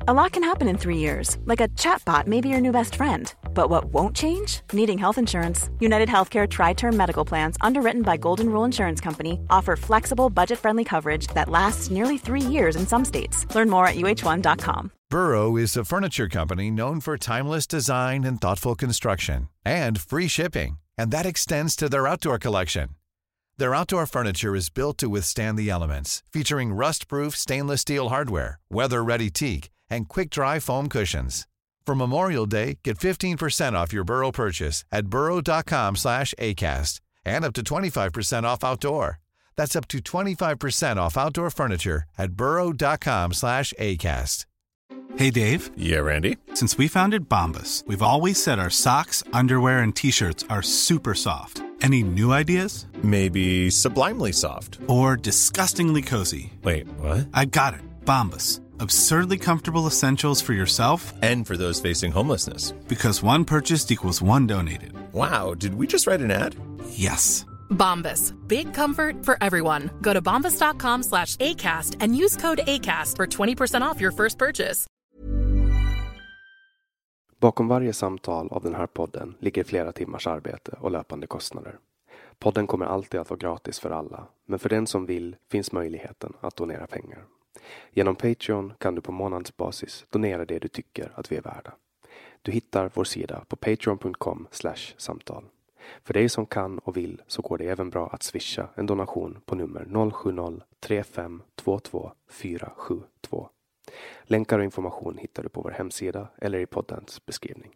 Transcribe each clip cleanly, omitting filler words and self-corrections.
A lot can happen in 3 years, like a chatbot may be your new best friend. But what won't change? Needing health insurance. United Healthcare Tri-Term Medical Plans, underwritten by Golden Rule Insurance Company, offer flexible, budget-friendly coverage that lasts nearly 3 years in some states. Learn more at uh1.com. Burrow is a furniture company known for timeless design and thoughtful construction, and free shipping, and that extends to their outdoor collection. Their outdoor furniture is built to withstand the elements, featuring rust-proof stainless steel hardware, weather-ready teak, and quick-dry foam cushions. For Memorial Day, get 15% off your Burrow purchase at burrow.com/acast, and up to 25% off outdoor. That's up to 25% off outdoor furniture at burrow.com/acast. Hey, Dave. Yeah, Randy. Since we founded Bombas, we've always said our socks, underwear, and T-shirts are super soft. Any new ideas? Maybe sublimely soft. Or disgustingly cozy. Wait, what? I got it. Bombas. Absurdly comfortable essentials for yourself And for those facing homelessness. Because one purchased equals one donated. Wow, did we just write an ad? Yes. Bombas. Big comfort for everyone. Go to bombas.com/ACAST and use code ACAST for 20% off your first purchase. Bakom varje samtal av den här podden ligger flera timmars arbete och löpande kostnader. Podden kommer alltid att vara gratis för alla, men för den som vill finns möjligheten att donera pengar. Genom Patreon kan du på månadsbasis donera det du tycker att vi är värda. Du hittar vår sida på patreon.com/samtal. För dig som kan och vill så går det även bra att swisha en donation på nummer 070-3522 472. Länkar och information hittar du på vår hemsida eller i poddens beskrivning.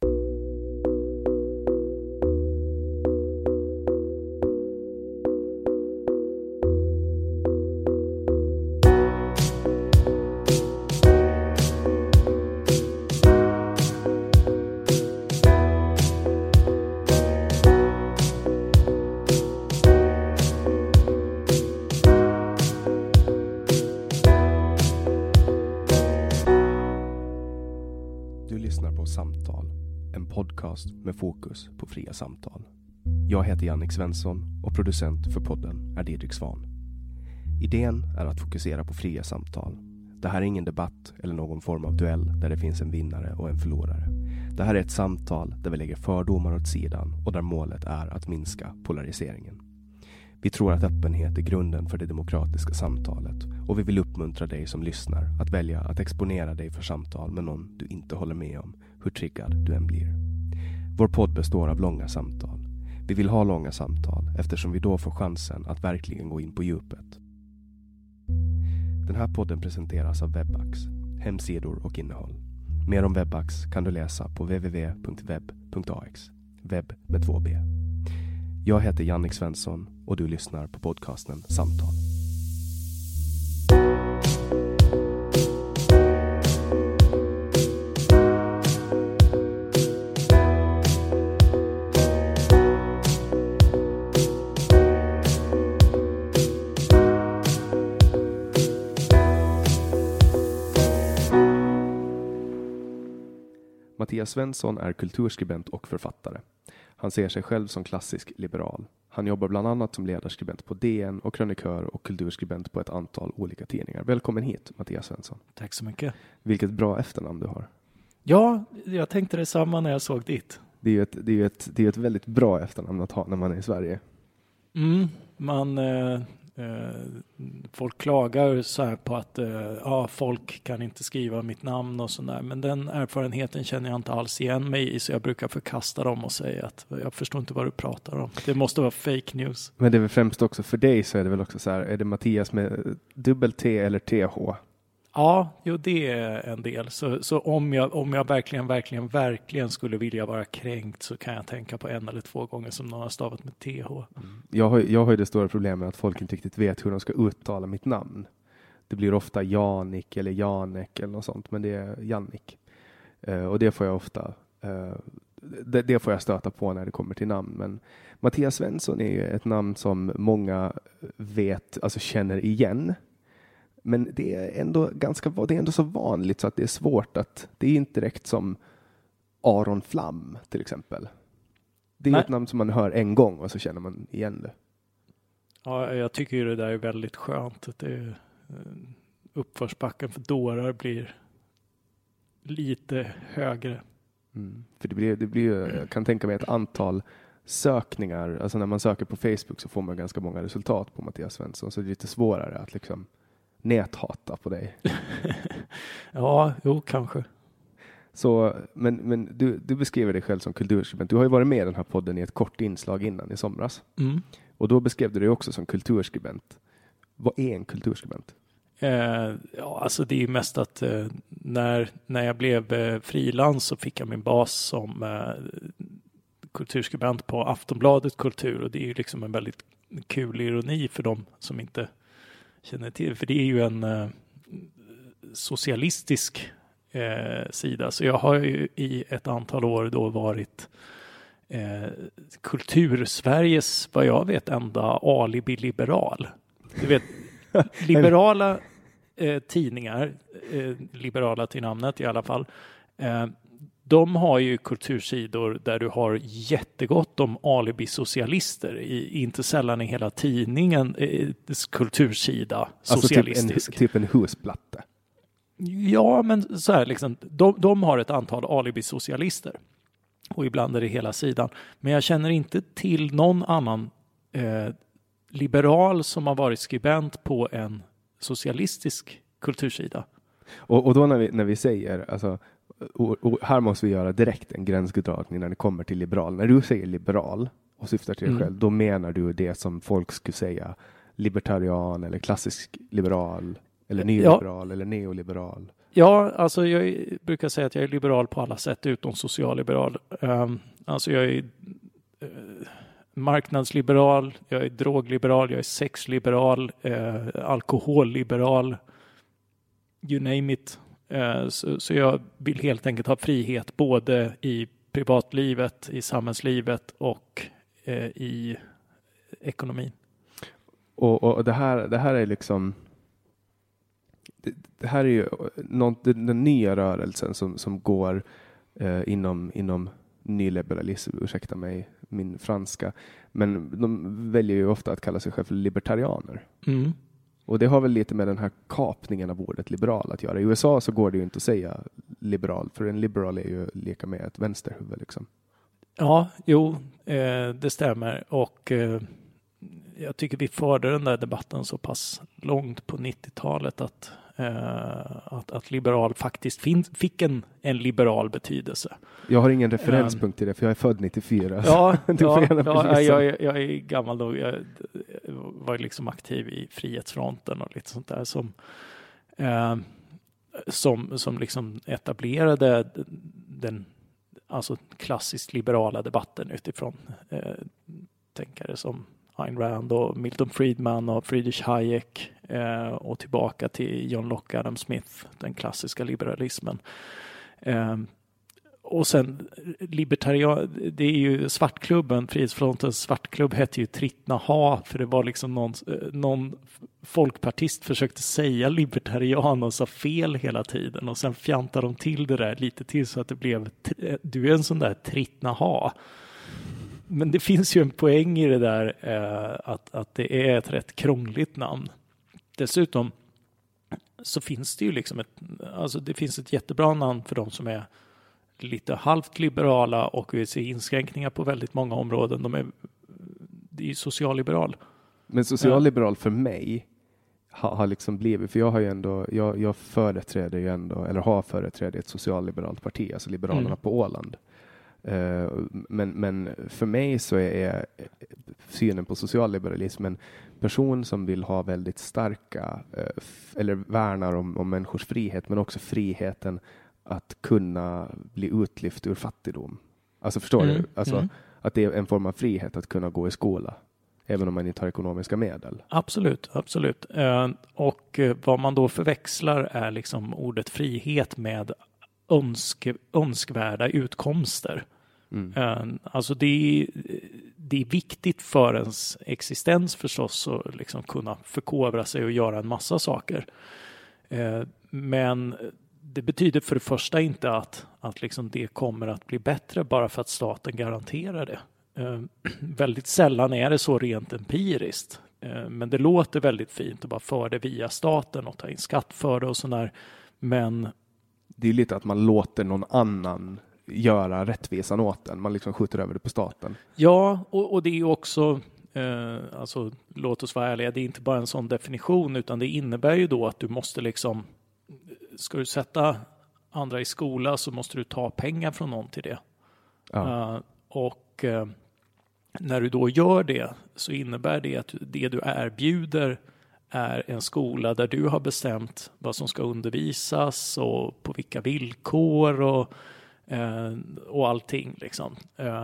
Du lyssnar på Samtal, en podcast med fokus på fria samtal. Jag heter Jannik Svensson och producent för podden är Didrik Svan. Idén är att fokusera på fria samtal. Det här är ingen debatt eller någon form av duell där det finns en vinnare och en förlorare. Det här är ett samtal där vi lägger fördomar åt sidan och där målet är att minska polariseringen. Vi tror att öppenhet är grunden för det demokratiska samtalet och vi vill uppmuntra dig som lyssnar att välja att exponera dig för samtal med någon du inte håller med om, hur triggad du än blir. Vår podd består av långa samtal. Vi vill ha långa samtal eftersom vi då får chansen att verkligen gå in på djupet. Den här podden presenteras av Webbax, hemsidor och innehåll. Mer om Webbax kan du läsa på www.web.ax, webb med 2b. Jag heter Jannik Svensson och du lyssnar på podcasten Samtal. Mattias Svensson är kulturskribent och författare. Han ser sig själv som klassisk liberal. Han jobbar bland annat som ledarskribent på DN och krönikör och kulturskribent på ett antal olika tidningar. Välkommen hit, Mattias Svensson. Tack så mycket. Vilket bra efternamn du har. Ja, jag tänkte detsamma när jag såg ditt. Det är ju ett väldigt bra efternamn att ha när man är i Sverige. Folk klagar så här på att folk kan inte skriva mitt namn och sådär. Men den erfarenheten känner jag inte alls igen mig i, så jag brukar förkasta dem och säga att jag förstår inte vad du pratar om. Det måste vara fake news. Men det är väl främst också för dig, så är det väl också så här, är det Mattias med dubbel-T eller TH? Ja, jo, det är en del. Så om jag verkligen skulle vilja vara kränkt så kan jag tänka på 1 eller 2 gånger som någon har stavat med TH. Jag har ju det stora problemet att folk inte riktigt vet hur de ska uttala mitt namn. Det blir ofta Janik eller Janek eller något sånt, men det är Jannik. Och det får jag ofta det får jag stöta på när det kommer till namn. Men Mattias Svensson är ju ett namn som många vet, alltså känner igen. Men det är ändå så vanligt så att det är svårt att, det är inte direkt som Aron Flam till exempel. Det är ett namn som man hör en gång och så känner man igen det. Ja, jag tycker ju det där är väldigt skönt. Att det är, uppförsbacken för dårar blir lite högre. För det blir ju, jag kan tänka mig ett antal sökningar, alltså när man söker på Facebook så får man ganska många resultat på Mattias Svensson, så det är lite svårare att liksom näthata på dig. Ja, jo, kanske. Så, men du beskriver dig själv som kulturskribent. Du har ju varit med i den här podden i ett kort inslag innan i somras. Och då beskrev du dig också som kulturskribent. Vad är en kulturskribent? Ja, alltså det är ju mest att när jag blev frilans så fick jag min bas som kulturskribent på Aftonbladet Kultur, och det är ju liksom en väldigt kul ironi för dem som inte känner till, för det är ju en socialistisk sida. Så jag har ju i ett antal år då varit Kultursveriges, vad jag vet, enda alibi-liberal. Du vet, liberala tidningar, liberala till namnet i alla fall, de har ju kultursidor där du har jättegott om alibi-socialister, inte sällan i hela tidningen kultursida socialistisk. Alltså typ en husplatta. Ja, men så här liksom, de har ett antal alibi-socialister och ibland är det hela sidan. Men jag känner inte till någon annan liberal som har varit skribent på en socialistisk kultursida. Och då när vi säger, alltså, och här måste vi göra direkt en gränsdragning när det kommer till liberal. När du säger liberal och syftar till dig själv, då menar du det som folk skulle säga libertarian eller klassisk liberal eller nyliberal eller neoliberal. Ja, alltså jag brukar säga att jag är liberal på alla sätt utom socialliberal. Alltså jag är marknadsliberal, jag är drogliberal, jag är sexliberal, alkoholliberal, you name it. Så jag vill helt enkelt ha frihet både i privatlivet, i samhällslivet och i ekonomin. Och det här är liksom det här är ju den nya rörelsen som går inom nyliberalism, ursäkta mig min franska, men de väljer ju ofta att kalla sig själv för libertarianer. Och det har väl lite med den här kapningen av ordet liberal att göra. I USA så går det ju inte att säga liberal, för en liberal är ju lika med ett vänsterhuvud liksom. Ja, jo, det stämmer, och jag tycker vi förde den där debatten så pass långt på 90-talet att liberal faktiskt fick en liberal betydelse. Jag har ingen referenspunkt till det, för jag är född 94. Ja, jag är gammal då. Jag var liksom aktiv i Frihetsfronten och lite sånt där som liksom etablerade den alltså klassiskt liberala debatten utifrån tänkare som Ayn Rand och Milton Friedman och Friedrich Hayek och tillbaka till John Locke, Adam Smith, den klassiska liberalismen. Och sen libertarian, det är ju svartklubben, Frihetsfrontens svartklubb hette ju Trittna Ha, för det var liksom någon folkpartist försökte säga libertarian och sa fel hela tiden, och sen fjantade de till det där lite till så att det blev du är en sån där Trittna Ha. Men det finns ju en poäng i det där att det är ett rätt krångligt namn. Dessutom så finns det ju liksom det finns ett jättebra namn för de som är lite halvt liberala och vill se inskränkningar på väldigt många områden. Det är ju socialliberal. Men socialliberal för mig har liksom blivit, för jag har ju ändå, jag företräder ju ändå, eller har företrätt ett socialliberalt parti, alltså Liberalerna på Åland. Men för mig så är synen på socialliberalism en person som vill ha väldigt starka eller värnar om människors frihet, men också friheten att kunna bli utlyft ur fattigdom. Alltså förstår du? Alltså att det är en form av frihet att kunna gå i skola även om man inte har ekonomiska medel. Absolut. Och vad man då förväxlar är liksom ordet frihet med önskvärda utkomster. Alltså det är viktigt för ens existens förstås att liksom kunna förkovra sig och göra en massa saker. Men det betyder för det första inte att liksom det kommer att bli bättre bara för att staten garanterar det. Väldigt sällan är det så rent empiriskt. Men det låter väldigt fint att bara föra det via staten och ta in skatt för det och sådär. Men det är lite att man låter någon annan göra rättvisan åt den. Man liksom skjuter över det på staten. Ja, och det är ju också, alltså låt oss vara ärliga, det är inte bara en sån definition, utan det innebär ju då att du måste liksom, ska du sätta andra i skola så måste du ta pengar från någon till det. Ja. Och när du då gör det så innebär det att det du erbjuder är en skola där du har bestämt vad som ska undervisas och på vilka villkor och allting liksom.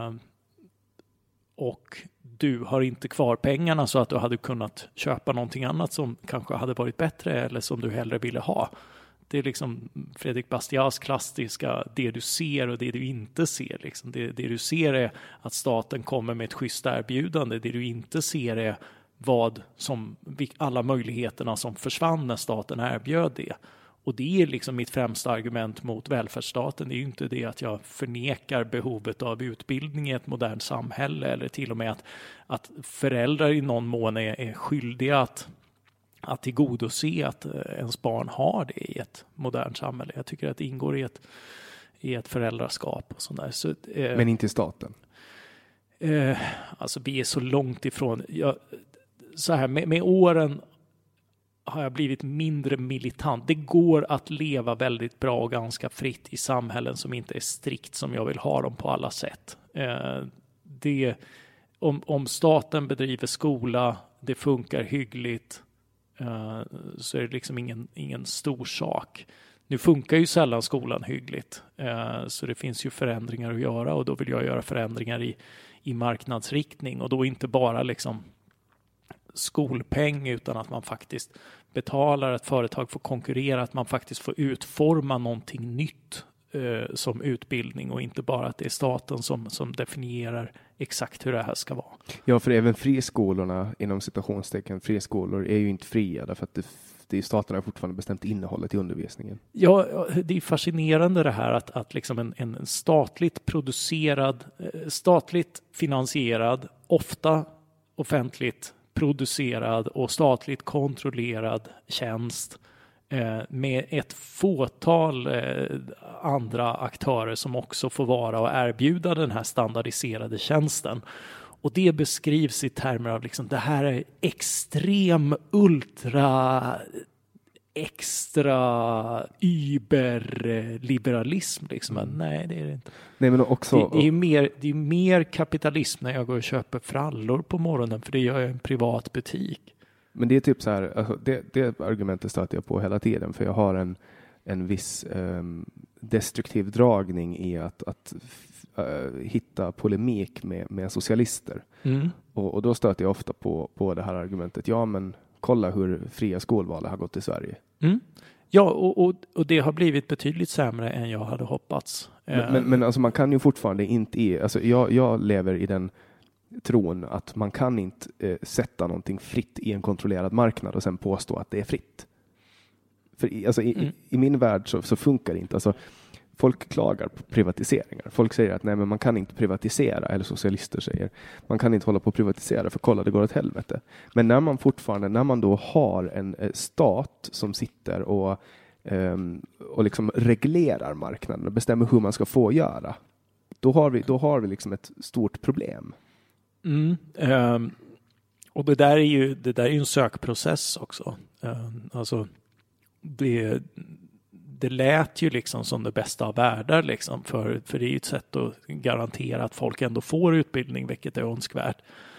Och du har inte kvar pengarna så att du hade kunnat köpa någonting annat som kanske hade varit bättre eller som du hellre ville ha. Det är liksom Fredrik Bastiats klassiska, det du ser och det du inte ser. Liksom. Det du ser är att staten kommer med ett schysst erbjudande. Det du inte ser är alla möjligheterna som försvann när staten erbjöd det. Och det är liksom mitt främsta argument mot välfärdsstaten. Det är ju inte det att jag förnekar behovet av utbildning i ett modernt samhälle eller till och med att föräldrar i någon mån är skyldiga att tillgodose att ens barn har det i ett modernt samhälle. Jag tycker att det ingår i ett föräldraskap. Och sånt där. Så, men inte i staten? Alltså vi är så långt ifrån. Så här, med åren har jag blivit mindre militant. Det går att leva väldigt bra och ganska fritt i samhällen som inte är strikt som jag vill ha dem på alla sätt. Om staten bedriver skola, det funkar hyggligt, så är det liksom ingen stor sak. Nu funkar ju sällan skolan hyggligt, så det finns ju förändringar att göra och då vill jag göra förändringar i marknadsriktning och då inte bara liksom skolpeng utan att man faktiskt betalar, att företag får konkurrera, att man faktiskt får utforma någonting nytt som utbildning och inte bara att det är staten som definierar exakt hur det här ska vara. Ja, för även friskolorna, inom citationstecken friskolor, är ju inte fria därför att det staten har fortfarande bestämt innehållet i undervisningen. Ja, det är fascinerande det här att liksom en statligt producerad, statligt finansierad, ofta offentligt producerad och statligt kontrollerad tjänst med ett fåtal andra aktörer som också får vara och erbjuda den här standardiserade tjänsten. Och det beskrivs i termer av liksom, det här är extrem, extra überliberalism. Liksom. Nej, det är det inte. Nej, men också, det är mer kapitalism när jag går och köper frallor på morgonen för det gör jag i en privat butik. Men det är typ så här, alltså det argumentet stöter jag på hela tiden för jag har en viss destruktiv dragning i att hitta polemik med socialister. Mm. Och då stöter jag ofta på det här argumentet. Ja, men kolla hur fria skolvalet har gått i Sverige. Mm. Ja, och det har blivit betydligt sämre än jag hade hoppats. Men alltså man kan ju fortfarande inte alltså jag lever i den tron att man kan inte sätta någonting fritt i en kontrollerad marknad och sen påstå att det är fritt. För alltså, i min värld så funkar det inte. Alltså, folk klagar på privatiseringar. Folk säger att nej, men man kan inte privatisera, eller socialister säger man kan inte hålla på att privatisera för kolla, det går åt helvete. Men när man då har en stat som sitter och liksom reglerar marknaden och bestämmer hur man ska få göra, då har vi liksom ett stort problem. Och det där är ju en sökprocess också. Alltså det lät ju liksom som det bästa av världar liksom, för det är ju ett sätt att garantera att folk ändå får utbildning, vilket är önskvärt.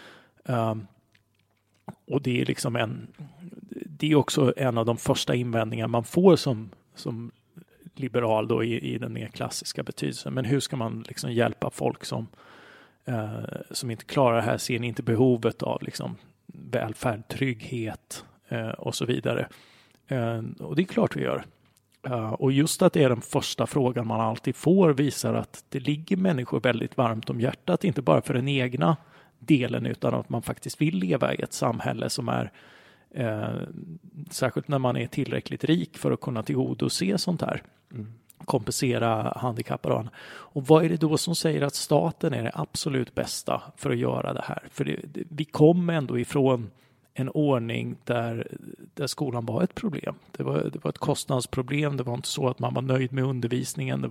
Och det är liksom det är också en av de första invändningar man får som liberal då i den mer klassiska betydelsen. Men hur ska man liksom hjälpa folk som inte klarar det här, ser ni inte behovet av liksom välfärd, trygghet och så vidare. Och det är klart vi gör. Och just att det är den första frågan man alltid får visar att det ligger människor väldigt varmt om hjärtat, inte bara för den egna delen utan att man faktiskt vill leva i ett samhälle som är särskilt när man är tillräckligt rik för att kunna tillgodose sånt här. Kompensera handikappade. Och vad är det då som säger att staten är det absolut bästa för att göra det här? För vi kommer ändå ifrån en ordning där skolan var ett problem. Det var ett kostnadsproblem. Det var inte så att man var nöjd med undervisningen.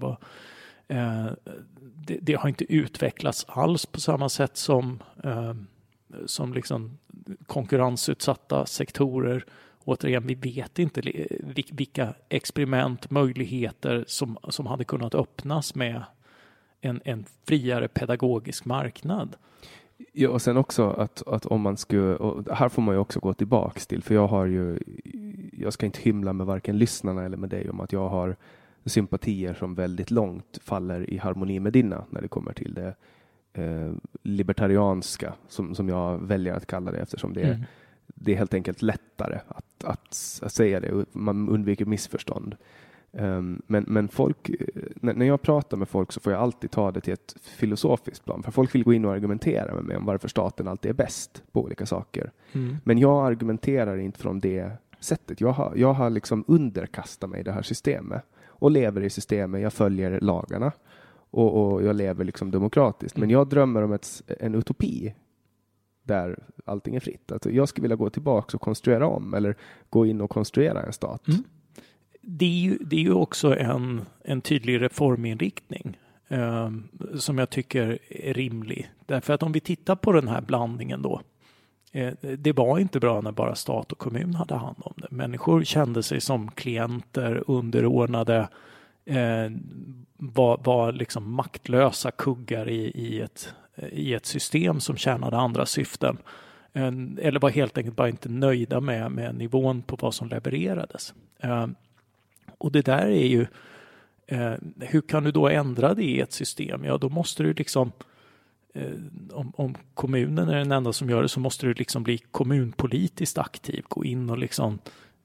Det har inte utvecklats alls på samma sätt som liksom konkurrensutsatta sektorer. Återigen, vi vet inte vilka experiment, möjligheter som hade kunnat öppnas med en friare pedagogisk marknad. Ja, och sen också att om man skulle, och här får man ju också gå tillbaks till, för jag ska inte hymla med varken lyssnarna eller med dig om att jag har sympatier som väldigt långt faller i harmoni med dina när det kommer till det libertarianska som jag väljer att kalla det, eftersom det är helt enkelt lättare att säga det. Man undviker missförstånd. Men folk, när jag pratar med folk så får jag alltid ta det till ett filosofiskt plan. För folk vill gå in och argumentera med mig om varför staten alltid är bäst på olika saker. Men jag argumenterar inte från det sättet. Jag har liksom underkastat mig det här systemet och lever i systemet. Jag följer lagarna och jag lever liksom demokratiskt. Men jag drömmer om en utopi där allting är fritt. Alltså jag skulle vilja gå tillbaka och konstruera om, eller gå in och konstruera en stat. Det är ju också en tydlig reforminriktning som jag tycker är rimlig. Därför att om vi tittar på den här blandningen då, det var inte bra när bara stat och kommun hade hand om det. Människor kände sig som klienter, underordnade, var liksom maktlösa kuggar i ett system som tjänade andra syften. Eller var helt enkelt bara inte nöjda med nivån på vad som levererades. Och det där är ju, hur kan du då ändra det i ett system? Ja, då måste du liksom, om kommunen är den enda som gör det, så måste du liksom bli kommunpolitiskt aktiv, gå in och liksom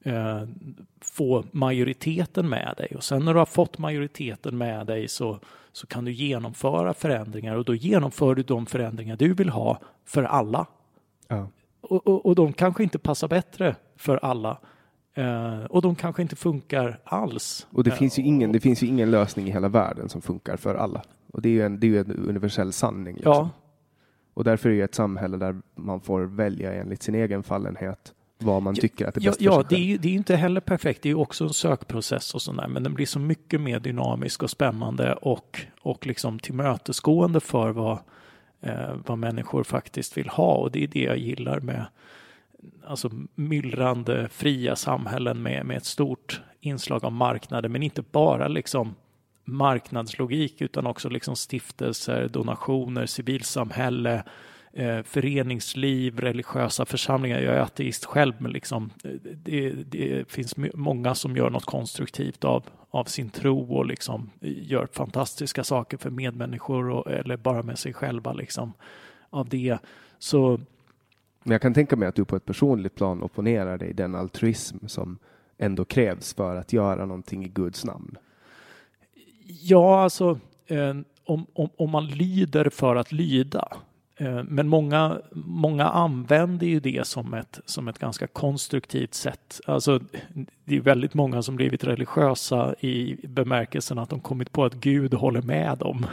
få majoriteten med dig. Och sen när du har fått majoriteten med dig så kan du genomföra förändringar, och då genomför du de förändringar du vill ha för alla. Ja. Och de kanske inte passar bättre för alla. Och de kanske inte funkar alls. Och det finns ju ingen lösning i hela världen som funkar för alla. Och det är ju en universell sanning. Liksom. Ja. Och därför är det ett samhälle där man får välja enligt sin egen fallenhet vad man tycker att det är bäst för sig själv. Det är ju inte heller perfekt. Det är ju också en sökprocess och sådär. Men den blir så mycket mer dynamisk och spännande och liksom tillmötesgående för vad människor faktiskt vill ha. Och det är det jag gillar med alltså myllrande fria samhällen med ett stort inslag av marknader, men inte bara liksom marknadslogik utan också liksom stiftelser, donationer, civilsamhälle, föreningsliv, religiösa församlingar. Jag är ateist själv, men liksom det finns många som gör något konstruktivt av sin tro och liksom gör fantastiska saker för medmänniskor eller bara med sig själva liksom av det. Så men jag kan tänka mig att du på ett personligt plan opponerar dig den altruism som ändå krävs för att göra någonting i Guds namn. Ja, alltså om man lyder för att lyda. Men många använder ju det som ett ganska konstruktivt sätt. Alltså, det är väldigt många som blivit religiösa i bemärkelsen att de kommit på att Gud håller med dem.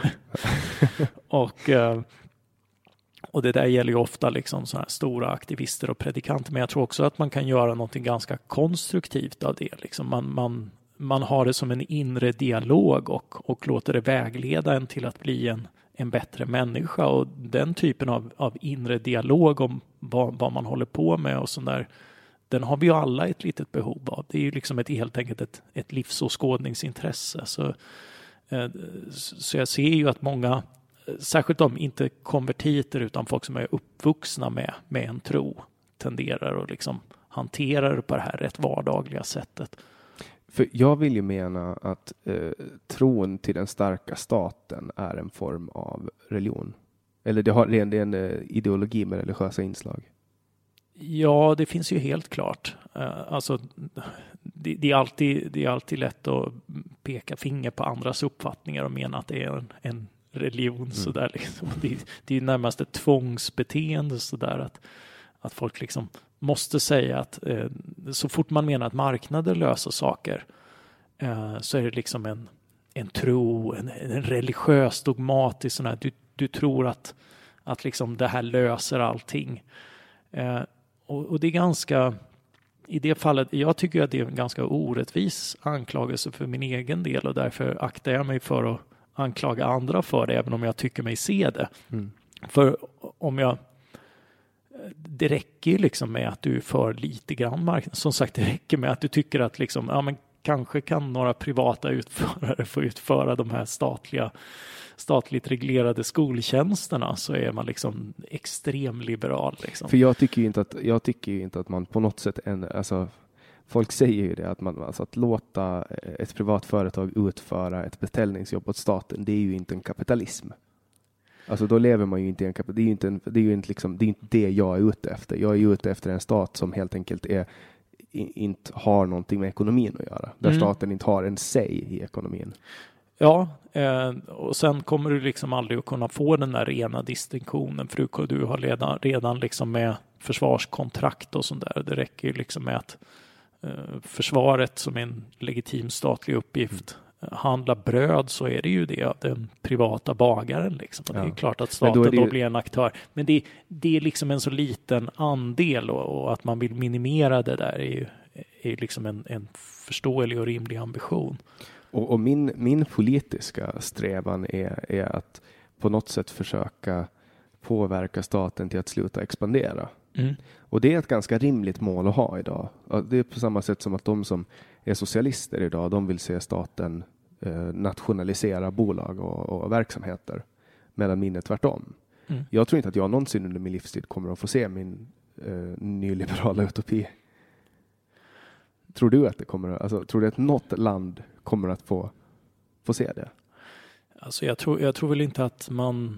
Och det där gäller ju ofta liksom så här stora aktivister och predikanter. Men jag tror också att man kan göra någonting ganska konstruktivt av det. Liksom man har det som en inre dialog och låter det vägleda en till att bli en bättre människa. Och den typen av inre dialog om vad man håller på med och sånt där, den har vi ju alla ett litet behov av. Det är ju liksom helt enkelt ett livsåskådningsintresse. Så jag ser ju att många, särskilt om inte konvertiter utan folk som är uppvuxna med en tro, tenderar att liksom hantera det på det här rätt vardagliga sättet. För jag vill ju mena att tron till den starka staten är en form av religion. Eller det är en ideologi med religiösa inslag. Ja, det finns ju helt klart. Alltså, det är alltid lätt att peka finger på andras uppfattningar och mena att det är en religion. Sådär, liksom. Det är närmast ett tvångsbeteende sådär, att folk liksom måste säga att så fort man menar att marknader löser saker så är det liksom en tro, en religiös dogmatisk sån här, du tror att liksom det här löser allting. Och det är ganska, i det fallet, jag tycker att det är en ganska orättvis anklagelse för min egen del, och därför aktar jag mig för att anklaga andra för det, även om jag tycker mig se det. För det räcker ju liksom med att du för lite grann marknad. Som sagt, det räcker med att du tycker att liksom, ja, men kanske kan några privata utförare få utföra de här statligt reglerade skoltjänsterna, så är man liksom extremliberal. Liksom. För jag tycker ju inte att man på något sätt, alltså, folk säger ju det, att låta ett privat företag utföra ett beställningsjobb åt staten, det är ju inte en kapitalism. Alltså då lever man ju inte i en kapitalism. Det är ju inte det jag är ute efter. Jag är ute efter en stat som helt enkelt inte har någonting med ekonomin att göra. Där staten inte har en säg i ekonomin. Ja, och sen kommer du liksom aldrig att kunna få den där rena distinktionen, för du har redan liksom med försvarskontrakt och sånt där. Det räcker ju liksom med att försvaret, som är en legitim statlig uppgift, handla bröd, så är det ju det av den privata bagaren. Liksom. Och det är klart att staten då blir en aktör. Men det är liksom en så liten andel, och att man vill minimera det där är liksom en förståelig och rimlig ambition. Och min politiska strävan är att på något sätt försöka påverka staten till att sluta expandera. Och det är ett ganska rimligt mål att ha idag. Det är på samma sätt som att de som är socialister idag, de vill se staten nationalisera bolag och verksamheter, medan min är tvärtom. Jag tror inte att jag någonsin under min livstid kommer att få se min nyliberala utopi. Tror du att tror du att något land kommer att få se det? Alltså jag tror väl inte att man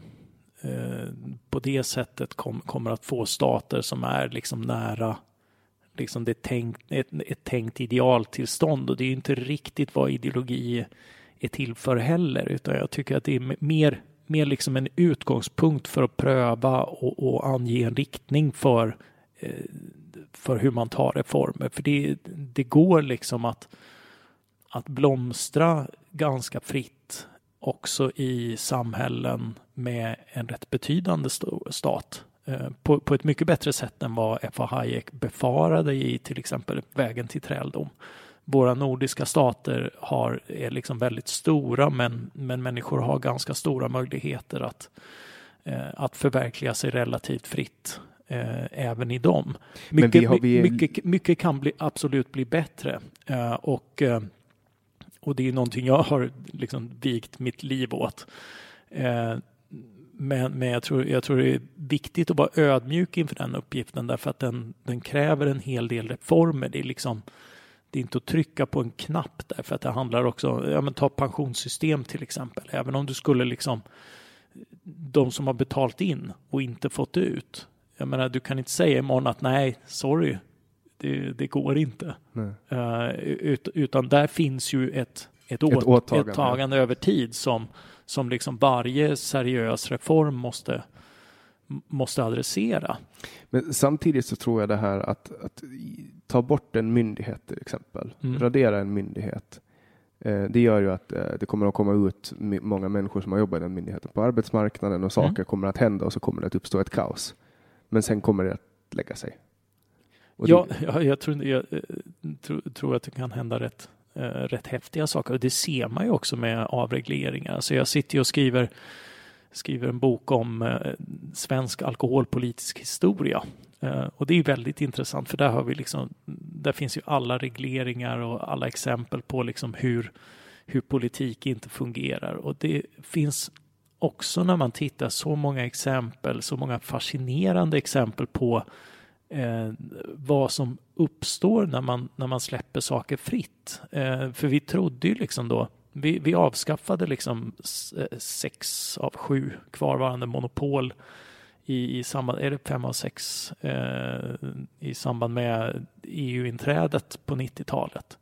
på det sättet kommer att få stater som är liksom nära liksom ett tänkt idealtillstånd, och det är ju inte riktigt vad ideologi är till för heller, utan jag tycker att det är mer liksom en utgångspunkt för att pröva och ange en riktning för hur man tar reformer. För det går liksom att blomstra ganska fritt också i samhällen med en rätt betydande stat. På ett mycket bättre sätt än vad F.A. Hayek befarade i till exempel Vägen till träldom. Våra nordiska stater är liksom väldigt stora, men människor har ganska stora möjligheter att förverkliga sig relativt fritt även i dem. Mycket kan absolut bli bättre, och det är någonting jag har liksom vigt mitt liv åt. Men jag tror det är viktigt att vara ödmjuk inför den uppgiften, därför att den kräver en hel del reformer. Det är inte att trycka på en knapp, därför att det handlar också, ta pensionssystem till exempel. Även om du skulle liksom, de som har betalt in och inte fått ut, jag menar, du kan inte säga imorgon att nej, sorry, det går inte. Utan där finns ju ett åtagande över tid som liksom varje seriös reform måste adressera. Men samtidigt så tror jag det här att ta bort en myndighet till exempel, radera en myndighet, det gör ju att det kommer att komma ut många människor som har jobbat i den myndigheten på arbetsmarknaden, och saker kommer att hända, och så kommer det att uppstå ett kaos. Men sen kommer det att lägga sig. Jag tror att det kan hända rätt häftiga saker. Och det ser man ju också med avregleringar. Så jag sitter och skriver en bok om svensk alkoholpolitisk historia. Och det är väldigt intressant, för där finns ju alla regleringar och alla exempel på liksom hur politik inte fungerar. Och det finns också, när man tittar, så många fascinerande exempel på vad som uppstår när man släpper saker fritt. För vi trodde ju liksom då, vi avskaffade liksom 6 av 7 kvarvarande monopol i samband, är det 5 av 6 i samband med EU-inträdet på 90-talet.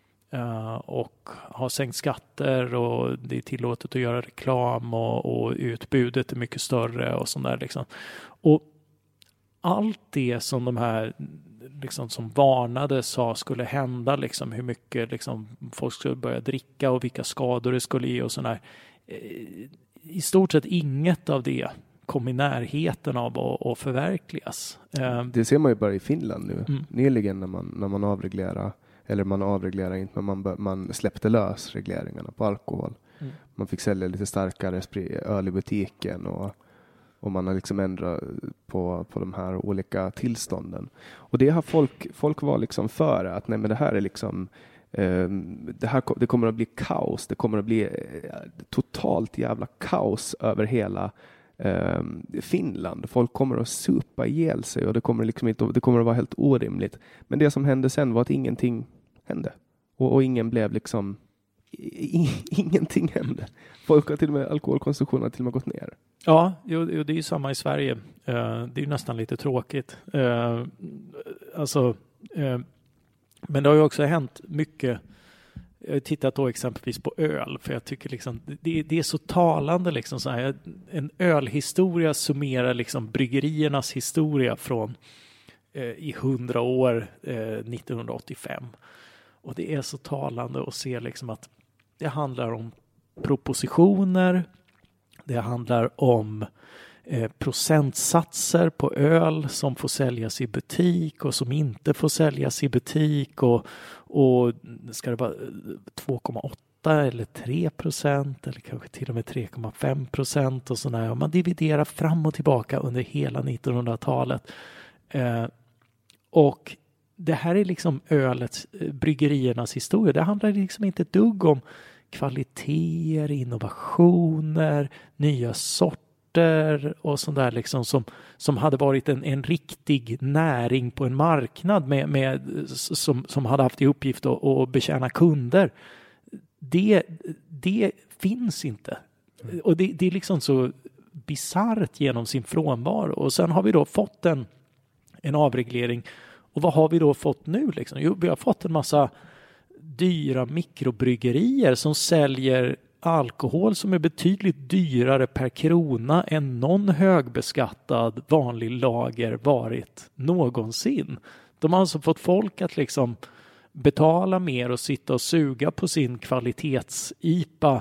Och har sänkt skatter, och det är tillåtet att göra reklam, och utbudet är mycket större och sånt där liksom. Och allt det som de här liksom, som varnade sa skulle hända, liksom, hur mycket liksom, folk skulle börja dricka och vilka skador det skulle ge och sådär. I stort sett inget av det kom i närheten av att förverkligas. Det ser man ju bara i Finland nu. Nyligen när man avreglerar, eller man avreglerar inte, men man släppte lös regleringarna på alkohol. Man fick sälja lite starkare öl i butiken och man har liksom ändrat på de här olika tillstånden. Och det har folk var liksom för att nej, men det här är liksom det kommer att bli kaos. Det kommer att bli totalt jävla kaos över hela Finland. Folk kommer att supa ihjäl sig och det kommer att vara helt orimligt. Men det som hände sen var att ingenting hände. Och ingen blev liksom ingenting hände. Folk har till och med alkoholkonsumtionen har till och med gått ner. Ja, det är ju samma i Sverige. Det är ju nästan lite tråkigt. Men det har ju också hänt mycket. Jag har tittat då exempelvis på öl, för jag tycker liksom det är så talande liksom så här, en ölhistoria summerar liksom bryggeriernas historia från i 100 år 1985. Och det är så talande att se liksom att det handlar om propositioner, det handlar om procentsatser på öl som får säljas i butik och som inte får säljas i butik och ska det vara 2,8 eller 3% eller kanske till och med 3,5% och sådär. Och man dividerar fram och tillbaka under hela 1900-talet. Och det här är liksom ölets, bryggeriernas historia. Det handlar liksom inte ett dugg om kvaliteter, innovationer, nya sorter och sånt där liksom som hade varit en riktig näring på en marknad som hade haft i uppgift att betjäna kunder. Det finns inte. Och det är liksom så bizarrt genom sin frånvaro. Och sen har vi då fått en avreglering. Och vad har vi då fått nu liksom? Jo, vi har fått en massa dyra mikrobryggerier som säljer alkohol som är betydligt dyrare per krona än någon högbeskattad vanlig lager varit någonsin. De har alltså fått folk att liksom betala mer och sitta och suga på sin kvalitets-IPA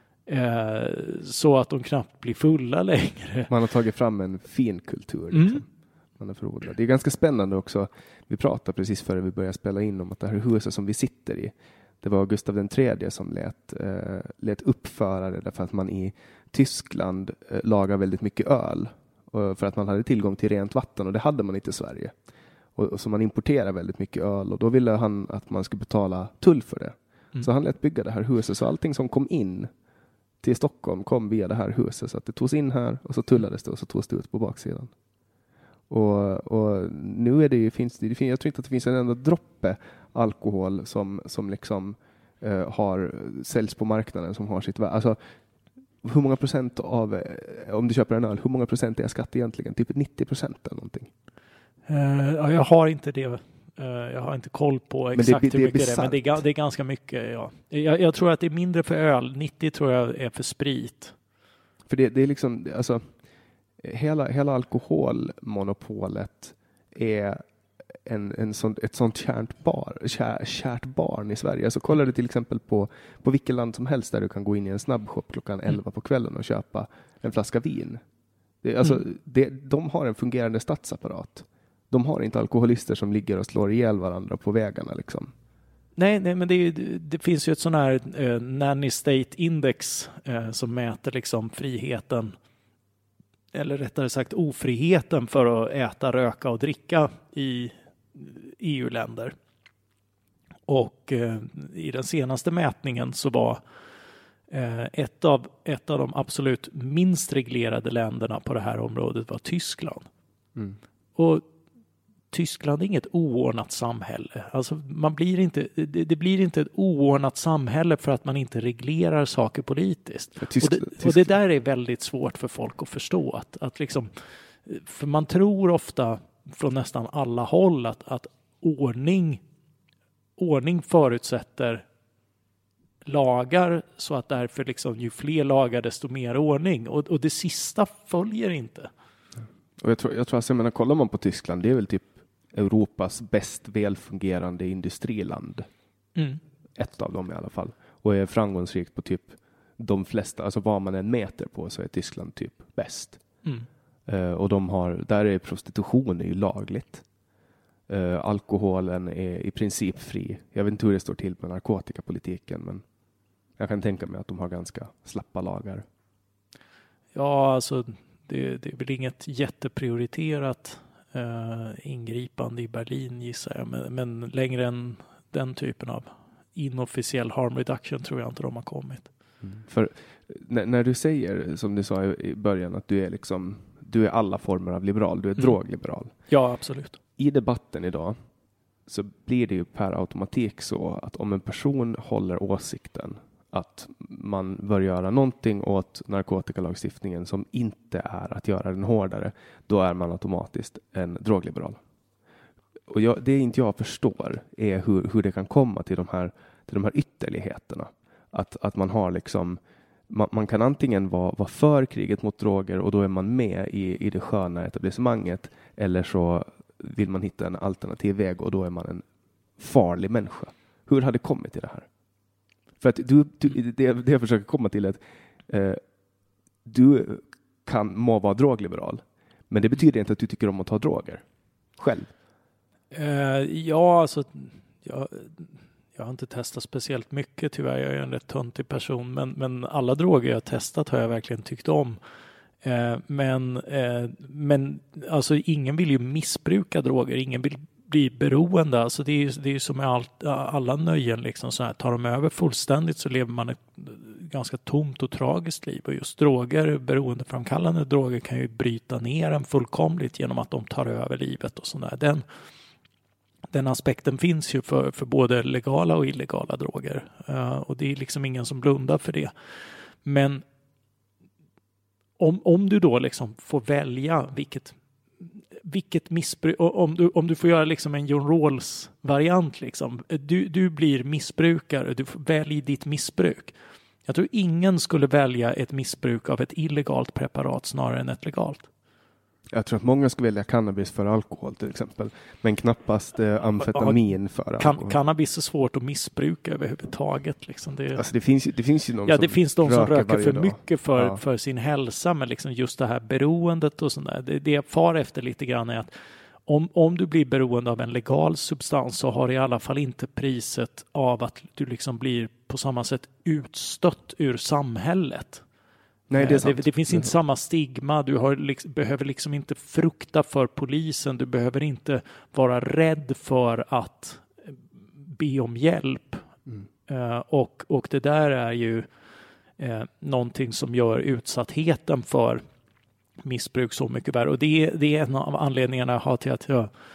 så att de knappt blir fulla längre. Man har tagit fram en fin kultur liksom. Man har förordnat. Det är ganska spännande också. Vi pratade precis före vi började spela in om att det här huset som vi sitter i, det var Gustav III som lät uppföra det därför att man i Tyskland lagar väldigt mycket öl och för att man hade tillgång till rent vatten och det hade man inte i Sverige. Och så man importerar väldigt mycket öl och då ville han att man skulle betala tull för det. Så han lät bygga det här huset så allting som kom in till Stockholm kom via det här huset så att det togs in här och så tullades det och så togs det ut på baksidan. Och nu är det ju, jag tror inte att det finns en enda droppe alkohol som liksom säljs på marknaden som har sitt värde. Alltså hur många procent av, om du köper en öl, hur många procent är skatt egentligen? Typ 90% eller någonting? Ja, jag har inte det. Jag har inte koll på exakt hur mycket det är. Men det är ganska mycket, ja. Jag tror att det är mindre för öl. 90 tror jag är för sprit. För det är liksom, alltså hela alkoholmonopolet är ett sånt kärt barn i Sverige. Alltså kollar du till exempel på vilket land som helst där du kan gå in i en snabbshop klockan 11 på kvällen och köpa en flaska vin. De har en fungerande statsapparat. De har inte alkoholister som ligger och slår ihjäl varandra på vägarna liksom. Nej, men det finns ju ett sån här nanny state index som mäter liksom friheten, eller rättare sagt ofriheten för att äta, röka och dricka i EU-länder. Och i den senaste mätningen så var ett av de absolut minst reglerade länderna på det här området var Tyskland. Och Tyskland är inget oordnat samhälle. Alltså det blir inte ett oordnat samhälle för att man inte reglerar saker politiskt. Och det där är väldigt svårt för folk att förstå. Att liksom, för man tror ofta från nästan alla håll att ordning förutsätter lagar, så att därför liksom, ju fler lagar desto mer ordning. Och det sista följer inte. Och jag tror alltså, jag menar, kollar man på Tyskland, det är väl typ Europas bäst välfungerande industriland. Ett av dem i alla fall. Och är framgångsrikt på typ de flesta, alltså vad man än mäter på så är Tyskland typ bäst. Och där är prostitution är ju lagligt. Alkoholen är i princip fri. Jag vet inte hur det står till med narkotikapolitiken, men jag kan tänka mig att de har ganska slappa lagar. Ja, alltså det är väl inget jätteprioriterat ingripande i Berlin, gissar jag. Men längre än den typen av inofficiell harm reduction tror jag inte de har kommit. För när du säger, som du sa i början, att du är alla former av liberal, du är drogliberal. Ja, absolut. I debatten idag så blir det ju per automatik så att om en person håller åsikten att man bör göra någonting åt narkotikalagstiftningen som inte är att göra den hårdare, då är man automatiskt en drogliberal. Och det inte jag förstår är hur det kan komma till de här ytterligheterna. Att man har man kan antingen vara för kriget mot droger och då är man med i det sköna etablissemanget, eller så vill man hitta en alternativ väg och då är man en farlig människa. Hur har det kommit till det här? För att det jag försöker komma till är att du må vara drogliberal, men det betyder inte att du tycker om att ta droger själv. Ja, alltså jag har inte testat speciellt mycket tyvärr. Jag är en rätt töntig person, men alla droger jag har testat har jag verkligen tyckt om. Men alltså ingen vill ju missbruka droger, ingen vill bli beroende. Alltså det är som med alla nöjen liksom så här, tar de över fullständigt så lever man ett ganska tomt och tragiskt liv, och just droger, beroendeframkallande droger, kan ju bryta ner en fullkomligt genom att de tar över livet och sådär. Den aspekten finns ju för både legala och illegala droger, och det är liksom ingen som blundar för det. Men om du då liksom får välja vilket missbruk, om du får göra liksom en John Rawls variant liksom, du blir missbrukare, du får välja ditt missbruk. Jag tror ingen skulle välja ett missbruk av ett illegalt preparat snarare än ett legalt. Jag tror att många skulle välja cannabis för alkohol till exempel, men knappast amfetamin för alkohol. Cannabis är svårt att missbruka överhuvudtaget. Liksom. Det finns ju någon det finns de som röker för mycket för för sin hälsa, men liksom just det här beroendet och sånt där. Det jag far efter lite grann är att om du blir beroende av en legal substans så har det i alla fall inte priset av att du liksom blir på samma sätt utstött ur samhället. Nej, det finns inte samma stigma. Du behöver liksom inte frukta för polisen. Du behöver inte vara rädd för att be om hjälp. Och det där är ju någonting som gör utsattheten för missbruk så mycket värre. Och det är en av anledningarna jag har till att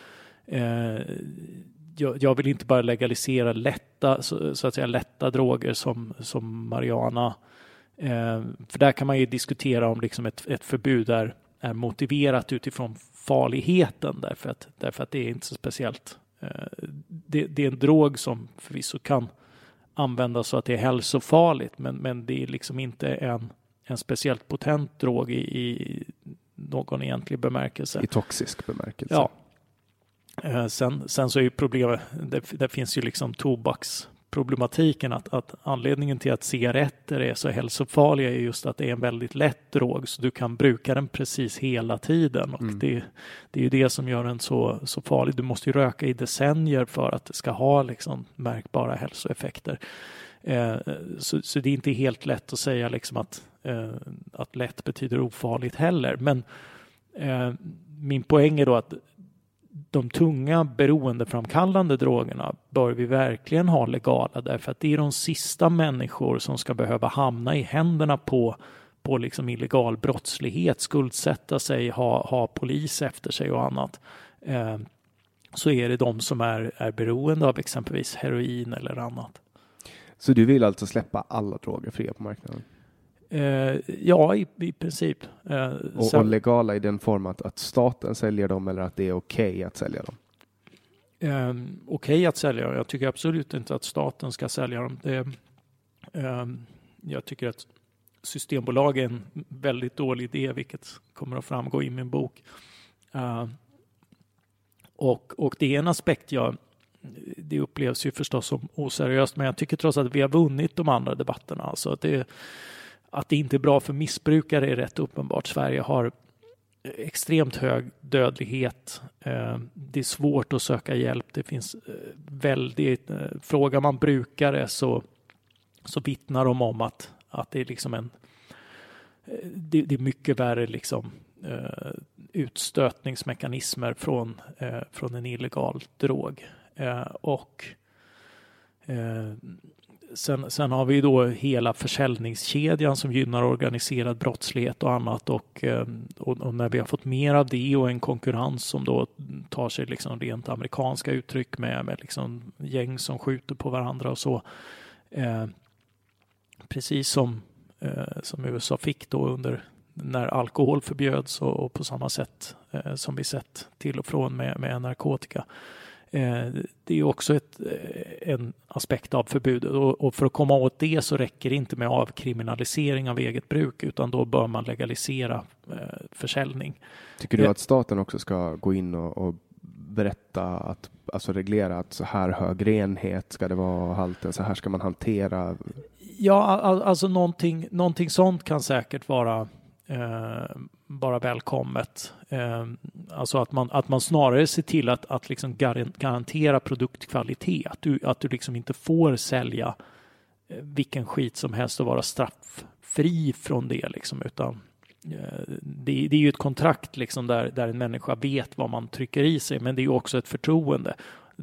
jag vill inte bara legalisera lätta droger som marijuana. För där kan man ju diskutera om liksom ett förbud är motiverat utifrån farligheten, därför att det är inte så speciellt. Det är en drog som förvisso kan användas så att det är hälsofarligt, men det är liksom inte en speciellt potent drog i någon egentlig bemärkelse. I toxisk bemärkelse. Ja. Sen så är ju problemet, det finns ju liksom tobaksproblematiken, att anledningen till att cigaretter är så hälsofarliga är just att det är en väldigt lätt drog, så du kan bruka den precis hela tiden, och det är ju det som gör den så farlig. Du måste ju röka i decennier för att det ska ha liksom märkbara hälsoeffekter. Så det är inte helt lätt att säga liksom att lätt betyder ofarligt heller, men min poäng är då att de tunga beroendeframkallande drogerna bör vi verkligen ha legala, därför att det är de sista människor som ska behöva hamna i händerna på liksom illegal brottslighet, skuldsätta sig, ha polis efter sig och annat. Så är det de som är beroende av exempelvis heroin eller annat. Så du vill alltså släppa alla droger fria på marknaden? Ja, i princip. Och legala i den form att staten säljer dem, eller att det är okej att sälja dem? Okej att sälja dem. Jag tycker absolut inte att staten ska sälja dem. Jag tycker att Systembolag är en väldigt dålig idé, vilket kommer att framgå i min bok. Och det är en aspekt det upplevs ju förstås som oseriöst, men jag tycker trots att vi har vunnit de andra debatterna. Alltså att det inte är bra för missbrukare är rätt uppenbart. Sverige har extremt hög dödlighet. Det är svårt att söka hjälp. Det finns frågar man brukare så vittnar de om att det är liksom det är mycket värre liksom utstötningsmekanismer från en illegal drog. Sen har vi då hela försäljningskedjan som gynnar organiserad brottslighet och annat, och när vi har fått mer av det och en konkurrens som då tar sig liksom rent amerikanska uttryck med liksom gäng som skjuter på varandra och så, precis som USA fick då under när alkohol förbjöds, och på samma sätt som vi sett till och från med narkotika. Det är också en aspekt av förbudet, och för att komma åt det så räcker det inte med avkriminalisering av eget bruk, utan då bör man legalisera försäljning. Tycker du att staten också ska gå in och berätta alltså reglera att så här hög renhet ska det vara, halten, så här ska man hantera? Ja, alltså någonting sånt kan säkert vara välkommet. Alltså att man snarare ser till att liksom garantera produktkvalitet. Att du liksom inte får sälja vilken skit som helst och vara straffri från det liksom, utan det är ju ett kontrakt liksom där en människa vet vad man trycker i sig, men det är ju också ett förtroende.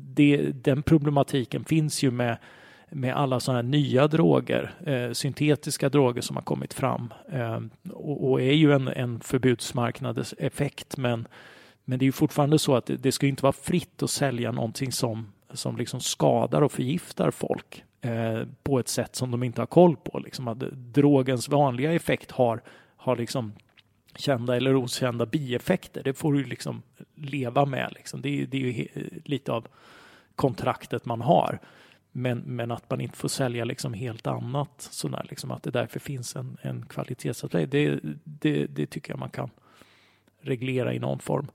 Den problematiken finns ju med alla sådana här nya droger, syntetiska droger som har kommit fram, och är ju en förbudsmarknadens effekt, men det är ju fortfarande så att det ska inte vara fritt att sälja någonting som liksom skadar och förgiftar folk på ett sätt som de inte har koll på. Liksom att drogens vanliga effekt har liksom kända eller okända bieffekter. Det får du liksom leva med. Liksom. Det är ju lite av kontraktet man har. Men att man inte får sälja liksom helt annat sådär, liksom att det därför finns en kvalitetsaspekt, det tycker jag man kan reglera i någon form.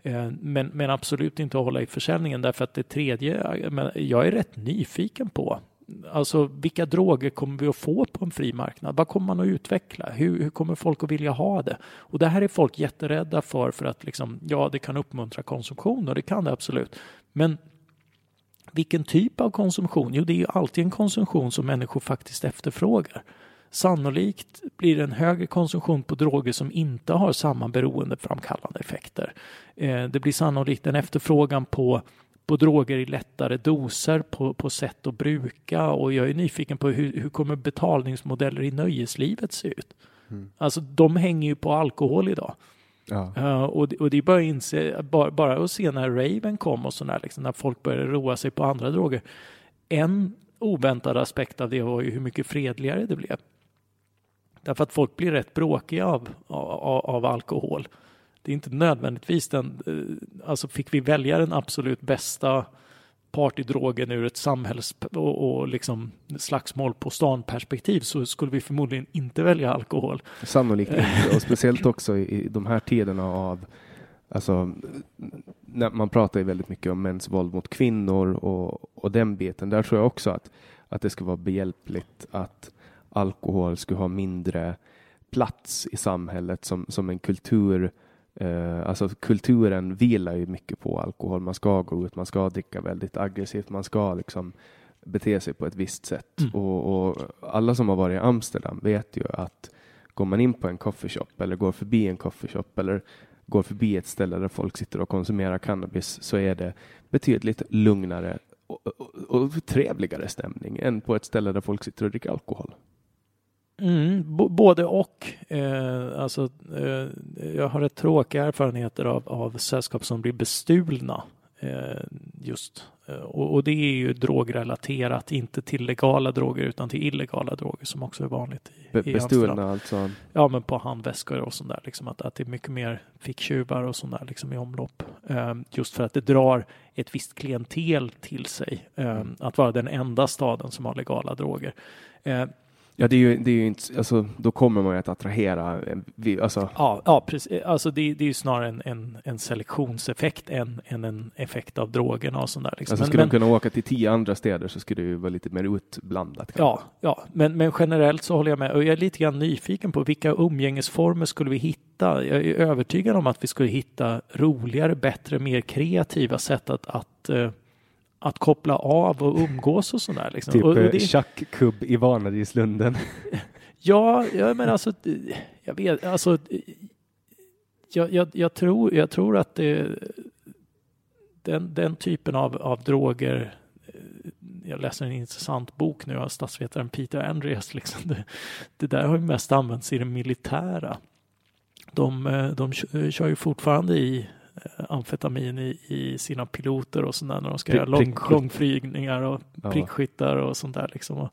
Men absolut inte att hålla i försäljningen, därför att det tredje, jag är rätt nyfiken på, alltså vilka droger kommer vi att få på en fri marknad? Vad kommer man att utveckla? Hur kommer folk att vilja ha det? Och det här är folk jätterädda för att liksom, ja, det kan uppmuntra konsumtion, och det kan det absolut. Men vilken typ av konsumtion? Jo, det är ju alltid en konsumtion som människor faktiskt efterfrågar. Sannolikt blir det en högre konsumtion på droger som inte har samma beroendeframkallande effekter. Det blir sannolikt en efterfrågan på droger i lättare doser, på sätt att bruka, och jag är nyfiken på hur kommer betalningsmodeller i nöjeslivet se ut? Alltså de hänger ju på alkohol idag. Ja. Och det är bara att inse, bara att se när raven kom och sådär, liksom, när folk började roa sig på andra droger. En oväntad aspekt av det var ju hur mycket fredligare det blev. Därför att folk blir rätt bråkiga av alkohol. Det är inte nödvändigtvis alltså fick vi välja den absolut bästa partydrogen ur ett och liksom slagsmål på stan perspektiv, så skulle vi förmodligen inte välja alkohol. Sannolikt inte, och speciellt också i de här tiderna av, alltså när man pratar ju väldigt mycket om mäns våld mot kvinnor och den biten. Där tror jag också att det ska vara behjälpligt att alkohol skulle ha mindre plats i samhället som en kultur. Alltså kulturen vilar ju mycket på alkohol. Man ska gå ut, man ska dricka väldigt aggressivt, man ska liksom bete sig på ett visst sätt. Och alla som har varit i Amsterdam vet ju att går man in på en coffeeshop eller går förbi en coffeeshop eller går förbi ett ställe där folk sitter och konsumerar cannabis, så är det betydligt lugnare och trevligare stämning än på ett ställe där folk sitter och dricker alkohol. Både och. Jag har rätt tråkiga erfarenheter av sällskap som blir bestulna. Och det är ju drogrelaterat, inte till legala droger utan till illegala droger som också är vanligt i bestulna alltså? Ja, men på handväskor och sånt där. Liksom, att det är mycket mer ficktjuvar och sånt där liksom, i omlopp. Just för att det drar ett visst klientel till sig. Att vara den enda staden som har legala droger. Ja, det är ju inte, alltså, då kommer man ju att attrahera. Alltså. Ja, precis. Alltså det är ju snarare en selektionseffekt än en effekt av drogerna och sånt där. Liksom. Alltså skulle de kunna åka till 10 andra städer så skulle det ju vara lite mer utblandat. Ja. Men generellt så håller jag med. Och jag är lite grann nyfiken på vilka umgängesformer skulle vi hitta. Jag är övertygad om att vi skulle hitta roligare, bättre, mer kreativa sätt att koppla av och umgås och sådär. Liksom. Typ och det... tjackkubb i Vanadislunden. Ja, men alltså jag vet, alltså jag tror att den typen av droger, jag läser en intressant bok nu av statsvetaren Peter Andreas, liksom, det där har ju mest använts i det militära. De kör ju fortfarande i amfetamin i sina piloter och sådär när de ska göra långflygningar och prickskyttar och sånt där liksom.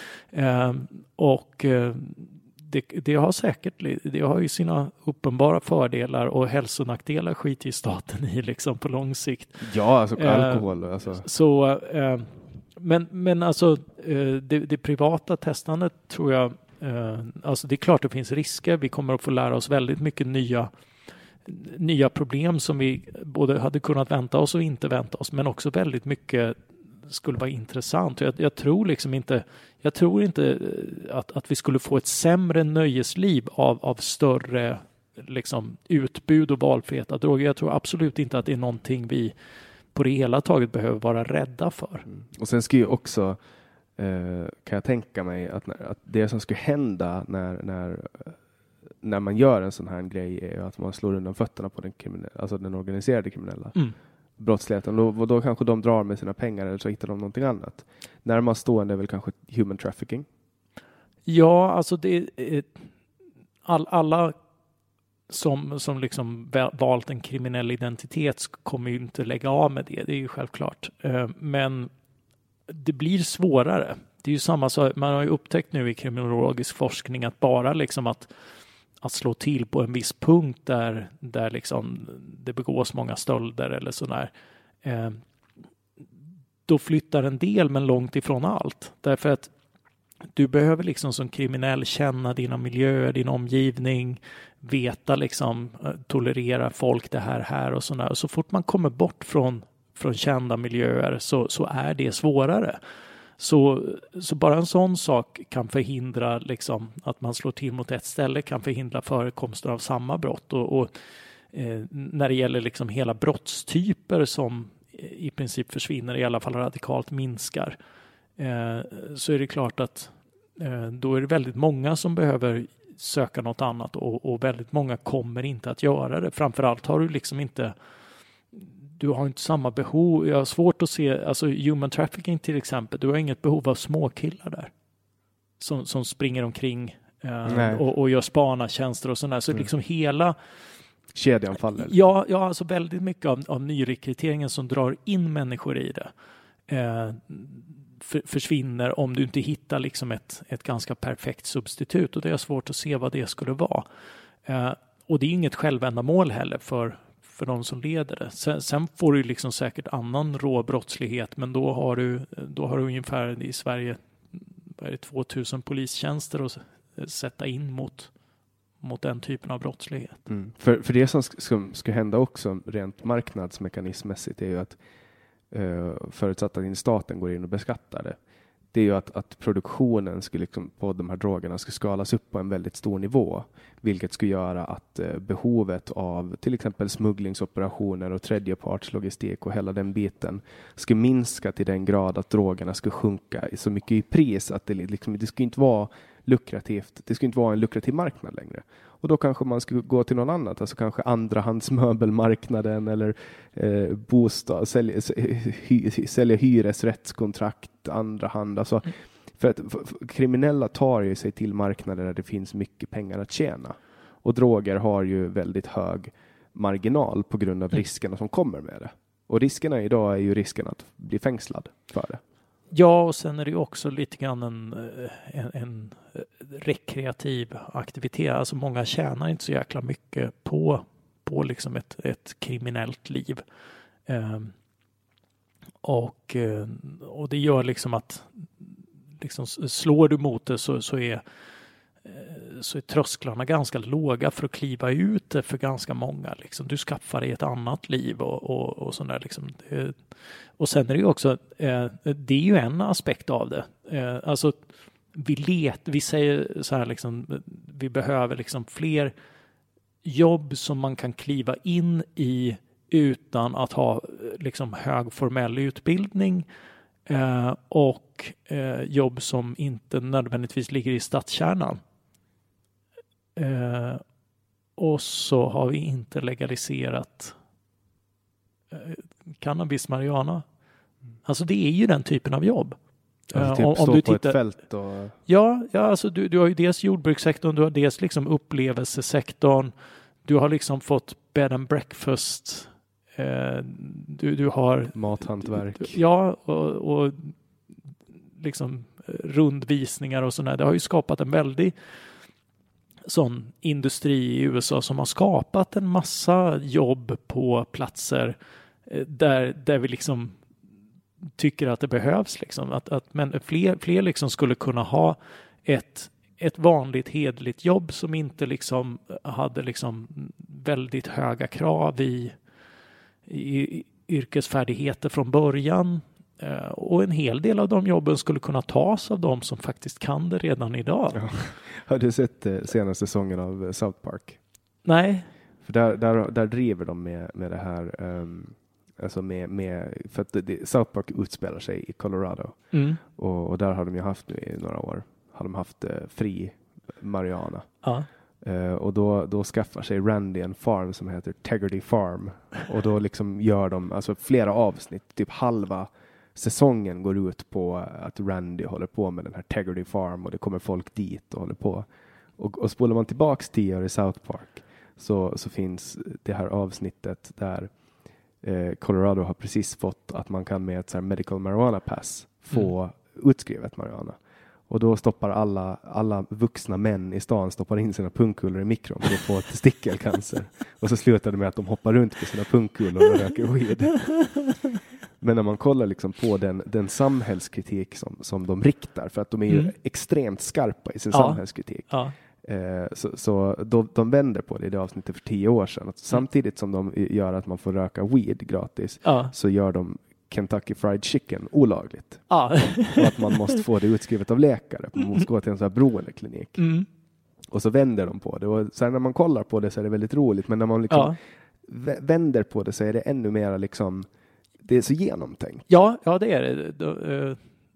Det har säkert, det har ju sina uppenbara fördelar och hälsonackdelar skit i staten i liksom på lång sikt. Ja, alltså alkohol. Alltså. Så, men alltså det privata testandet tror jag, alltså det är klart det finns risker. Vi kommer att få lära oss väldigt mycket nya problem som vi både hade kunnat vänta oss och inte vänta oss, men också väldigt mycket skulle vara intressant. Jag tror inte att vi skulle få ett sämre nöjesliv av större liksom utbud och valfrihet av droger. Jag tror absolut inte att det är någonting vi på det hela taget behöver vara rädda för. Och sen ska ju också kan jag tänka mig att det som skulle hända när man gör en sån här grej är att man slår undan fötterna på den organiserade kriminella brottsligheten. Då kanske de drar med sina pengar eller så hittar de någonting annat. Närmast stående är väl kanske human trafficking. Ja, alltså det är alla som liksom valt en kriminell identitet kommer ju inte lägga av med det. Det är ju självklart. Men det blir svårare. Det är ju samma sak. Man har ju upptäckt nu i kriminologisk forskning att bara liksom att slå till på en viss punkt där liksom det begås många stölder eller sådär. Då flyttar en del men långt ifrån allt. Därför att du behöver liksom som kriminell känna dina miljöer, din omgivning, veta liksom, tolerera folk det här och sådär. Så fort man kommer bort från kända miljöer så är det svårare. Så bara en sån sak kan förhindra liksom, att man slår till mot ett ställe, kan förhindra förekomsten av samma brott. Och när det gäller liksom hela brottstyper som i princip försvinner, i alla fall radikalt minskar, så är det klart att då är det väldigt många som behöver söka något annat och väldigt många kommer inte att göra det. Framförallt har du liksom inte samma behov. Jag har svårt att se, alltså human trafficking till exempel, du har inget behov av småkillar där som springer omkring och gör spanartjänster och sådär. Så liksom hela kedjan faller. Ja, alltså väldigt mycket av nyrekryteringen som drar in människor i det försvinner om du inte hittar liksom ett ganska perfekt substitut, och det är svårt att se vad det skulle vara. Och det är inget självändamål heller för de som leder det. Sen får du liksom säkert annan råbrottslighet, men då har du ungefär i Sverige 2000 polistjänster att sätta in mot den typen av brottslighet. För det som ska hända också rent marknadsmekanismmässigt är ju att förutsatt att staten går in och beskattar det. Det är ju att produktionen skulle liksom, på de här drogerna ska skalas upp på en väldigt stor nivå, vilket skulle göra att behovet av till exempel smugglingsoperationer och tredjepartslogistik och hela den biten skulle minska till den grad att drogerna skulle sjunka så mycket i pris att det skulle inte vara lukrativt. Det skulle inte vara en lukrativ marknad längre. Och då kanske man skulle gå till någon annat, alltså kanske andrahandsmöbelmarknaden eller bostad, sälja hyresrättskontrakt andra hand. Alltså, för kriminella tar ju sig till marknader där det finns mycket pengar att tjäna. Och droger har ju väldigt hög marginal på grund av riskerna som kommer med det. Och riskerna idag är ju risken att bli fängslad för det. Ja, och sen är det ju också lite grann en rekreativ aktivitet. Alltså många tjänar inte så jäkla mycket på liksom ett kriminellt liv. Och det gör liksom att liksom slår du mot det så är trösklarna ganska låga för att kliva ut för ganska många. Liksom. Du skaffar dig ett annat liv och sånt där. Liksom. Och sen är det ju också, det är ju en aspekt av det. Alltså vi säger så här liksom, vi behöver liksom fler jobb som man kan kliva in i utan att ha liksom hög formell utbildning och jobb som inte nödvändigtvis ligger i stadskärnan. Och så har vi inte legaliserat cannabis, marijuana. Alltså det är ju den typen av jobb. Alltså typ om du tittar på ett fält och... Ja, alltså du har ju dels jordbrukssektorn, du har dels liksom upplevelsesektorn, du har liksom fått bed and breakfast, du har mathantverk. Ja, och liksom rundvisningar och sådär. Det har ju skapat en väldig sån industri i USA som har skapat en massa jobb på platser där vi liksom tycker att det behövs liksom. Men fler liksom skulle kunna ha ett vanligt hederligt jobb som inte liksom hade liksom väldigt höga krav i yrkesfärdigheter från början. Och en hel del av de jobben skulle kunna tas av de som faktiskt kan det redan idag. Ja. Har du sett senaste säsongen av South Park? Nej. För där driver de med det här, alltså med för att South Park utspelar sig i Colorado. Mm. Och där har de ju haft nu i några år, har de haft fri marijuana. Ja. Och då skaffar sig Randy en farm som heter Tegrity Farm. Och då liksom gör de alltså flera avsnitt, typ halva säsongen går ut på att Randy håller på med den här Tegrity Farm och det kommer folk dit och håller på. Och spolar man tillbaks 10 år i South Park så finns det här avsnittet där Colorado har precis fått att man kan med ett så här medical marijuana pass få utskrivet marijuana. Och då stoppar alla vuxna män i stan stoppar in sina pungkulor i mikron för att få testikelcancer. Och så slutar det med att de hoppar runt på sina pungkulor och röker weed. Men när man kollar liksom på den samhällskritik som de riktar, för att de är ju extremt skarpa i sin samhällskritik. Ja. Så de vänder på det i det avsnittet för 10 år sedan. Att samtidigt som de gör att man får röka weed gratis så gör de Kentucky Fried Chicken olagligt. Och att man måste få det utskrivet av läkare. Man måste gå till en sån här beroendeklinik. Och så vänder de på det. Och sen när man kollar på det så är det väldigt roligt. Men när man liksom vänder på det så är det ännu mer liksom, det är så genomtänkt. Ja det är det.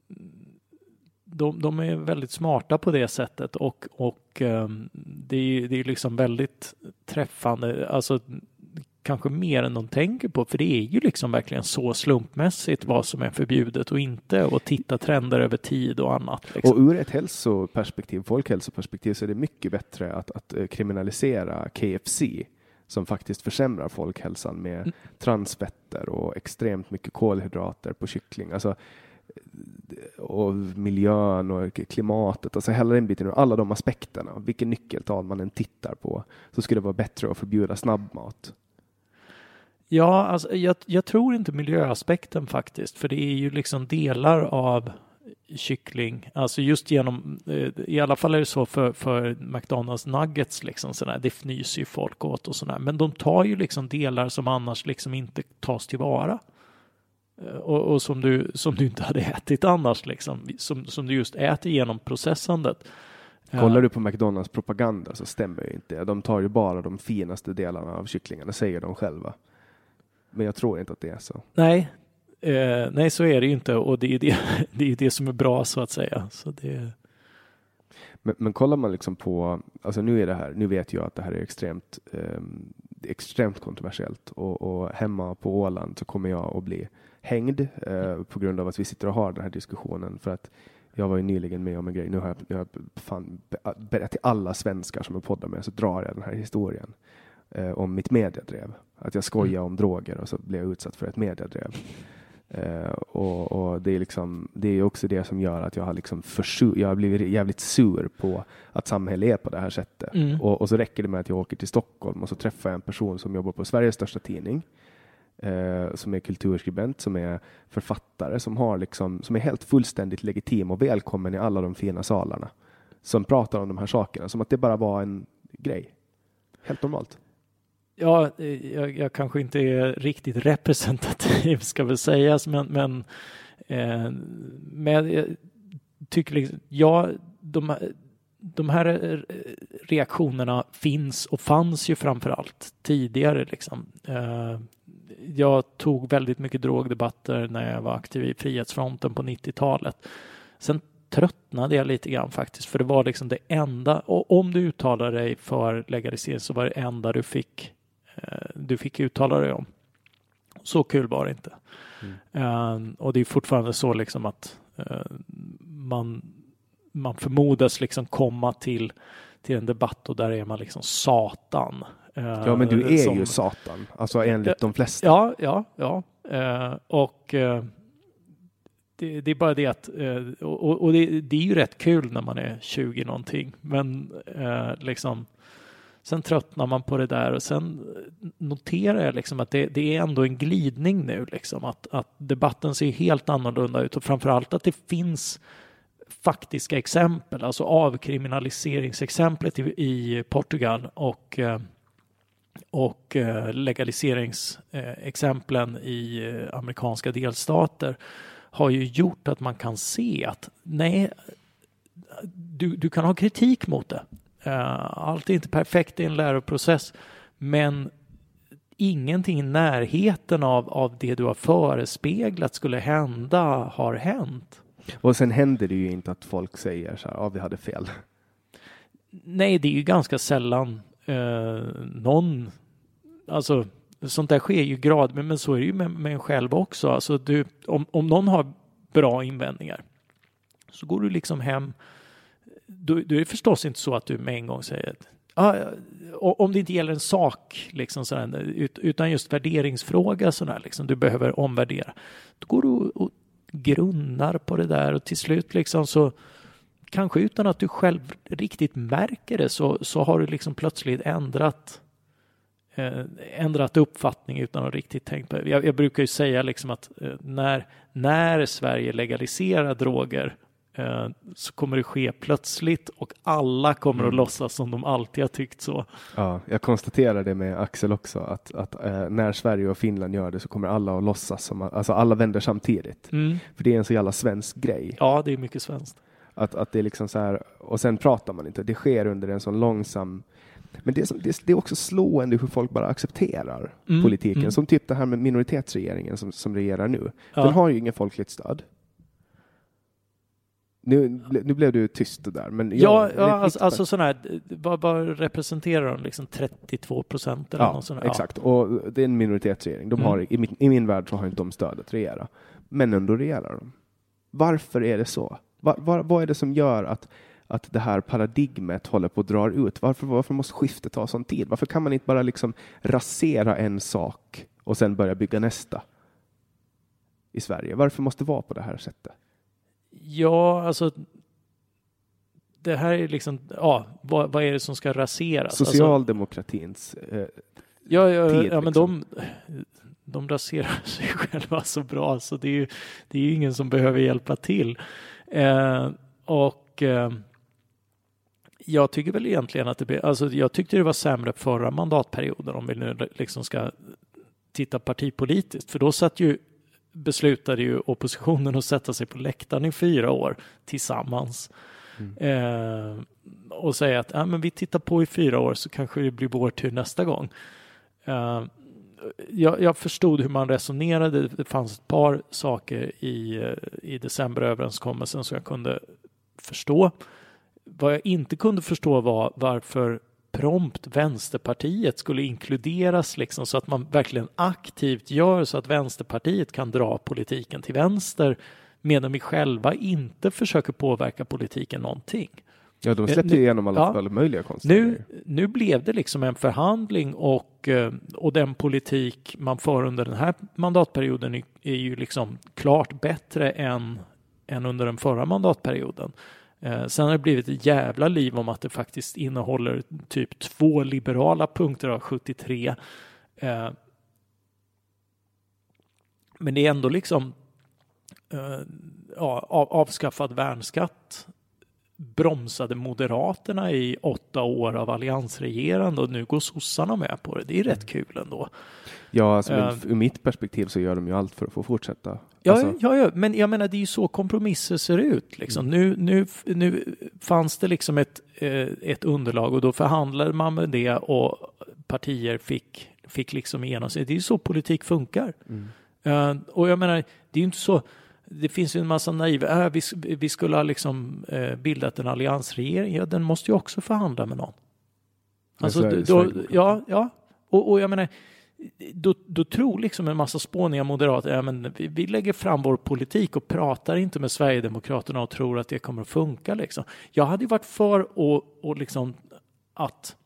De är väldigt smarta på det sättet och det är liksom väldigt träffande, alltså kanske mer än de tänker på, för det är ju liksom verkligen så slumpmässigt vad som är förbjudet och inte, och titta trender över tid och annat. Liksom. Och ur ett folkhälsoperspektiv så är det mycket bättre att kriminalisera KFC som faktiskt försämrar folkhälsan med transfetter och extremt mycket kolhydrater på kyckling. Alltså, och miljön och klimatet, alltså hela den biten och alla de aspekterna, vilken nyckeltal man än tittar på, så skulle det vara bättre att förbjuda snabbmat. Ja, alltså, jag tror inte miljöaspekten faktiskt, för det är ju liksom delar av kyckling, alltså just genom, i alla fall är det så för McDonalds nuggets liksom sådär, det fnyser ju folk åt och sådär, men de tar ju liksom delar som annars liksom inte tas tillvara. Och som du inte hade ätit annars liksom, som du just äter genom processandet. Kollar du på McDonalds propaganda så stämmer ju inte. De tar ju bara de finaste delarna av kycklingarna, säger de själva. Men jag tror inte att det är så. Nej, så är det ju inte, och det är det som är bra så att säga. Så det... Men kollar man liksom på, alltså nu vet jag att det här är extremt kontroversiellt, och hemma på Åland så kommer jag att bli hängd på grund av att vi sitter och har den här diskussionen, för att jag var ju nyligen med om en grej. Nu har jag berättat till alla svenskar som är poddar med, så drar jag den här historien om mitt mediadrev. Att jag skojar om droger och så blev jag utsatt för ett mediadrev. Och det är liksom, det är också det som gör att jag har liksom jag har blivit jävligt sur på att samhället är på det här sättet. Och så räcker det med att jag åker till Stockholm och så träffar jag en person som jobbar på Sveriges största tidning. som är kulturskribent, som är författare, som är helt fullständigt legitim och välkommen i alla de fina salarna, som pratar om de här sakerna som att det bara var en grej. Helt normalt. Ja, jag kanske inte är riktigt representativ, ska väl sägas, men jag tycker liksom, de här reaktionerna finns och fanns ju framförallt tidigare. Liksom. Jag tog väldigt mycket drogdebatter när jag var aktiv i Frihetsfronten på 90-talet. Sen tröttnade jag lite grann faktiskt, för det var liksom det enda, och om du uttalar dig för legalisering så var det enda du fick uttala dig om. Så kul var det inte. Och det är fortfarande så liksom att man förmodas liksom komma till en debatt, och där är man liksom satan. Ja, men du är ju satan, alltså enligt de flesta. Ja. Och det är bara det att och det är ju rätt kul när man är 20 någonting, men liksom sen tröttnar man på det där, och sen noterar jag liksom att det är ändå en glidning nu liksom, att debatten ser helt annorlunda ut, och framförallt att det finns faktiska exempel, alltså avkriminaliseringsexemplet i Portugal och legaliseringsexemplen i amerikanska delstater har ju gjort att man kan se att nej, du kan ha kritik mot det. Allt är inte perfekt i en läroprocess, men ingenting i närheten av det du har förespeglat skulle hända har hänt. Och sen händer det ju inte att folk säger så här, ja, vi hade fel. Nej, det är ju ganska sällan alltså sånt där sker ju grad, men så är det ju med en själv också. Alltså om någon har bra invändningar så går du liksom hem. Då är det förstås inte så att du med en gång säger om det inte gäller en sak liksom sådär, utan just värderingsfråga sådär, liksom, du behöver omvärdera. Då går du och grunnar på det där, och till slut liksom så kanske utan att du själv riktigt märker det så har du liksom plötsligt ändrat uppfattning utan att riktigt tänkt på det. Jag brukar ju säga liksom att när Sverige legaliserar droger så kommer det ske plötsligt, och alla kommer att låtsas som de alltid har tyckt så. Ja, jag konstaterar det med Axel också, att när Sverige och Finland gör det så kommer alla att låtsas som, alltså alla vänder samtidigt. För det är en så jävla svensk grej. Ja, det är mycket svenskt. Att det är liksom så här, och sen pratar man inte. Det sker under en sån långsam. Men det är också slående hur folk bara accepterar politiken. Som typ det här med minoritetsregeringen som regerar nu. Ja. Den har ju ingen folkligt stöd. Nu blev du tyst där. Men alltså sån här, vad representerar de? Liksom 32% eller något sånt här. Exakt. Och det är en minoritetsregering. De har, i min värld så har inte de stöd att regera. Men ändå regerar de. Varför är det så? Vad är det som gör att det här paradigmet håller på att dra ut? Varför måste skiftet ta sån tid? Varför kan man inte bara liksom rasera en sak och sen börja bygga nästa i Sverige? Varför måste det vara på det här sättet? Ja, alltså det här är liksom, vad är det som ska raseras? Socialdemokratins tid, men de raserar sig själva så bra, så det är ju ingen som behöver hjälpa till. Jag tycker väl egentligen att jag tyckte det var sämre förra mandatperioden, om vi nu liksom ska titta partipolitiskt, för då beslutade ju oppositionen att sätta sig på läktaren i 4 år tillsammans och säga att men vi tittar på i 4 år så kanske det blir vår tur nästa gång. Jag förstod hur man resonerade. Det fanns ett par saker i decemberöverenskommelsen som jag kunde förstå. Vad jag inte kunde förstå var varför prompt Vänsterpartiet skulle inkluderas liksom, så att man verkligen aktivt gör så att Vänsterpartiet kan dra politiken till vänster, medan vi själva inte försöker påverka politiken någonting. Ja, de släppte igenom alla möjliga konster. Nu blev det liksom en förhandling, och den politik man för under den här mandatperioden är ju liksom klart bättre än under den förra mandatperioden. Sen har det blivit ett jävla liv om att det faktiskt innehåller typ 2 liberala punkter av 73. Men det är ändå liksom avskaffad värnskatt bromsade Moderaterna i 8 år av alliansregerande och nu går sossarna med på det. Det är rätt kul ändå. Ja, alltså, ur mitt perspektiv så gör de ju allt för att få fortsätta. Ja, alltså. ja, men jag menar det är ju så kompromisser ser ut. Liksom. Nu fanns det liksom ett underlag och då förhandlade man med det och partier fick liksom igenom sig. Det är ju så politik funkar. Och jag menar, det är ju inte så. Det finns ju en massa naiva. Vi skulle ha liksom bildat en alliansregering. Ja, den måste ju också förhandla med någon. Alltså, ja. Och jag menar, då tror liksom en massa spåniga moderater, men vi lägger fram vår politik och pratar inte med Sverigedemokraterna och tror att det kommer att funka liksom. Jag hade ju varit för och liksom att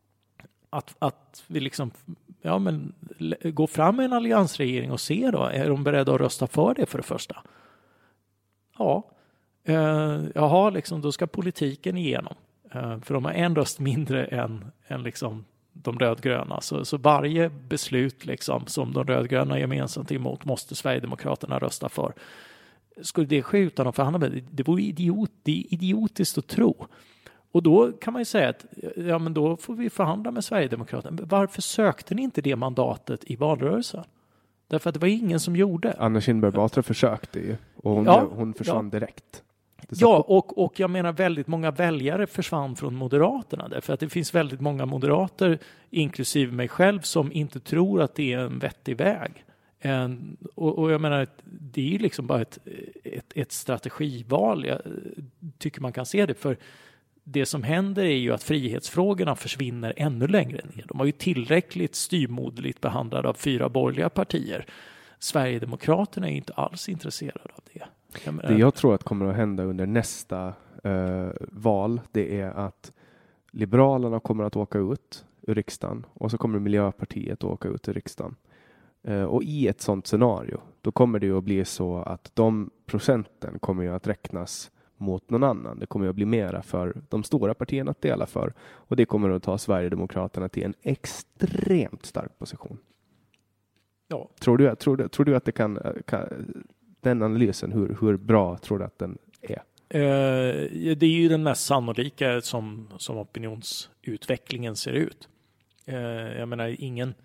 vi liksom gå fram med en alliansregering och se då, är de beredda att rösta för det för det första? Ja. Jaha, liksom, då ska politiken igenom. För de har en röst mindre än liksom de rödgröna. Så varje beslut liksom, som de rödgröna gemensamt emot måste Sverigedemokraterna rösta för. Skulle det ske utan att förhandla med det vore idiotiskt att tro. Och då kan man ju säga att men då får vi förhandla med Sverigedemokraterna. Varför sökte ni inte det mandatet i valrörelsen? Därför att det var ingen som gjorde. Anna Kinberg Batra försökte ju. Och hon försvann direkt. Ja, och jag menar väldigt många väljare försvann från Moderaterna. Därför att det finns väldigt många moderater, inklusive mig själv, som inte tror att det är en vettig väg. Och jag menar, det är ju liksom bara ett strategival. Jag tycker man kan se det, för det som händer är ju att frihetsfrågorna försvinner ännu längre ner. De var ju tillräckligt styrmoderligt behandlade av 4 borgerliga partier. Sverigedemokraterna är ju inte alls intresserade av det. Det jag tror att kommer att hända under nästa val, det är att Liberalerna kommer att åka ut ur riksdagen och så kommer Miljöpartiet att åka ut ur riksdagen. Och i ett sånt scenario, då kommer det ju att bli så att de procenten kommer ju att räknas mot någon annan. Det kommer att bli mera för de stora partierna att dela för. Och det kommer att ta Sverigedemokraterna till en extremt stark position. Ja. Tror du att det kan den analysen, hur bra tror du att den är? Det är ju den mest sannolika som opinionsutvecklingen ser ut. Jag menar,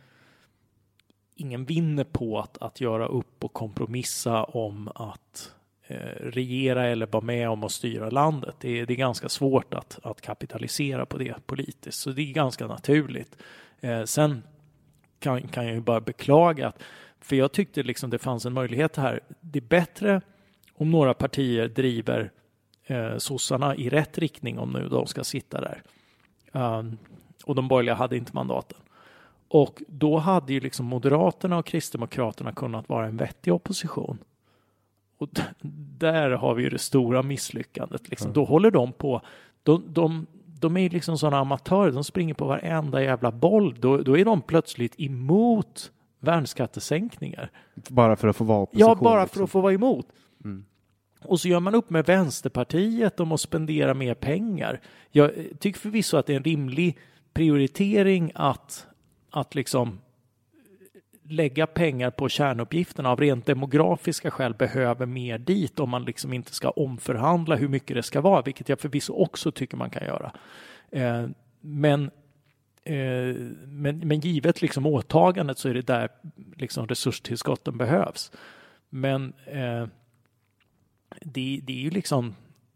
ingen vinner på att göra upp och kompromissa om att regera eller vara med om att styra landet. Det är ganska svårt att kapitalisera på det politiskt. Så det är ganska naturligt. Sen kan jag ju bara beklaga för jag tyckte liksom det fanns en möjlighet här. Det är bättre om några partier driver sossarna i rätt riktning om nu de ska sitta där. Och de borgerliga hade inte mandaten. Och då hade ju liksom Moderaterna och Kristdemokraterna kunnat vara en vettig opposition. Och där har vi ju det stora misslyckandet. Liksom. Då håller de på. De är liksom sådana amatörer. De springer på varenda jävla boll. Då är de plötsligt emot värnskattesänkningar. Bara för att få vara opposition? Ja, bara liksom. för att få vara emot. Och så gör man upp med Vänsterpartiet om att spendera mer pengar. Jag tycker förvisso att det är en rimlig prioritering att liksom lägga pengar på kärnuppgifterna av rent demografiska skäl behöver mer dit om man liksom inte ska omförhandla hur mycket det ska vara, vilket jag förvisso också tycker man kan göra. Men givet liksom åtagandet så är det där liksom resurstillskotten behövs. Men det är ju liksom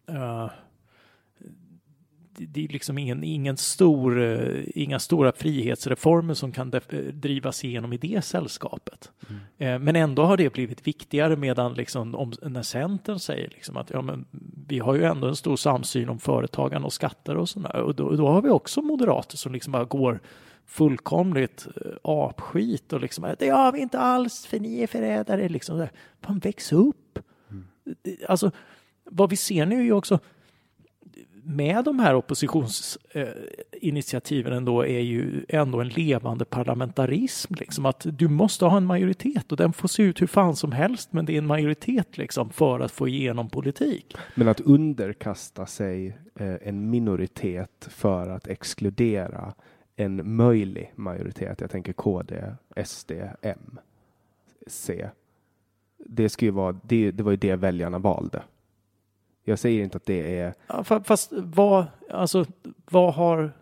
det är liksom inga stora frihetsreformer som kan drivas igenom i det sällskapet. Men ändå har det blivit viktigare medan liksom, när Centern säger liksom att men vi har ju ändå en stor samsyn om företagande och skatter och sådär. Och då har vi också moderater som liksom bara går fullkomligt apskit och liksom det har vi inte alls för ni är förrädare liksom där. Fan, väx upp. Alltså vad vi ser nu är ju också med de här oppositionsinitiativen ändå är ju ändå en levande parlamentarism liksom, att du måste ha en majoritet och den får se ut hur fan som helst, men det är en majoritet liksom för att få igenom politik. Men att underkasta sig en minoritet för att exkludera en möjlig majoritet, jag tänker KD, SD, M, C. det ska ju vara, det var ju det väljarna valde. Jag säger inte att det är... Ja, fast vad har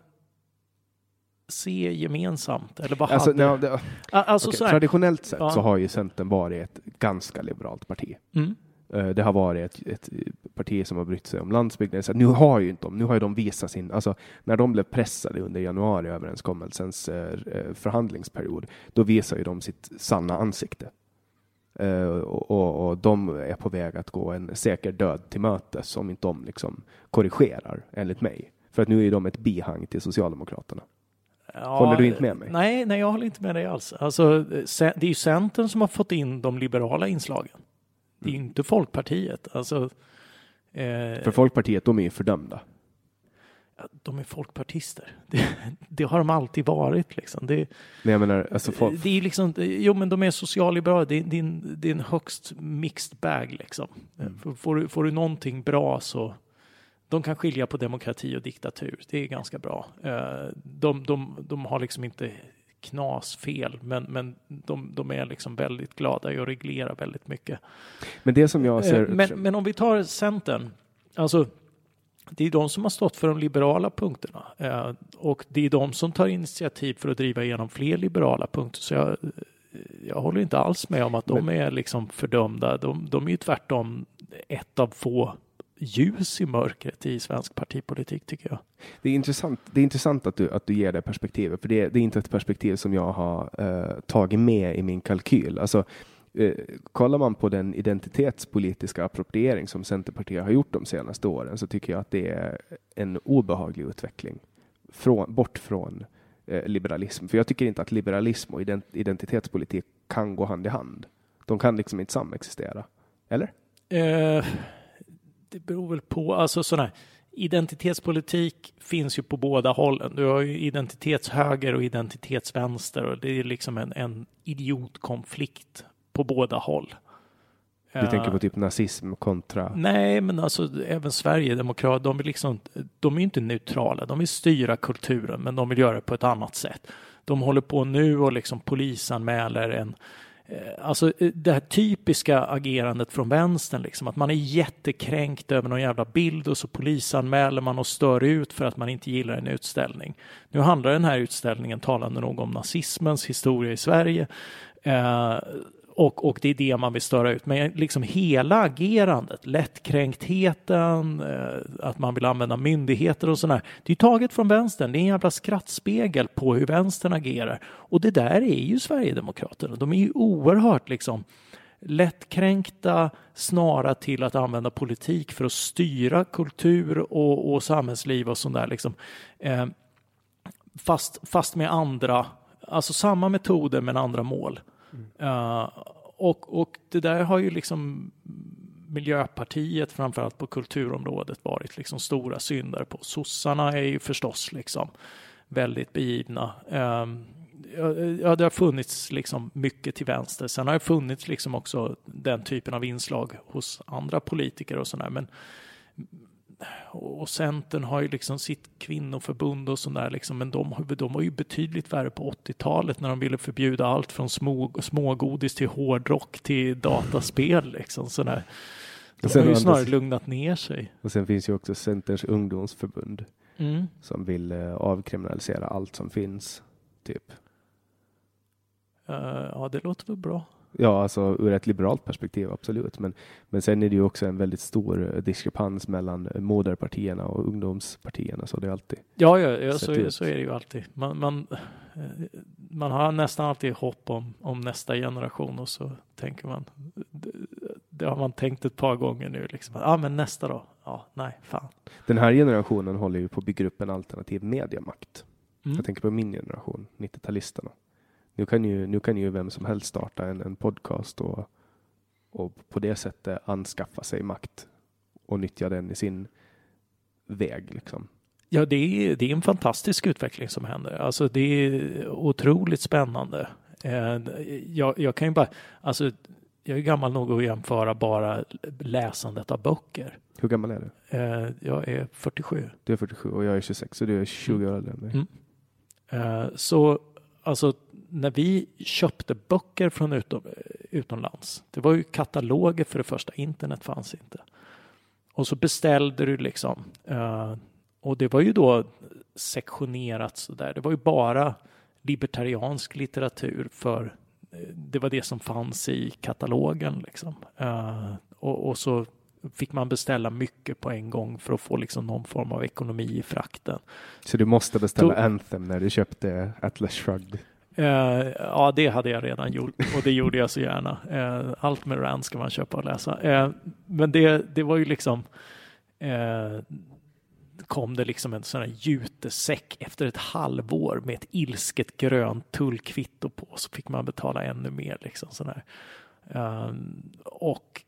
C gemensamt? Eller vad hade... traditionellt sett så har ju Centern varit ett ganska liberalt parti. Mm. Det har varit ett parti som har brytt sig om landsbygden. Så nu har ju de visat sin... Alltså, när de blev pressade under januariöverenskommelsens förhandlingsperiod, då visar ju de sitt sanna ansikte. Och de är på väg att gå en säker död till mötes om inte de liksom korrigerar, enligt mig. För att nu är de ett bihang till Socialdemokraterna. Ja, håller du inte med mig? Nej, jag håller inte med dig alls. Alltså, det är ju Centern som har fått in de liberala inslagen. Det är ju inte Folkpartiet. Alltså, för Folkpartiet, de är ju fördömda. Ja, de är folkpartister. Det har de alltid varit. Liksom. Men jag menar, alltså det är liksom, men de är socialliberala. Det är en högst mixed bag. Liksom. Får du någonting bra så... De kan skilja på demokrati och diktatur. Det är ganska bra. De har liksom inte knasfel, men de är liksom väldigt glada i att reglera väldigt mycket. Men det som jag ser... Men om vi tar Centern, alltså det är de som har stått för de liberala punkterna. Och det är de som tar initiativ för att driva igenom fler liberala punkter. Så jag håller inte alls med om att de är liksom fördömda. De är ju tvärtom ett av få ljus i mörkret i svensk partipolitik, tycker jag. Det är intressant att du ger det perspektivet, för det är inte ett perspektiv som jag har tagit med i min kalkyl. Alltså, kollar man på den identitetspolitiska appropriering som Centerpartiet har gjort de senaste åren, så tycker jag att det är en obehaglig utveckling bort från liberalism. För jag tycker inte att liberalism och identitetspolitik kan gå hand i hand. De kan liksom inte samexistera. Eller? Det beror väl på, alltså sån här identitetspolitik finns ju på båda hållen. Du har ju identitetshöger och identitetsvänster, och det är liksom en idiotkonflikt på båda håll. Du tänker på typ nazism kontra... Nej, men alltså även Sverigedemokrater, de är ju inte neutrala. De vill styra kulturen, men de vill göra det på ett annat sätt. De håller på nu och liksom polisanmäler alltså det här typiska agerandet från vänstern, liksom, att man är jättekränkt över någon jävla bild och så polisanmäler man och stör ut för att man inte gillar en utställning. Nu handlar den här utställningen talande nog om nazismens historia i Sverige, och det är det man vill störa ut. Men liksom hela agerandet, lättkränktheten, att man vill använda myndigheter och sådär, det är taget från vänstern. Det är en jävla skrattspegel på hur vänstern agerar. Och det där är ju Sverigedemokraterna. De är ju oerhört liksom lättkränkta, snara till att använda politik för att styra kultur och samhällsliv och sådär liksom. Fast med andra, alltså samma metoder men andra mål. Och det där har ju liksom Miljöpartiet framförallt på kulturområdet varit liksom stora syndare på. Sossarna är ju förstås liksom väldigt begivna. Ja, det har funnits liksom mycket till vänster. Sen har det funnits liksom också den typen av inslag hos andra politiker och sådär. Och Centern har ju liksom sitt kvinnoförbund och sådär liksom, men de var ju betydligt värre på 80-talet när de ville förbjuda allt från smågodis till hårdrock till dataspel liksom sådär. De har ju snarare lugnat ner sig. Och sen finns ju också Centerns ungdomsförbund som vill avkriminalisera allt som finns typ. Ja, det låter väl bra. Ja, alltså ur ett liberalt perspektiv, absolut. Men sen är det ju också en väldigt stor diskrepans mellan moderpartierna och ungdomspartierna. Så det är alltid... Ja, så är det ju alltid. Man har nästan alltid hopp om nästa generation, och så tänker man... Det har man tänkt ett par gånger nu. Liksom. Men nästa då? Ja, nej, fan. Den här generationen håller ju på att bygga upp en alternativ mediamakt. Jag tänker på min generation, 90-talisterna. Nu kan ju vem som helst starta en podcast och på det sättet anskaffa sig makt och nyttja den i sin väg. Liksom. Ja, det är en fantastisk utveckling som händer. Alltså, det är otroligt spännande. Jag kan ju bara... Alltså, jag är gammal nog att jämföra bara läsandet av böcker. Hur gammal är du? Jag är 47. Du är 47 och jag är 26, så du är 20 år äldre än mig. Så alltså... När vi köpte böcker från utomlands. Det var ju kataloger för det första. Internet fanns inte. Och så beställde du liksom. Och det var ju då sektionerat så där. Det var ju bara libertariansk litteratur för det var det som fanns i katalogen liksom. Och så fick man beställa mycket på en gång för att få liksom någon form av ekonomi i frakten. Så du måste beställa Anthem när du köpte Atlas Shrugged? Ja, det hade jag redan gjort och det gjorde jag så gärna. Allt med Rand ska man köpa och läsa. Men det var ju liksom kom det liksom en sån här jutesäck efter ett halvår med ett ilsket grönt tullkvitto på, så fick man betala ännu mer liksom sån här. Och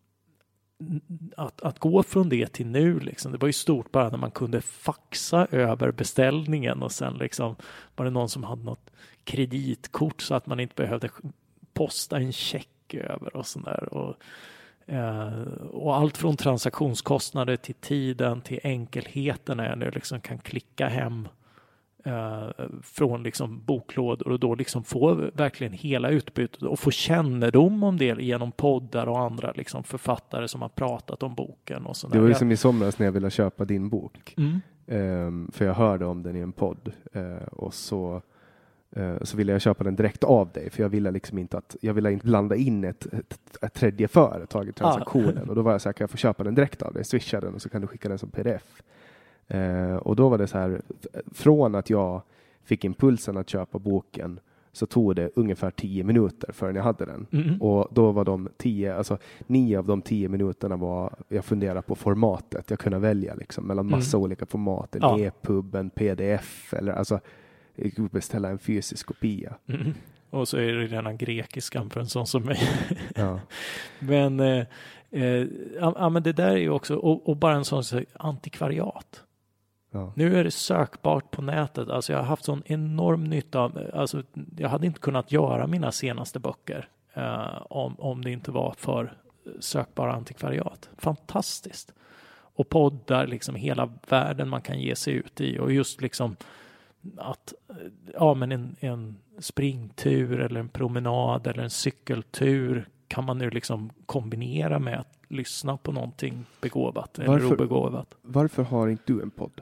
att gå från det till nu liksom, det var ju stort bara när man kunde faxa över beställningen och sen liksom var det någon som hade något kreditkort så att man inte behövde posta en check över och sådär. Och allt från transaktionskostnader till tiden till enkelheten är nu liksom kan klicka hem från liksom boklådor och då liksom få verkligen hela utbytet och få kännedom om det genom poddar och andra liksom författare som har pratat om boken och sådär. Det var ju som i somras när jag ville köpa din bok. För jag hörde om den i en podd och så ville jag köpa den direkt av dig, för jag ville liksom inte blanda in ett tredje företag i transaktionen. Och då var jag så här, kan jag få köpa den direkt av dig, swisha den och så kan du skicka den som pdf. Och då var det så här, från att jag fick impulsen att köpa boken så tog det ungefär 10 minuter förrän jag hade den. Och då var de 9 av de 10 minuterna var jag funderade på formatet. Jag kunde välja liksom mellan massa olika format, en EPUB, en pdf eller alltså jag kunde beställa en fysisk kopia. Och så är det redan grekiskan för en sån som mig. Ja. Men men det där är ju också och bara en sån antikvariat. Ja. Nu är det sökbart på nätet. Alltså jag har haft sån enorm nytta av, alltså jag hade inte kunnat göra mina senaste böcker om det inte var för sökbara antikvariat. Fantastiskt. Och poddar liksom hela världen man kan ge sig ut i och just liksom att en springtur eller en promenad eller en cykeltur kan man nu liksom kombinera med att lyssna på någonting begåvat eller obegåvat. Varför har inte du en podd?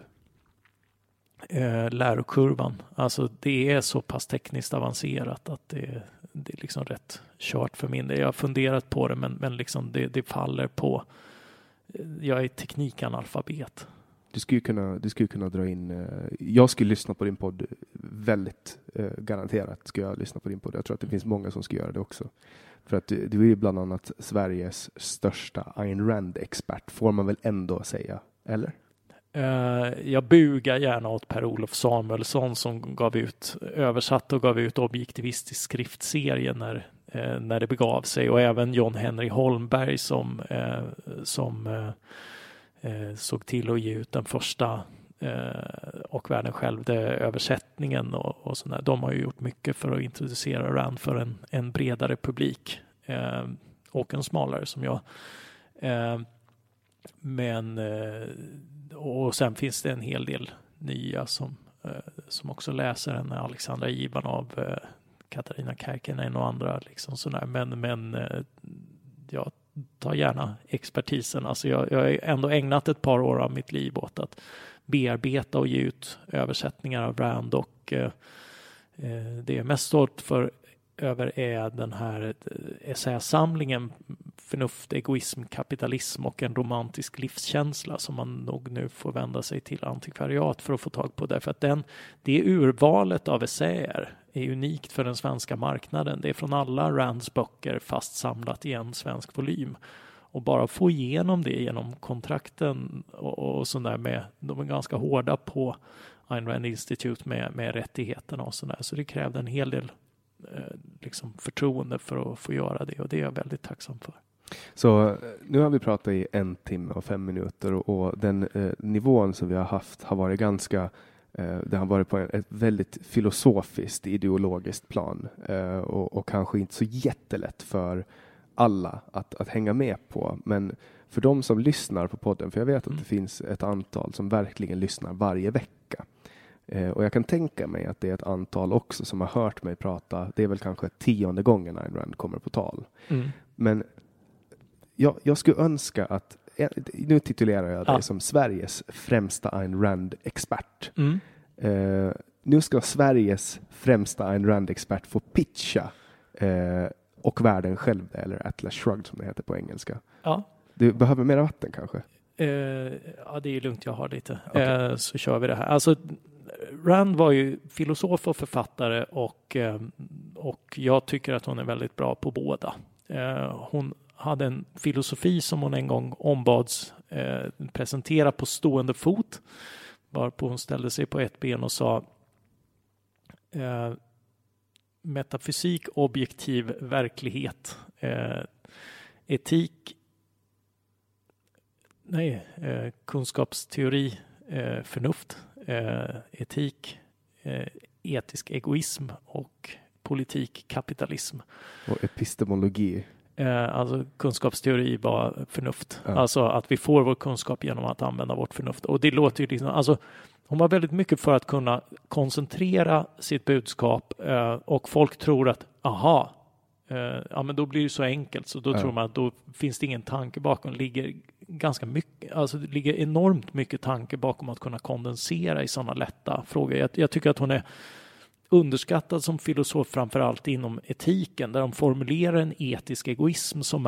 Lärokurvan. Alltså det är så pass tekniskt avancerat att det är liksom rätt kört för min del. Jag har funderat på det men liksom det faller på. Jag är teknikanalfabet. Du skulle kunna dra in. Jag skulle lyssna på din podd väldigt garanterat. Skulle jag lyssna på din podd. Jag tror att det finns många som ska göra det också. För att du är ju bland annat Sveriges största Ayn Rand-expert. Får man väl ändå säga, eller? Jag bugar gärna åt Per-Olof Samuelsson som översatte och gav ut objektivistisk skriftserie när det begav sig. Och även John Henry Holmberg som såg till att ge ut den första och världen själv översättningen och sådär. De har ju gjort mycket för att introducera Rand för en bredare publik och en smalare som jag. Men och sen finns det en hel del nya som också läser henne, Alexandra Ivanov, Katarina Kärkinen och andra liksom sådär. Men jag tar gärna expertisen. Alltså jag har ändå ägnat ett par år av mitt liv åt att bearbeta och ge ut översättningar av Rand och det är mest stolt över är den här essäsamlingen Förnuft, egoism, kapitalism och en romantisk livskänsla som man nog nu får vända sig till antikvariat för att få tag på. Därför att det urvalet av essäer är unikt för den svenska marknaden. Det är från alla Rands böcker fast samlat i en svensk volym. Och bara få igenom det genom kontrakten och sådär med, de är ganska hårda på Ayn Rand Institute med rättigheterna och sådär. Så det krävde en hel del liksom förtroende för att få göra det och det är jag väldigt tacksam för. Så nu har vi pratat i 1 timme och 5 minuter och den nivån som vi har haft har varit ganska det har varit på ett väldigt filosofiskt, ideologiskt plan och kanske inte så jättelätt för alla att hänga med på. Men för de som lyssnar på podden, för jag vet att det finns ett antal som verkligen lyssnar varje vecka. Och jag kan tänka mig att det är ett antal också som har hört mig prata. Det är väl kanske 10:e gången Ayn Rand kommer på tal. Men jag skulle önska att, nu titulerar jag dig som Sveriges främsta Ayn Rand-expert. Nu ska Sveriges främsta Ayn Rand-expert få pitcha och världen själv, eller Atlas Shrugged som det heter på engelska. Ja. Du behöver mer vatten kanske? Ja, det är lugnt, jag har lite. Okay. Så kör vi det här. Alltså, Rand var ju filosof och författare och jag tycker att hon är väldigt bra på båda. Hon hade en filosofi som hon en gång ombads presentera på stående fot, varpå hon ställde sig på ett ben och sa metafysik, objektiv verklighet, kunskapsteori, förnuft, etik, etisk egoism och politik, kapitalism. Och epistemologi. Alltså kunskapsteori var förnuft. Ja. Alltså att vi får vår kunskap genom att använda vårt förnuft. Och det låter ju liksom, alltså hon var väldigt mycket för att kunna koncentrera sitt budskap och folk tror att men då blir det så enkelt, så då tror man att då finns det ingen tanke bakom. Det ligger ganska mycket, alltså det ligger enormt mycket tanke bakom att kunna kondensera i sådana lätta frågor. Jag tycker att hon är underskattad som filosof, framförallt inom etiken, där de formulerar en etisk egoism som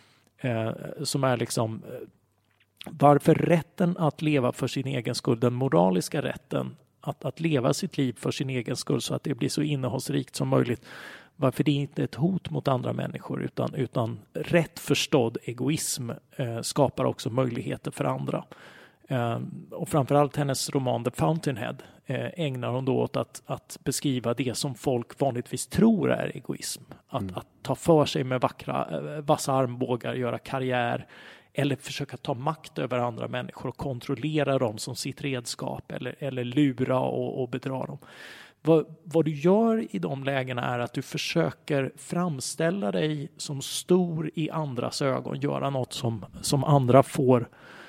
är liksom varför rätten att leva för sin egen skull, den moraliska rätten att leva sitt liv för sin egen skull så att det blir så innehållsrikt som möjligt, varför det inte är ett hot mot andra människor utan rätt förstådd egoism skapar också möjligheter för andra. Och framförallt hennes roman The Fountainhead ägnar hon då åt att beskriva det som folk vanligtvis tror är egoism. Att ta för sig med vassa armbågar, göra karriär eller försöka ta makt över andra människor och kontrollera dem som sitt redskap eller lura och bedra dem. Vad du gör i de lägena är att du försöker framställa dig som stor i andras ögon, göra något som andra får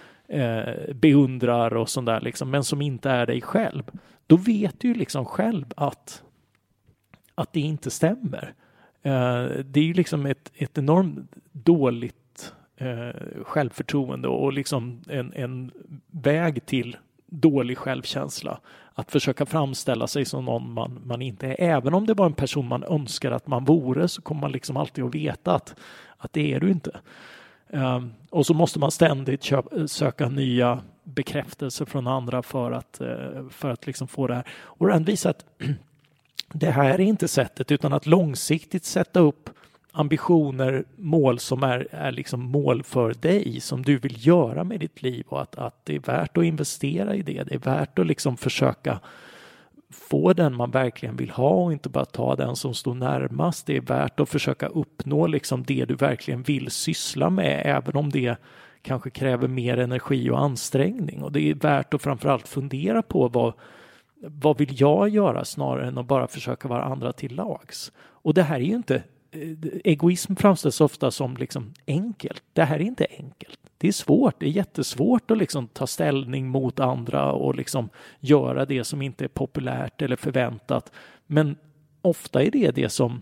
beundrar och sånt där liksom, men som inte är dig själv. Då vet du ju liksom själv att det inte stämmer. Det är ju liksom ett enormt dåligt självförtroende och liksom en väg till dålig självkänsla att försöka framställa sig som någon man inte är. Även om det var en person man önskar att man vore, så kommer man liksom alltid att veta att det är du inte. Och så måste man ständigt söka nya bekräftelser från andra för att liksom få det här. Och Rand visar att det här är inte sättet, utan att långsiktigt sätta upp ambitioner, mål som är liksom mål för dig, som du vill göra med ditt liv, och att det är värt att investera i det. Det är värt att liksom försöka få den man verkligen vill ha och inte bara ta den som står närmast. Det är värt att försöka uppnå liksom det du verkligen vill syssla med, även om det kanske kräver mer energi och ansträngning. Och det är värt att framförallt fundera på vad vill jag göra, snarare än att bara försöka vara andra till lags. Och det här är ju inte, egoism framställs ofta som liksom enkelt. Det här är inte enkelt. Det är svårt. Det är jättesvårt att liksom ta ställning mot andra och liksom göra det som inte är populärt eller förväntat. Men ofta är det som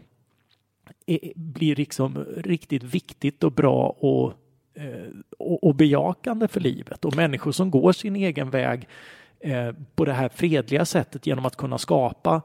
blir liksom riktigt viktigt och bra och bejakande för livet. Och människor som går sin egen väg på det här fredliga sättet genom att kunna skapa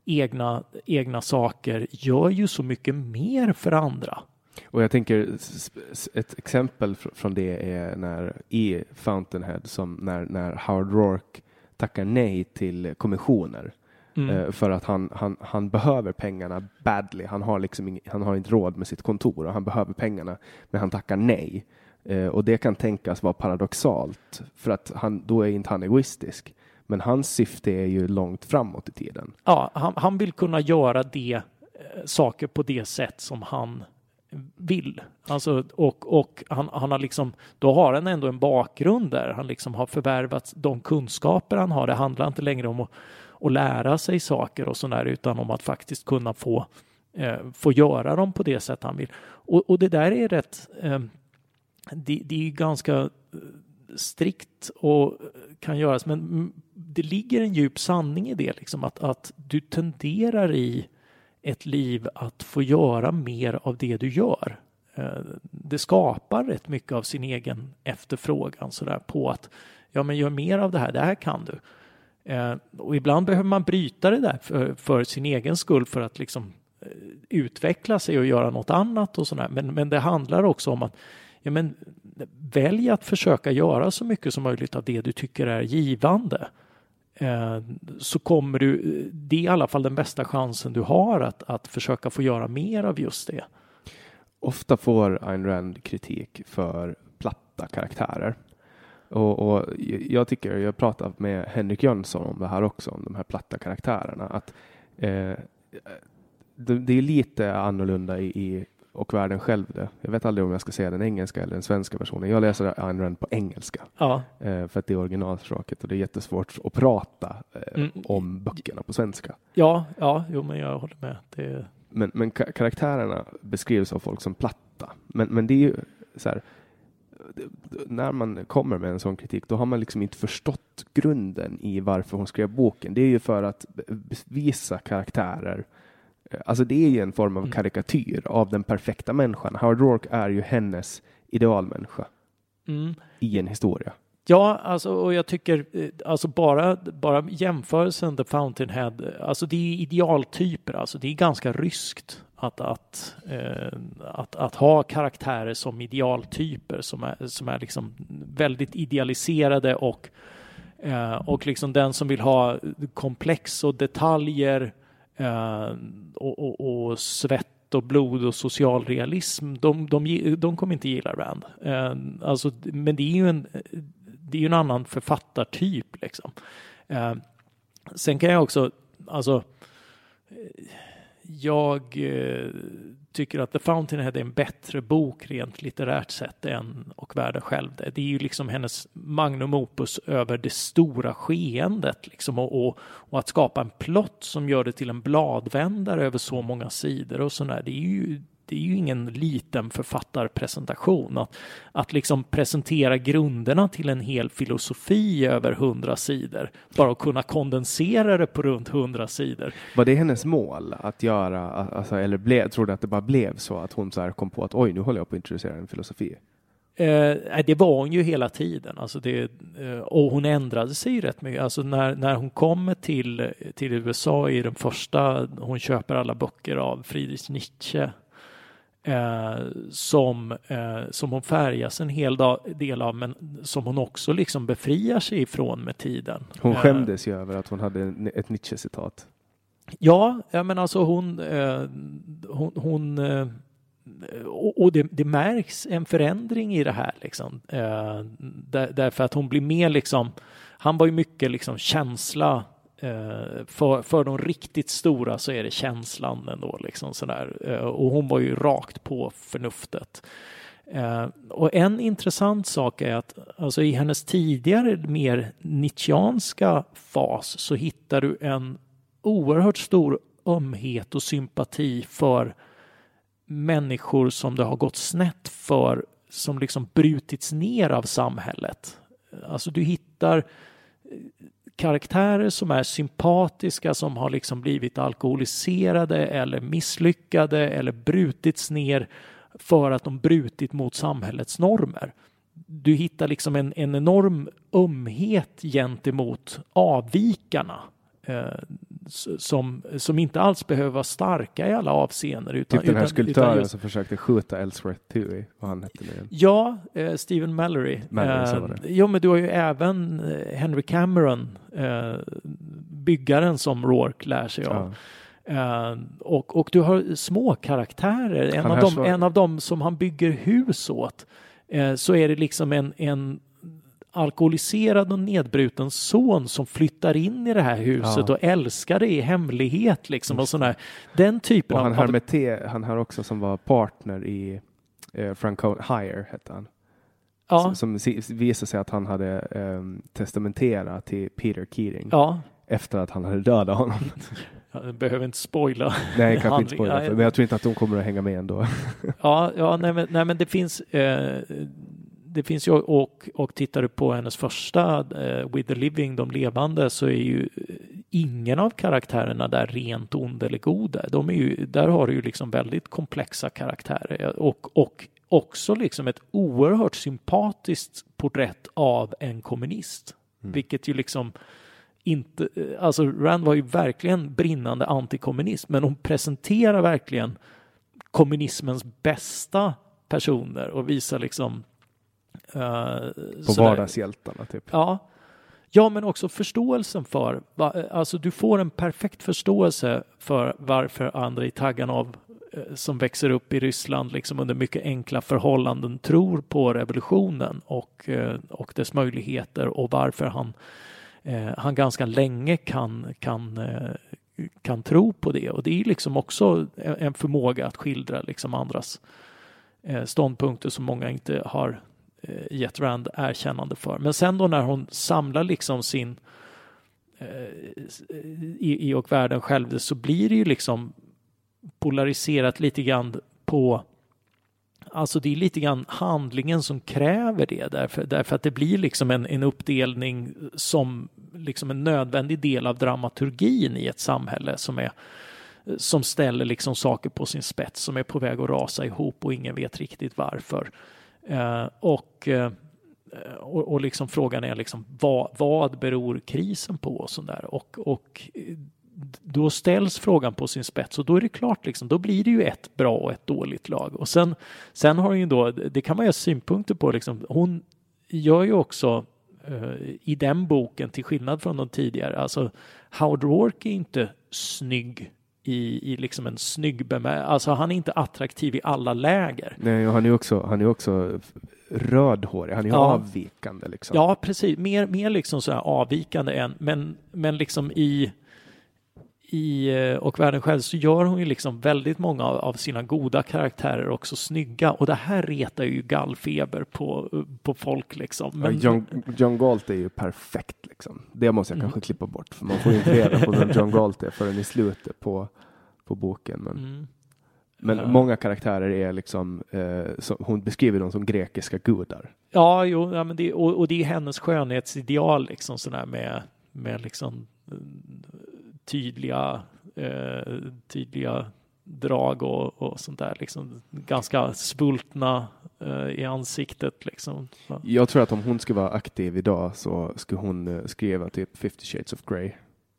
egna saker gör ju så mycket mer för andra. Och jag tänker ett exempel från det är i Fountainhead, som när Howard Rourke tackar nej till kommissioner för att han behöver pengarna badly. Han har inte råd med sitt kontor och han behöver pengarna, men han tackar nej. Och det kan tänkas vara paradoxalt, för att då är inte han egoistisk. Men hans syfte är ju långt framåt i tiden. Ja, han vill kunna göra saker på det sätt som han vill. Alltså, och han har liksom, då har han ändå en bakgrund där. Han liksom har förvärvat de kunskaper han har. Det handlar inte längre om att lära sig saker och sådär, utan om att faktiskt kunna få göra dem på det sätt han vill. Och det där är rätt, det är ganska strikt och kan göras, men det ligger en djup sanning i det. Liksom, att du tenderar i ett liv att få göra mer av det du gör. Det skapar rätt mycket av sin egen efterfrågan så där, på att men gör mer av det här kan du. Och ibland behöver man bryta det där för sin egen skull, för att liksom utveckla sig och göra något annat och sådär. Men det handlar också om att välj att försöka göra så mycket som möjligt av det du tycker är givande. Så kommer det är i alla fall den bästa chansen du har att försöka få göra mer av just det. Ofta får Ayn Rand kritik för platta karaktärer. Och jag tycker, jag pratat med Henrik Jönsson om det här också, om de här platta karaktärerna, att det är lite annorlunda i och världen själv det. Jag vet aldrig om jag ska säga den engelska eller den svenska versionen. Jag läser Ayn Rand på engelska. Ja. För att det är originalspråket och det är jättesvårt att prata om böckerna på svenska. Ja, men jag håller med. Men karaktärerna beskrivs av folk som platta. Men det är ju så här, när man kommer med en sån kritik, då har man liksom inte förstått grunden i varför hon skrev boken. Det är ju för att visa karaktärer. Alltså det är ju en form av karikatyr av den perfekta människan. Howard Roark är ju hennes idealmänniska i en historia. Ja, alltså, och jag tycker alltså bara jämförelsen The Fountainhead, alltså det är idealtyper, alltså det är ganska ryskt att ha karaktärer som idealtyper som är liksom väldigt idealiserade och liksom den som vill ha komplex och detaljer och svett och blod och social realism, de kommer inte gilla Rand. Alltså, men det är ju en annan författartyp liksom. Sen kan jag också, alltså jag tycker att The Fountainhead är en bättre bok rent litterärt sett än Och världen själv. Det är ju liksom hennes magnum opus över det stora skeendet liksom, och att skapa en plott som gör det till en bladvändare över så många sidor och sådär. Det är ju ingen liten författarpresentation. Att liksom presentera grunderna till en hel filosofi över 100 sidor. Bara att kunna kondensera det på runt 100 sidor. Var det hennes mål att göra, alltså, eller trodde att det bara blev så att hon så här kom på att oj, nu håller jag på att introducera en filosofi? Det var hon ju hela tiden. Alltså och hon ändrade sig ju rätt mycket. Alltså när hon kommer till USA i den första, hon köper alla böcker av Friedrich Nietzsche. Som hon färgas en hel del av, men som hon också liksom befriar sig ifrån med tiden. Hon skämdes ju över att hon hade ett Nietzsche-citat. Ja, men alltså hon och det märks en förändring i det här liksom. Därför att hon blir mer liksom, han var ju mycket liksom känsla. För de riktigt stora så är det känslan ändå liksom sådär. Och hon var ju rakt på förnuftet. Och en intressant sak är att alltså i hennes tidigare mer nietzscheanska fas så hittar du en oerhört stor ömhet och sympati för människor som det har gått snett för, som liksom brutits ner av samhället. Alltså du hittar karaktärer som är sympatiska, som har liksom blivit alkoholiserade eller misslyckade eller brutits ner för att de brutit mot samhällets normer. Du hittar liksom en enorm ömhet gentemot avvikarna som inte alls behöver vara starka i alla avseenden. Typ den här skulptören som försökte skjuta Ellsworth Toohey, vad han hette nu. Ja, Stephen Mallory. Ja, men du har ju även Henry Cameron, byggaren som Roark lär sig av. Ja. Och du har små karaktärer. En av dem som han bygger hus åt, så är det liksom en alkoholiserad och nedbruten son som flyttar in i det här huset och älskar det i hemlighet liksom, och sådär. Den typen och han har också som var partner i Frank Hire hette han. Ja. Som visade sig att han hade testamenterat till Peter Keating efter att han hade dödat honom. Jag behöver inte spoila. Nej, kanske inte spoila. Men jag tror inte att de kommer att hänga med ändå. Nej men det finns det finns ju, och tittar du på hennes första With the Living, de levande, så är ju ingen av karaktärerna där rent ond eller goda. Där har du ju liksom väldigt komplexa karaktärer och också liksom ett oerhört sympatiskt porträtt av en kommunist. Vilket ju liksom inte, alltså Rand var ju verkligen brinnande antikommunist, men hon presenterar verkligen kommunismens bästa personer och visar liksom på vardagshjältarna typ. Ja, men också förståelsen för, alltså du får en perfekt förståelse för varför Andrei Taganov som växer upp i Ryssland liksom under mycket enkla förhållanden tror på revolutionen och dess möjligheter, och varför han ganska länge kan tro på det. Och det är liksom också en förmåga att skildra liksom andras ståndpunkter som många inte har gett Rand erkännande för. Men sen då när hon samlar liksom sin i och världen själv, så blir det ju liksom polariserat lite grann på, alltså det är lite grann handlingen som kräver det, därför att det blir liksom en uppdelning som liksom en nödvändig del av dramaturgin i ett samhälle som ställer liksom saker på sin spets, som är på väg att rasa ihop och ingen vet riktigt varför. Och liksom frågan är liksom vad beror krisen på och sånt där, och då ställs frågan på sin spets, och då är det klart liksom, då blir det ju ett bra och ett dåligt lag. Och sen har hon ju då, det kan man ju ha synpunkter på liksom, hon gör ju också i den boken, till skillnad från de tidigare, alltså Howard Rourke är inte snygg i liksom en snygg alltså han är inte attraktiv i alla läger. Nej, och han är också rödhårig, han är avvikande liksom. Ja, precis, mer liksom så här avvikande än, men liksom i och världen själv så gör hon ju liksom väldigt många av sina goda karaktärer också snygga, och det här retar ju gallfeber på folk liksom. Men John Galt är ju perfekt liksom. Det måste jag kanske klippa bort, för man får inte reda på vem John Galt är förrän i slutet på boken, men många karaktärer är liksom hon beskriver dem som grekiska gudar. Ja, men det och det är hennes skönhetsideal liksom, sådär med liksom tydliga drag och sånt där liksom, ganska svultna i ansiktet liksom. Så. Jag tror att om hon skulle vara aktiv idag så skulle hon skriva typ 50 Shades of Grey.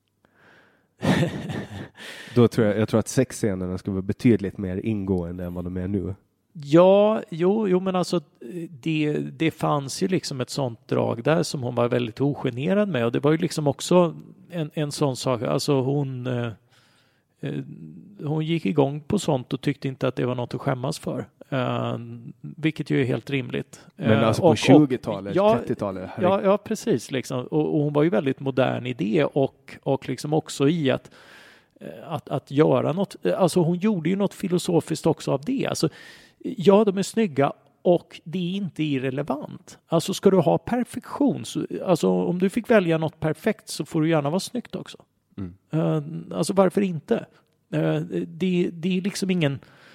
Då jag tror att sexscenerna skulle vara betydligt mer ingående än vad de är nu. Ja, jo, men alltså det fanns ju liksom ett sånt drag där som hon var väldigt ogenerad med, och det var ju liksom också en sån sak, alltså hon gick igång på sånt och tyckte inte att det var något att skämmas för, vilket ju är helt rimligt. Men alltså på 20-talet, 30-talet? Ja, precis liksom. Och hon var ju väldigt modern i det, och liksom också i att göra något, alltså hon gjorde ju något filosofiskt också av det, alltså ja, de är snygga och det är inte irrelevant. Alltså ska du ha perfektion, alltså om du fick välja något perfekt så får du gärna vara snyggt också. Alltså varför inte? Det är liksom ingen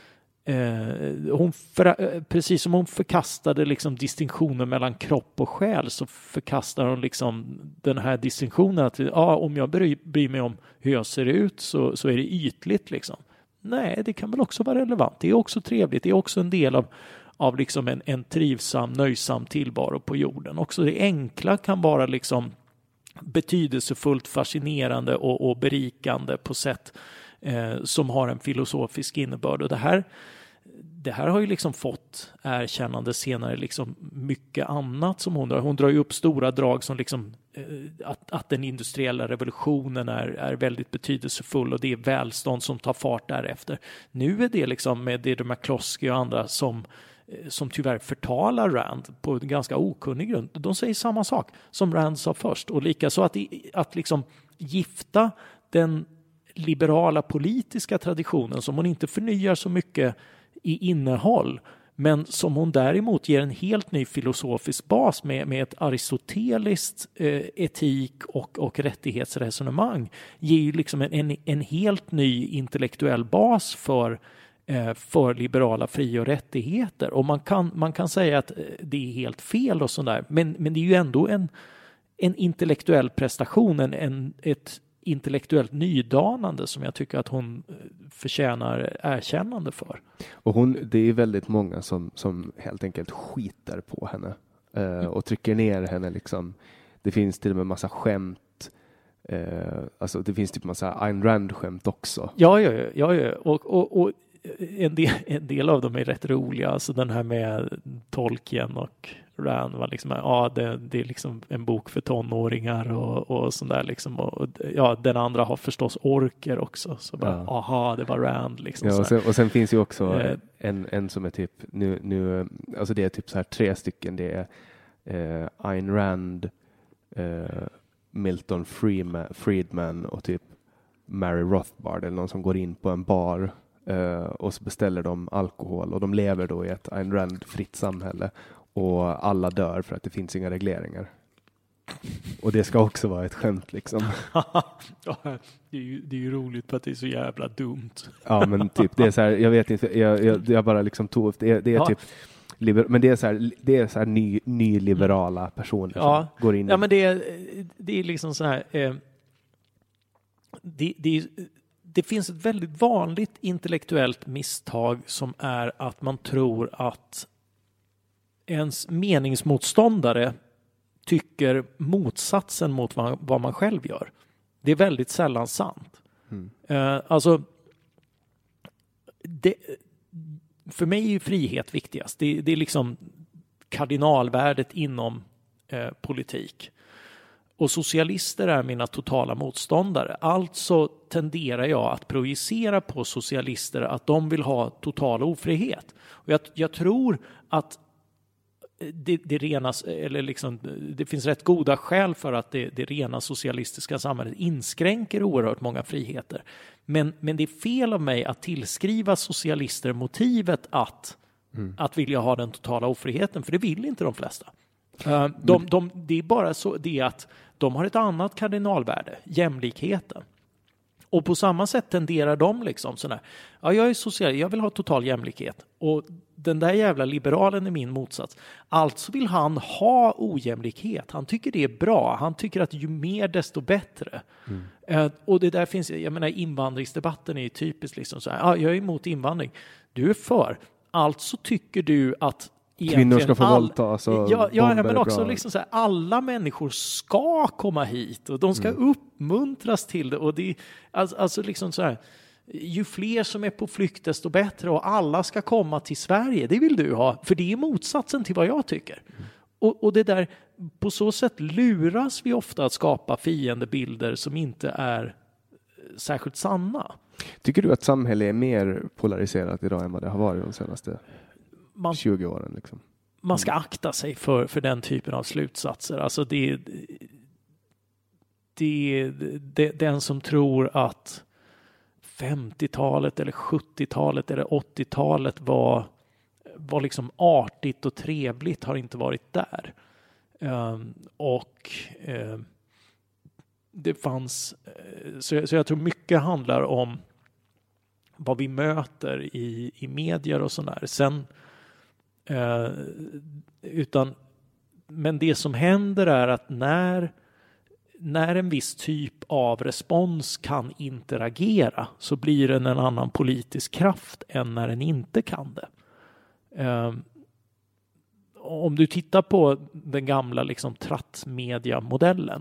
precis som hon förkastade liksom distinktionen mellan kropp och själ, så förkastar hon liksom den här distinktionen att om jag bryr mig om hur jag ser ut så är det ytligt liksom. Nej, det kan väl också vara relevant. Det är också trevligt. Det är också en del av liksom en trivsam, nöjsam tillvaro på jorden. Också det enkla kan vara liksom betydelsefullt, fascinerande och berikande på sätt som har en filosofisk innebörd. Och det här har ju liksom fått erkännande senare, liksom mycket annat som hon drar. Hon drar ju upp stora drag som liksom att den industriella revolutionen är väldigt betydelsefull, och det är välstånd som tar fart därefter. Nu är det liksom med Deirdre McCloskey och andra som tyvärr förtalar Rand på en ganska okunnig grund. De säger samma sak som Rand sa först, och likaså att liksom gifta den liberala politiska traditionen som hon inte förnyar så mycket i innehåll, men som hon däremot ger en helt ny filosofisk bas med ett aristoteliskt etik och rättighetsresonemang, ger ju liksom en helt ny intellektuell bas för för liberala fri- och rättigheter. Och man kan säga att det är helt fel och sådär. Men det är ju ändå en intellektuell prestation, ett intellektuellt nydanande som jag tycker att hon förtjänar erkännande för. Och det är väldigt många som helt enkelt skiter på henne och trycker ner henne liksom. Det finns till och med massa skämt. Alltså det finns typ massa Ayn Rand-skämt också. Ja. Och en del av dem är rätt roliga. Alltså den här med Tolkien och Rand var liksom, det är liksom en bok för tonåringar och sånt där liksom. Och den andra har förstås orker också. Så bara, det var Rand liksom. Ja, och sen finns ju också en som är typ nu alltså det är typ så här 3 stycken. Det är Ayn Rand, Milton Friedman och typ Mary Rothbard eller någon som går in på en bar och så beställer de alkohol och de lever då i ett Ayn Rand-fritt samhälle och alla dör för att det finns inga regleringar. Och det ska också vara ett skämt liksom. Det är ju roligt för att det är så jävla dumt. Ja, men typ det är så här, jag vet inte, jag bara liksom tog upp det är typ men det är så här nyliberala personer som går in. Ja, men det är liksom så här det finns ett väldigt vanligt intellektuellt misstag som är att man tror att ens meningsmotståndare tycker motsatsen mot vad man själv gör. Det är väldigt sällan sant. Alltså för mig är frihet viktigast. Det är liksom kardinalvärdet inom politik. Och socialister är mina totala motståndare. Alltså tenderar jag att projicera på socialister att de vill ha total ofrihet. Och jag tror att det finns rätt goda skäl för att det rena socialistiska samhället inskränker oerhört många friheter. Men det är fel av mig att tillskriva socialister motivet att vilja ha den totala ofriheten, för det vill inte de flesta. Det är bara så det är att de har ett annat kardinalvärde, jämlikheten. Och på samma sätt tenderar de liksom sådär, jag är social, jag vill ha total jämlikhet. Och den där jävla liberalen är min motsats. Alltså vill han ha ojämlikhet. Han tycker det är bra. Han tycker att ju mer desto bättre. Och det där finns, jag menar invandringsdebatten är ju typiskt liksom så här, jag är emot invandring. Du är för. Alltså tycker du att kvinnor ska få våldtas och men också liksom så här, alla människor ska komma hit och de ska uppmuntras till det, och det alltså liksom så här, ju fler som är på flykt desto bättre, och alla ska komma till Sverige, det vill du ha, för det är motsatsen till vad jag tycker. Och det där, på så sätt luras vi ofta att skapa fiendebilder som inte är särskilt sanna. Tycker du att samhället är mer polariserat idag än vad det har varit de senaste 20 åren liksom? Man ska akta sig för den typen av slutsatser. Alltså den som tror att 50-talet eller 70-talet eller 80-talet var liksom artigt och trevligt har inte varit där. Det fanns så jag tror mycket handlar om vad vi möter i medier och sådär. Sen men det som händer är att när en viss typ av respons kan interagera, så blir den en annan politisk kraft än när den inte kan det. Om du tittar på den gamla liksom trattmedia-modellen.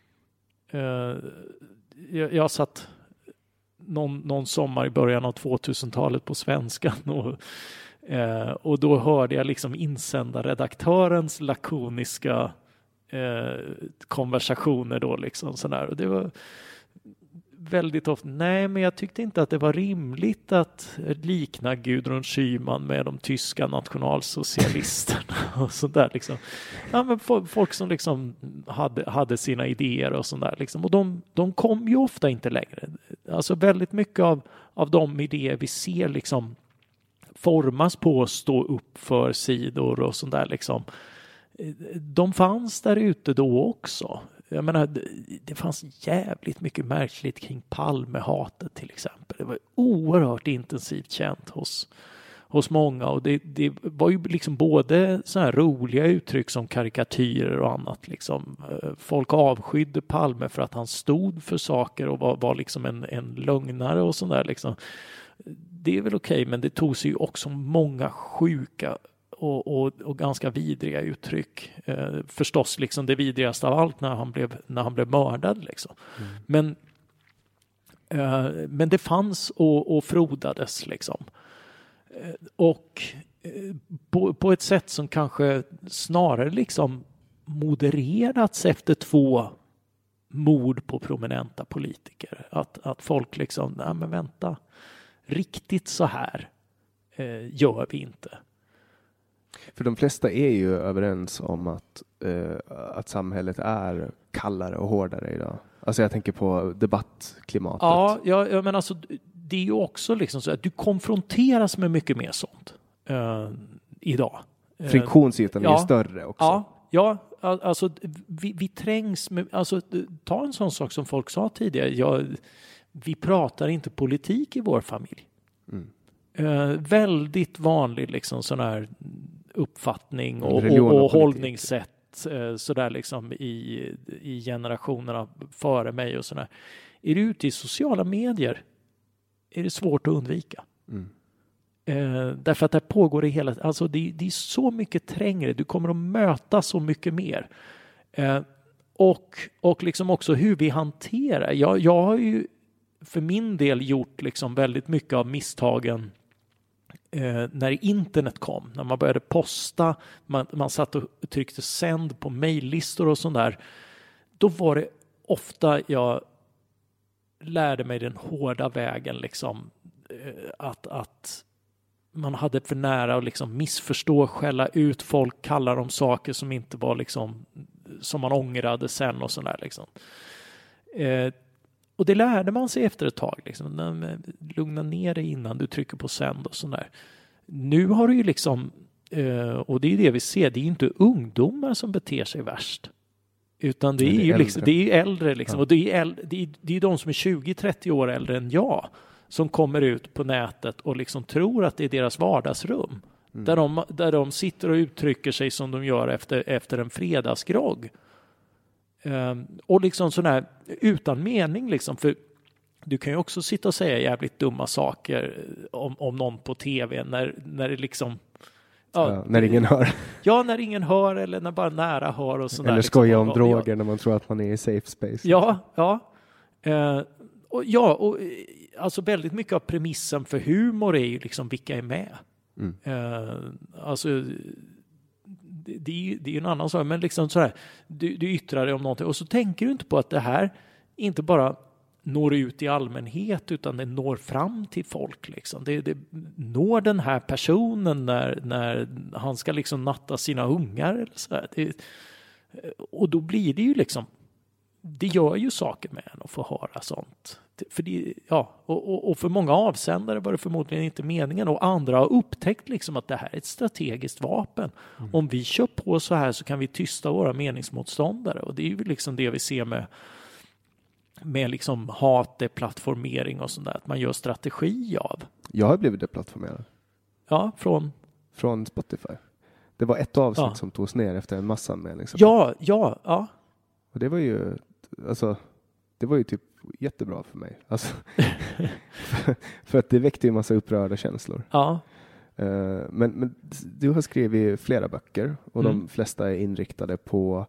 Jag satt någon sommar i början av 2000-talet på Svenskan och då hörde jag liksom insändarredaktörens lakoniska konversationer då liksom sådär. Och det var väldigt ofta, men jag tyckte inte att det var rimligt att likna Gudrun Schyman med de tyska nationalsocialisterna och sådär liksom. Ja, men folk som liksom hade sina idéer och sådär liksom. Och de kom ju ofta inte längre. Alltså väldigt mycket av de idéer vi ser liksom formas på att stå upp för sidor och sånt där liksom. De fanns där ute då också. Jag menar, det fanns jävligt mycket märkligt kring Palmehatet till exempel. Det var oerhört intensivt känt hos många, och det var ju liksom både så här roliga uttryck som karikatyrer och annat. Liksom. Folk avskydde Palme för att han stod för saker och var liksom en lögnare och sådär. Liksom. Det är väl okej, men det tog sig ju också många sjuka och ganska vidriga uttryck. Förstås liksom det vidrigaste av allt när han blev mördad. Liksom. Men det fanns och frodades liksom. Och på ett sätt som kanske snarare liksom modererats efter 2 mord på prominenta politiker. Att folk liksom, nej men vänta, riktigt så här gör vi inte. För de flesta är ju överens om att samhället är kallare och hårdare idag. Alltså jag tänker på debattklimatet. Ja, men alltså det är ju också liksom så att du konfronteras med mycket mer sånt idag. Friktionsytan är större också. Ja, alltså vi trängs med, alltså ta en sån sak som folk sa tidigare. Vi pratar inte politik i vår familj. Väldigt vanlig liksom sån här uppfattning och hållningssätt sådär liksom i generationerna före mig och sådär. Är du ute i sociala medier är det svårt att undvika. Därför att där pågår det hela, alltså det är så mycket trängre, du kommer att möta så mycket mer. Och liksom också hur vi hanterar. Jag har ju för min del gjort liksom väldigt mycket av misstagen när internet kom, när man började posta, man satt och tryckte sänd på mejllistor och sånt där. Då var det ofta jag lärde mig den hårda vägen liksom, att man hade för nära att liksom missförstå, skälla ut folk, kalla dem saker som inte var liksom som man ångrade sen och sådär liksom. Och det lärde man sig efter ett tag liksom. Lugna ner dig innan du trycker på sänd och sådär. Nu har du ju liksom och det är det vi ser, det är inte ungdomar som beter sig värst. Utan det är ju liksom, det är äldre liksom. Och det är de som är 20-30 år äldre än jag som kommer ut på nätet och liksom tror att det är deras vardagsrum. Där de sitter och uttrycker sig som de gör efter en fredagsgrogg. Och liksom sån här utan mening liksom, för du kan ju också sitta och säga jävligt dumma saker om någon på tv när det liksom när ingen hör. Ja, när ingen hör eller när bara nära hör och sådär. Eller skoja om droger när man tror att man är i safe space. Ja. Och alltså väldigt mycket av premissen för humor är ju liksom vilka är med. Alltså det är ju en annan sak, men liksom så här, du yttrar dig om någonting och så tänker du inte på att det här inte bara når ut i allmänhet utan det når fram till folk liksom. Det når den här personen när han ska liksom natta sina ungar eller så här. Och då blir det ju liksom, det gör ju saker med en att få höra sånt. För det, och för många avsändare var det förmodligen inte meningen, och andra har upptäckt liksom att det här är ett strategiskt vapen. Om vi kör på så här så kan vi tysta våra meningsmotståndare, och det är ju liksom det vi ser med liksom hat, deplattformering och sånt där, att man gör strategi av. Jag har blivit deplattformerad. Ja, från Spotify. Det var ett avsnitt som togs ner efter en massanmälning. Ja. Och det var ju typ jättebra för mig. Alltså, för att det väckte ju en massa upprörda känslor. Ja. Men du har skrivit flera böcker och de flesta är inriktade på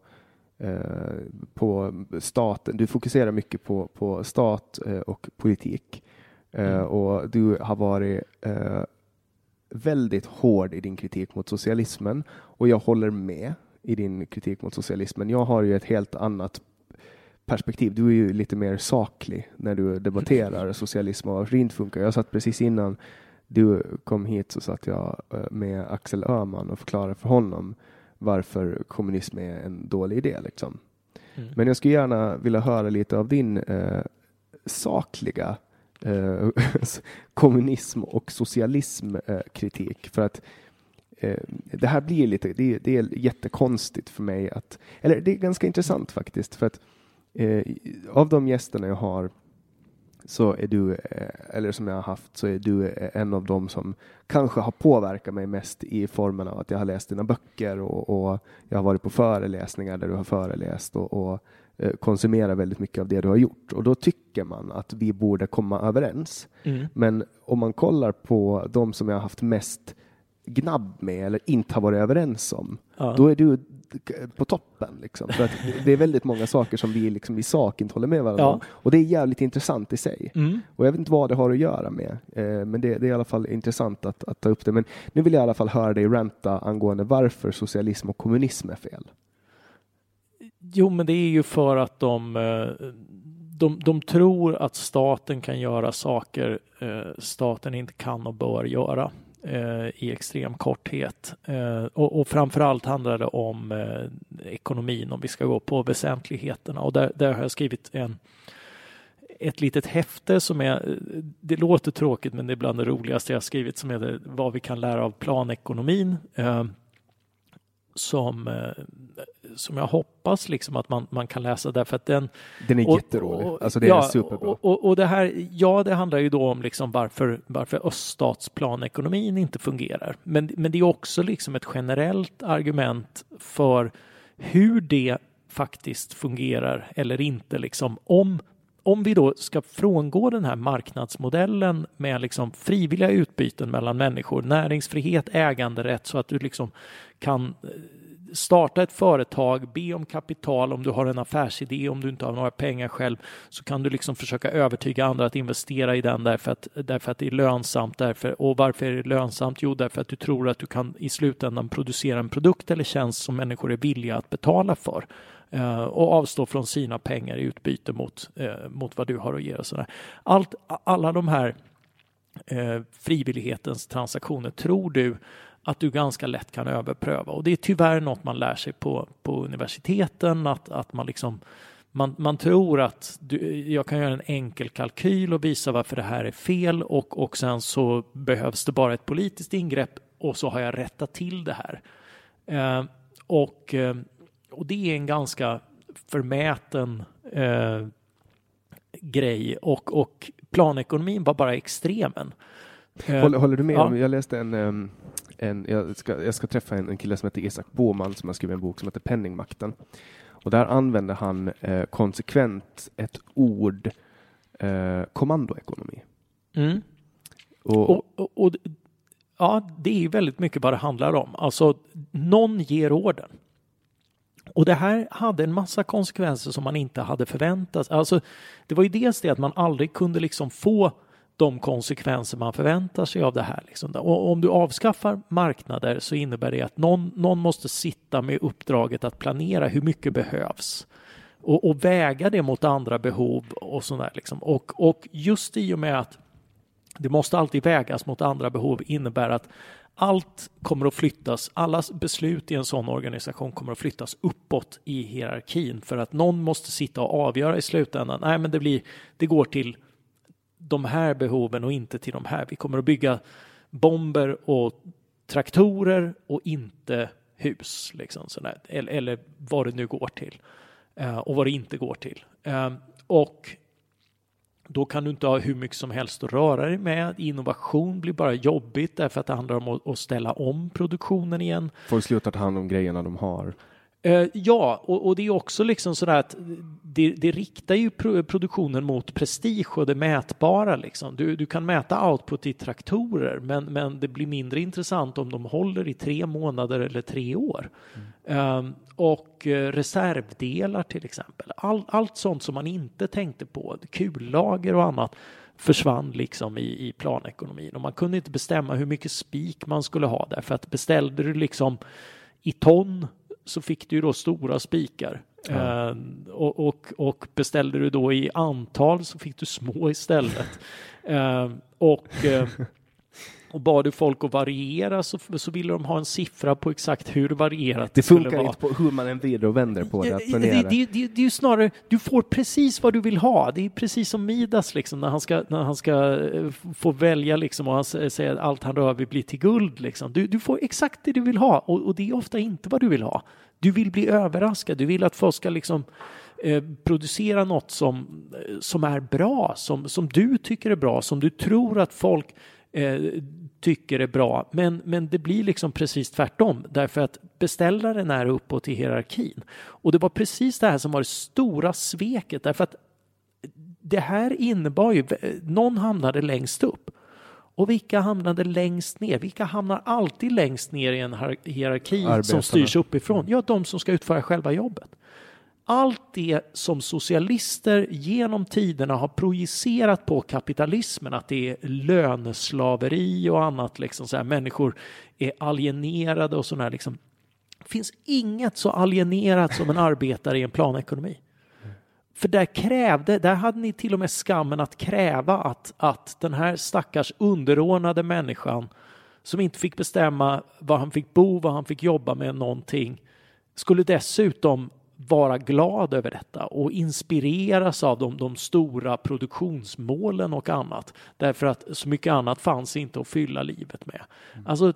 staten. Du fokuserar mycket på stat och politik. Och du har varit väldigt hård i din kritik mot socialismen, och jag håller med i din kritik mot socialismen. Jag har ju ett helt annat perspektiv. Du är ju lite mer saklig när du debatterar socialism och hur det inte funkar. Jag satt precis innan du kom hit, så satt jag med Axel Öhman och förklarade för honom varför kommunism är en dålig idé liksom. Men jag skulle gärna vilja höra lite av din sakliga kommunism och socialism kritik, för att det här blir lite, det är jättekonstigt för mig eller det är ganska intressant faktiskt, för att av de gästerna jag har så är du, eller som jag har haft, så är du en av dem som kanske har påverkat mig mest i formen av att jag har läst dina böcker och jag har varit på föreläsningar där du har föreläst och konsumerar väldigt mycket av det du har gjort. Och då tycker man att vi borde komma överens. Men om man kollar på de som jag har haft mest gnabb med eller inte har varit överens om, då är du på toppen liksom. För att det är väldigt många saker som vi liksom i sak inte håller med varandra om. Och det är jävligt intressant i sig. Och jag vet inte vad det har att göra med. Men det är i alla fall intressant att ta upp det. Men nu vill jag i alla fall höra dig ranta angående varför socialism och kommunism är fel. Jo, men det är ju för att de tror att staten kan göra saker staten inte kan och bör göra i extrem korthet. Och framförallt handlar det om ekonomin, om vi ska gå på väsentligheterna. Och där har jag skrivit ett litet häfte som det låter tråkigt, men det är bland det roligaste jag har skrivit, som heter Vad vi kan lära av planekonomin. Som jag hoppas liksom att man kan läsa, därför att den är jätterolig. Alltså det är superbra. Och det här, det handlar ju då om liksom varför öststatsplanekonomin inte fungerar. Men det är också liksom ett generellt argument för hur det faktiskt fungerar eller inte. Liksom om vi då ska frångå den här marknadsmodellen med liksom frivilliga utbyten mellan människor, näringsfrihet, äganderätt, så att du liksom kan starta ett företag, be om kapital om du har en affärsidé, om du inte har några pengar själv, så kan du liksom försöka övertyga andra att investera i den därför att det är lönsamt. Och varför är det lönsamt? Jo, därför att du tror att du kan i slutändan producera en produkt eller tjänst som människor är villiga att betala för. Och avstå från sina pengar i utbyte mot vad du har att ge. Alla de här frivillighetens transaktioner tror du att du ganska lätt kan överpröva. Och det är tyvärr något man lär sig på universiteten, att man liksom man tror att jag kan göra en enkel kalkyl och visa varför det här är fel, och sen så behövs det bara ett politiskt ingrepp och så har jag rättat till det här. Och det är en ganska förmäten grej, och planekonomin var bara extremen. Håller du med om, jag läste jag ska träffa en kille som heter Isak Boman som har skrivit en bok som heter Penningmakten. Och där använder han konsekvent ett ord, kommandoekonomi. Och det är ju väldigt mycket vad det handlar om. Alltså, någon ger orden. Och det här hade en massa konsekvenser som man inte hade förväntat sig. Alltså, det var ju dels det att man aldrig kunde liksom få de konsekvenser man förväntar sig av det här. Liksom. Och om du avskaffar marknader så innebär det att någon måste sitta med uppdraget att planera hur mycket behövs. Och väga det mot andra behov och sådär. Liksom. Och just i och med att det måste alltid vägas mot andra behov innebär att allt kommer att flyttas, alla beslut i en sån organisation kommer att flyttas uppåt i hierarkin, för att någon måste sitta och avgöra i slutändan. Nej, men det går till de här behoven och inte till de här. Vi kommer att bygga bomber och traktorer och inte hus. Liksom, sådär. Eller vad det nu går till. Och vad det inte går till. Och då kan du inte ha hur mycket som helst att röra dig med. Innovation blir bara jobbigt därför att det handlar om att ställa om produktionen igen. Folk slutar ta hand om grejerna de har. Ja, och det är också liksom sådär att det riktar ju produktionen mot prestige och det mätbara. Liksom. Du kan mäta output i traktorer, men det blir mindre intressant om de håller i 3 månader eller 3 år. Och reservdelar till exempel. Allt sånt som man inte tänkte på, kullager och annat, försvann liksom i planekonomin. Och man kunde inte bestämma hur mycket spik man skulle ha där, för att beställde du liksom i ton så fick du ju då stora spikar. Och beställde du då i antal så fick du små istället. Och bad du folk att variera så ville de ha en siffra på exakt hur varierat det skulle funkar vara. inte på hur man än vrider och vänder på det. Att planera. Det är ju snarare, du får precis vad du vill ha. Det är precis som Midas liksom, när han ska få välja liksom, och han säger att allt han rör vill bli till guld. Liksom. Du får exakt det du vill ha och det är ofta inte vad du vill ha. Du vill bli överraskad. Du vill att folk ska liksom producera något som är bra, som du tycker är bra, som du tror att folk tycker är bra, men det blir liksom precis tvärtom därför att beställaren är uppåt i hierarkin. Och det var precis det här som var det stora sveket därför att det här innebar ju, någon hamnade längst upp och vilka hamnade längst ner? Vilka hamnar alltid längst ner i en hierarki som styrs uppifrån? Ja, de som ska utföra själva jobbet. Allt det som socialister genom tiderna har projicerat på kapitalismen, att det är löneslaveri och annat, liksom så här, människor är alienerade och sådär, liksom. Det finns inget så alienerat som en arbetare i en planekonomi. För där hade ni till och med skammen att kräva att den här stackars underordnade människan som inte fick bestämma var han fick bo, vad han fick jobba med någonting, skulle dessutom vara glad över detta och inspireras av de stora produktionsmålen och annat. Därför att så mycket annat fanns inte att fylla livet med. Alltså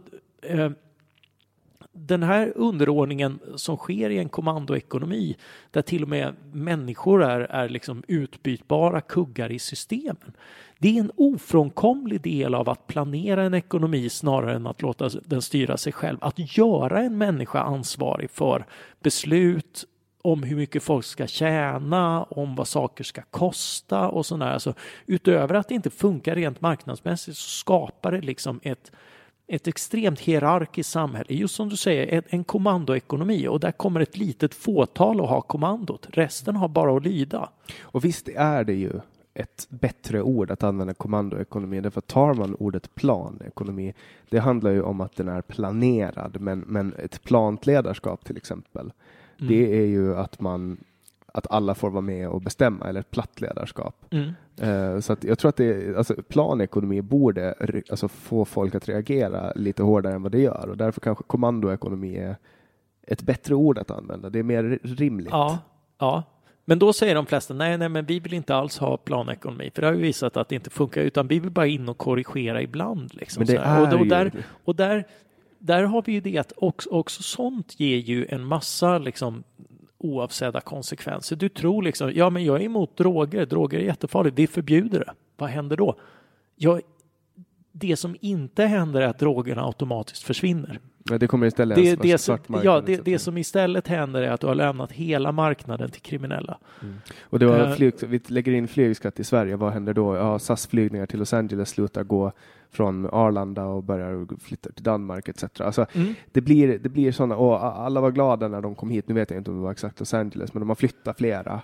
den här underordningen som sker i en kommandoekonomi där till och med människor är liksom utbytbara kuggar i systemen. Det är en ofrånkomlig del av att planera en ekonomi snarare än att låta den styra sig själv. Att göra en människa ansvarig för beslut om hur mycket folk ska tjäna, om vad saker ska kosta och sådär. Alltså, utöver att det inte funkar rent marknadsmässigt så skapar det liksom ett extremt hierarkiskt samhälle. Just som du säger, en kommandoekonomi, och där kommer ett litet fåtal att ha kommandot. Resten har bara att lyda. Och visst är det ju ett bättre ord att använda kommandoekonomi. Därför tar man ordet planekonomi, det handlar ju om att den är planerad, men ett plant ledarskap till exempel, det är ju att alla får vara med och bestämma, eller ett platt ledarskap. Så att jag tror att planekonomi borde få folk att reagera lite hårdare än vad det gör, och därför kanske kommandoekonomi är ett bättre ord att använda. Det är mer rimligt. Ja. Men då säger de flesta, nej, men vi vill inte alls ha planekonomi, för det har ju visat att det inte funkar, utan vi vill bara in och korrigera ibland. Liksom, men det är där har vi ju det att också sånt ger ju en massa liksom oavsedda konsekvenser. Du tror liksom, ja men jag är emot droger är jättefarligt, vi förbjuder det. Vad händer då? Det som inte händer är att drogerna automatiskt försvinner. Ja, det kommer istället det som istället händer är att du har lämnat hela marknaden till kriminella. Och det var vi lägger in flygskatt i Sverige. Vad händer då? Ja, SAS-flygningar till Los Angeles slutar gå från Arlanda och börjar flytta till Danmark etc. Alltså, det blir sådana, och alla var glada när de kom hit. Nu vet jag inte om det var exakt Los Angeles, men de har flyttat flera.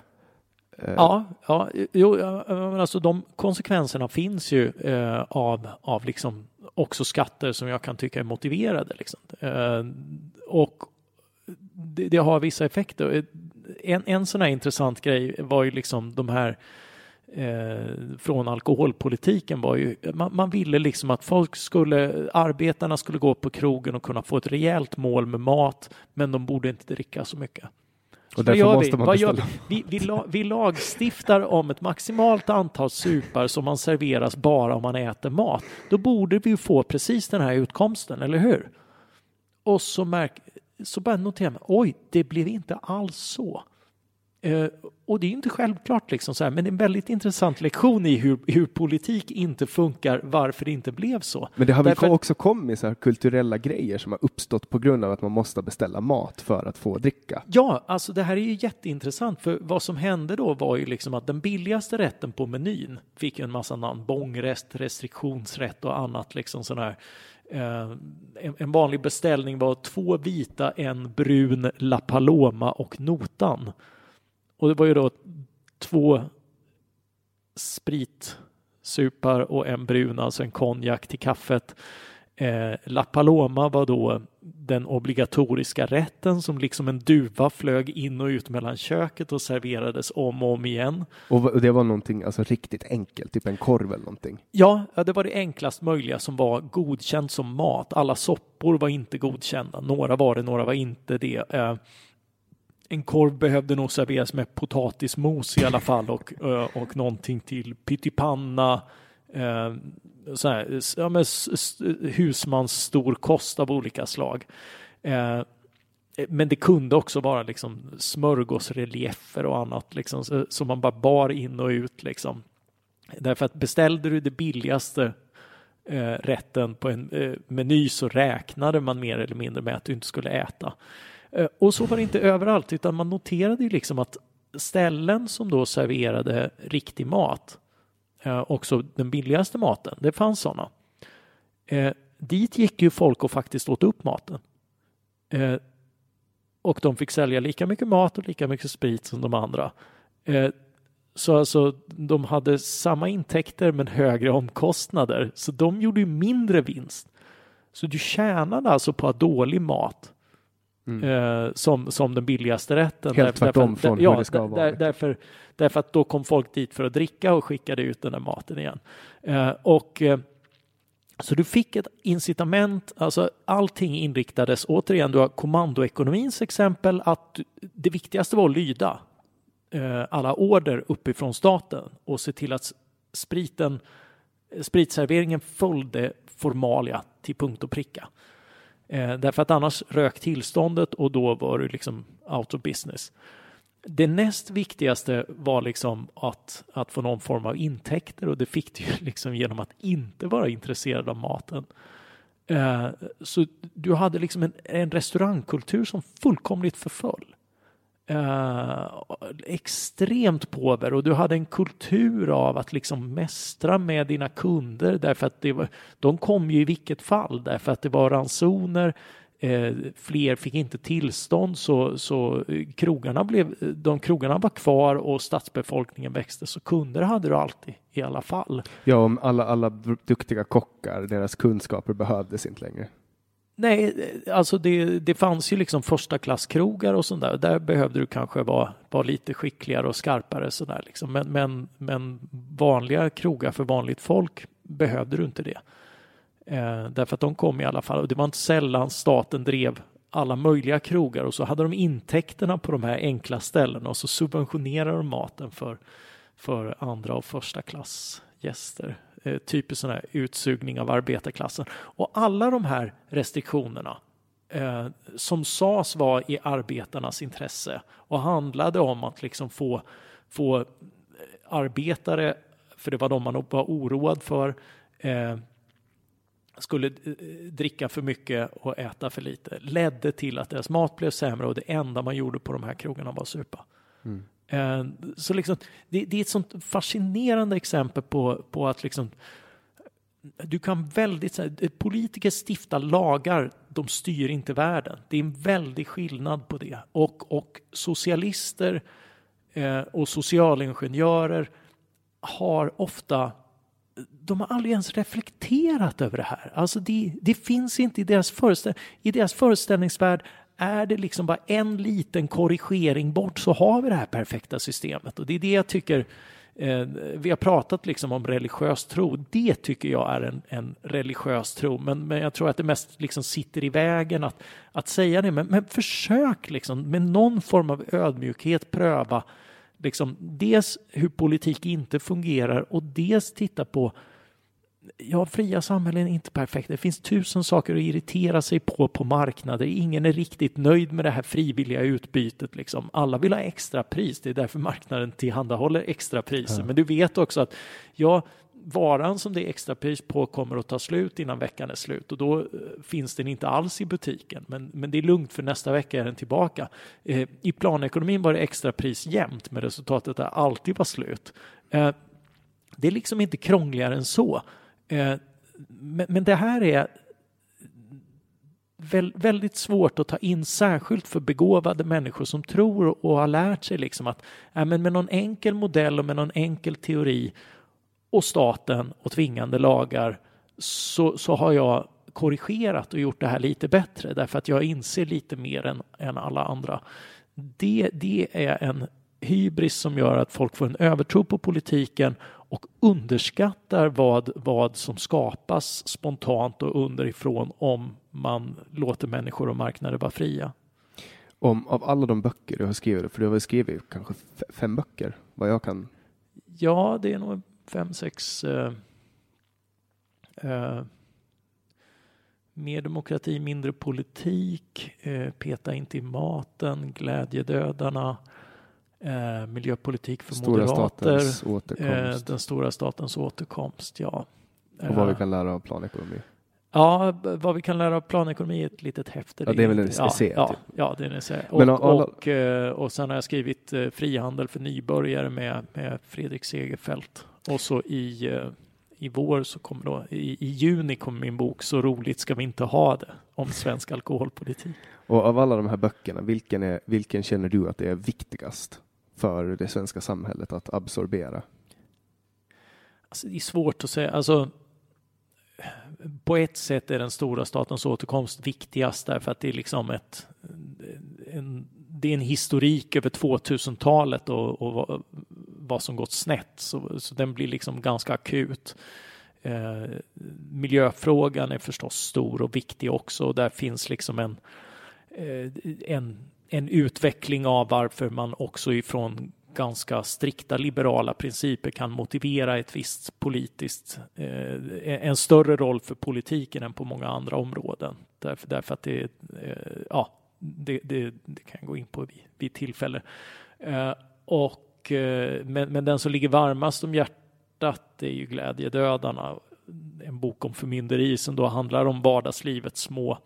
Men alltså de konsekvenserna finns ju av liksom också skatter som jag kan tycka är motiverade liksom. Och det har vissa effekter. En sån här intressant grej var ju liksom de här från alkoholpolitiken var ju, man ville liksom att arbetarna skulle gå på krogen och kunna få ett rejält mål med mat, men de borde inte dricka så mycket. Och därför måste man beställa. Vi lagstiftar om ett maximalt antal supar som man serveras bara om man äter mat. Då borde vi få precis den här utkomsten, eller hur? Och så bara noterar man, oj, det blev inte alls så. Och det är inte självklart liksom så här, men det är en väldigt intressant lektion i hur politik inte funkar, varför det inte blev så. Men det har väl också kommit så här kulturella grejer som har uppstått på grund av att man måste beställa mat för att få dricka. Ja, alltså det här är ju jätteintressant, för vad som hände då var ju liksom att den billigaste rätten på menyn fick en massa namn, bångrest, restriktionsrätt och annat liksom sån här. En vanlig beställning var 2 vita, 1 brun, La Paloma och notan. Och det var ju då 2 spritsupar och 1 brun, alltså en konjak till kaffet. La Paloma var då den obligatoriska rätten som liksom en duva flög in och ut mellan köket och serverades om och om igen. Och det var någonting alltså riktigt enkelt, typ en korv eller någonting? Ja, det var det enklast möjliga som var godkänt som mat. Alla soppor var inte godkända. Några var det, några var inte det. En korv behövde nog serveras med potatismos i alla fall och någonting till pyttipanna, husmans stor kost av olika slag. Men det kunde också vara liksom smörgåsreliefer och annat liksom, som man bara bar in och ut liksom. Därför att beställde du det billigaste rätten på en meny så räknade man mer eller mindre med att du inte skulle äta. Och så var det inte överallt, utan man noterade ju liksom att ställen som då serverade riktig mat, också den billigaste maten, det fanns sådana. Dit gick ju folk och faktiskt åt upp maten. Och de fick sälja lika mycket mat och lika mycket sprit som de andra. Så alltså, de hade samma intäkter men högre omkostnader. Så de gjorde ju mindre vinst. Så du tjänade alltså på dålig mat. Som den billigaste rätten. Helt tvärtom från hur det ska vara. Därför att då kom folk dit för att dricka och skickade ut den där maten igen. Så du fick ett incitament, alltså allting inriktades, återigen du har kommandoekonomins exempel, att det viktigaste var att lyda alla order uppifrån staten och se till att spritserveringen följde formalia till punkt och pricka. Därför att annars rök tillståndet och då var du liksom out of business. Det näst viktigaste var liksom att få någon form av intäkter, och det fick du ju liksom genom att inte vara intresserad av maten. Så du hade liksom en restaurangkultur som fullkomligt förföll. Extremt påver, och du hade en kultur av att liksom mästra med dina kunder, därför att de kom ju i vilket fall, därför att det var ransoner, fler fick inte tillstånd, så krogarna var kvar och stadsbefolkningen växte, så kunder hade du alltid i alla fall. Ja, om alla duktiga kockar, deras kunskaper behövdes inte längre. Nej, alltså det fanns ju liksom första klasskrogar och sånt där. Där behövde du kanske vara lite skickligare och skarpare sådär liksom. Men vanliga krogar för vanligt folk behövde du inte det. Därför att de kom i alla fall. Och det var inte sällan staten drev alla möjliga krogar, och så hade de intäkterna på de här enkla ställena och så subventionerade de maten för andra och första klass gäster. Typiskt sån här utsugning av arbetarklassen. Och alla de här restriktionerna som sades vara i arbetarnas intresse och handlade om att liksom få arbetare, för det var de man var oroad för, skulle dricka för mycket och äta för lite, ledde till att deras mat blev sämre, och det enda man gjorde på de här krogarna var att supa. Så liksom, det är ett sånt fascinerande exempel på att liksom, du kan politiker stiftar lagar, de styr inte världen. Det är en väldig skillnad på det. Och socialister och socialingenjörer har ofta, de har aldrig ens reflekterat över det här. Alltså det finns inte i deras föreställningsvärld. Är det liksom bara en liten korrigering bort, så har vi det här perfekta systemet. Och det är det jag tycker, vi har pratat liksom om religiös tro. Det tycker jag är en religiös tro. Men jag tror att det mest liksom sitter i vägen att säga det. Men försök liksom med någon form av ödmjukhet pröva liksom dels hur politik inte fungerar, och dels titta på, fria samhällen är inte perfekta. Det finns 1000 saker att irritera sig på marknader. Ingen är riktigt nöjd med det här frivilliga utbytet. Liksom. Alla vill ha extra pris. Det är därför marknaden tillhandahåller extra priser. Men du vet också att varan som det är extra pris på kommer att ta slut innan veckan är slut. Och då finns den inte alls i butiken. Men det är lugnt, för nästa vecka är den tillbaka. I planekonomin var det extra pris jämt, med resultatet att det alltid var slut. Det är liksom inte krångligare än så. Men det här är väldigt svårt att ta in, särskilt för begåvade människor som tror och har lärt sig liksom att men med någon enkel modell och med någon enkel teori och staten och tvingande lagar så har jag korrigerat och gjort det här lite bättre därför att jag inser lite mer än alla andra. Det är en hybris som gör att folk får en övertro på politiken och underskattar vad som skapas spontant och underifrån om man låter människor och marknader vara fria. Av alla de böcker du har skrivit, för du har väl skrivit kanske 5 böcker, vad jag kan... Ja, det är nog 5-6... mer demokrati, mindre politik, peta inte i maten, glädjedödarna, miljöpolitik för stora moderater, statens återkomst. Den stora statens återkomst, ja. Och vad vi kan lära av planekonomi. Ja, vad vi kan lära av planekonomi är ett litet häfte. Ja, det är väl en essä. Ja, det är en essä. Och sen har jag skrivit Frihandel för nybörjare med Fredrik Segerfeldt. Och så i vår så kommer då, i juni kommer min bok Så roligt ska vi inte ha det, om svensk alkoholpolitik. Och av alla de här böckerna, vilken känner du att det är viktigast för det svenska samhället att absorbera? Alltså, det är svårt att säga. Alltså, på ett sätt är den stora statens återkomst viktigast därför att det är liksom det är en historik över 2000-talet och vad som gått snett. Så den blir liksom ganska akut. Miljöfrågan är förstås stor och viktig också. Och där finns liksom en utveckling av varför man också ifrån ganska strikta liberala principer kan motivera ett visst politiskt, en större roll för politiken än på många andra områden. Därför att det kan jag gå in på vid tillfälle. Men den som ligger varmast om hjärtat är ju Glädjedödarna. En bok om förmynderi som då handlar om vardagslivets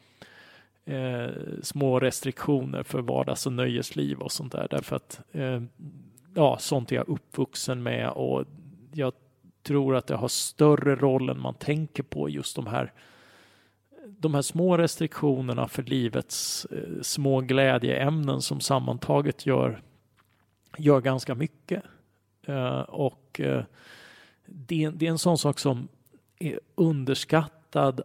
små restriktioner för vardags- och nöjesliv och sånt där. Därför att sånt är jag uppvuxen med och jag tror att det har större roll än man tänker på, just de här små restriktionerna för livets små glädjeämnen som sammantaget gör ganska mycket. Det är en sån sak som är underskattad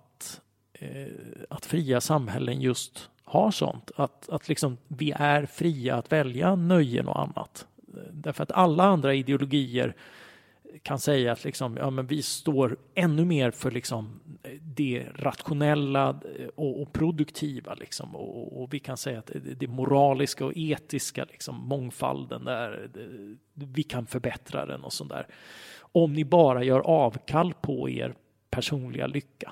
att fria samhällen just har sånt. Att liksom vi är fria att välja nöjen och annat. Därför att alla andra ideologier kan säga att liksom, men vi står ännu mer för liksom det rationella och produktiva. Liksom. Och vi kan säga att det moraliska och etiska, liksom, mångfalden, där vi kan förbättra den och sånt där. Om ni bara gör avkall på er personliga lycka.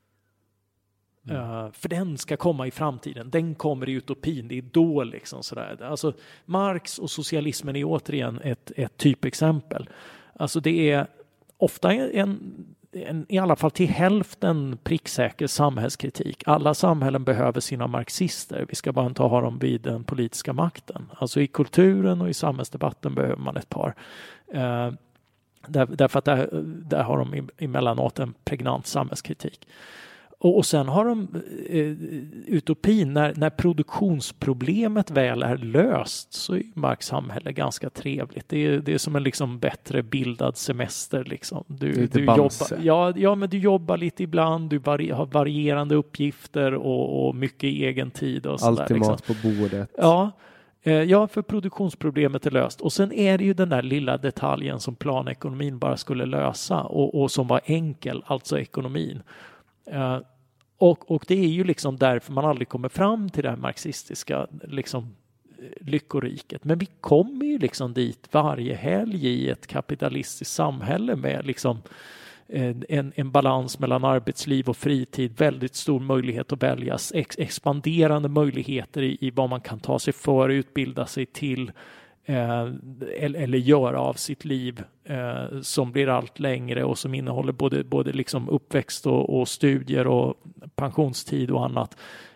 För den ska komma i framtiden. Den kommer i utopin. Det är då liksom sådär. Alltså Marx och socialismen är återigen ett typexempel. Alltså det är ofta en i alla fall till hälften pricksäker samhällskritik. Alla samhällen behöver sina marxister. Vi ska bara inte ha dem vid den politiska makten. Alltså i kulturen och i samhällsdebatten behöver man ett par. Därför att där har de emellanåt en pregnant samhällskritik. Och sen har de utopin, när produktionsproblemet väl är löst, så är Marx samhälle ganska trevligt. Det är som en liksom bättre bildad semester. Liksom. Du jobbar, men du jobbar lite ibland, du har varierande uppgifter och mycket egen tid. Och alltid liksom. Mat på bordet. Ja, för produktionsproblemet är löst. Och sen är det ju den där lilla detaljen som planekonomin bara skulle lösa och som var enkel, alltså ekonomin. Och det är ju liksom därför man aldrig kommer fram till det här marxistiska liksom lyckoriket. Men vi kommer ju liksom dit varje helg i ett kapitalistiskt samhälle med liksom en balans mellan arbetsliv och fritid, väldigt stor möjlighet att väljas, expanderande möjligheter i vad man kan ta sig för, utbilda sig till eller göra av sitt liv, som blir allt längre och som innehåller både liksom uppväxt och studier och pensionstid och annat.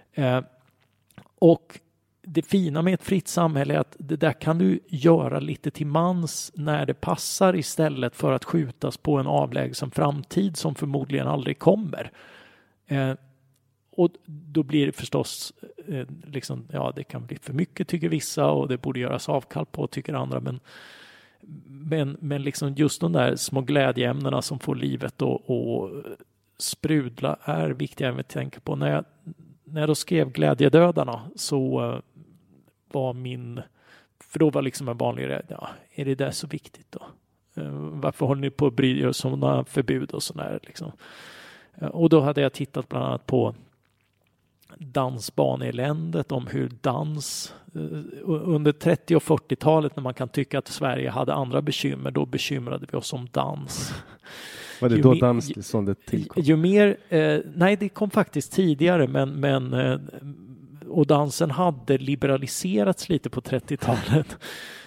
Och det fina med ett fritt samhälle är att det där kan du göra lite till mans när det passar, istället för att skjutas på en avlägsen framtid som förmodligen aldrig kommer. Och då blir det förstås liksom, det kan bli för mycket tycker vissa, och det borde göras avkall på tycker andra, men liksom just de där små glädjeämnena som får livet och sprudla är viktigare än vi tänker på. När jag då skrev Glädjedödarna så var för då var liksom en vanlig rädd, är det där så viktigt då? Varför håller ni på att bry er om sådana förbud och sådär liksom? Och då hade jag tittat bland annat på dansbaneländet, om hur dans under 30- och 40-talet, när man kan tycka att Sverige hade andra bekymmer, då bekymrade vi oss om dans. Var det då danstillståndet tillkom? Ju mer, nej det kom faktiskt tidigare, men och dansen hade liberaliserats lite på 30-talet.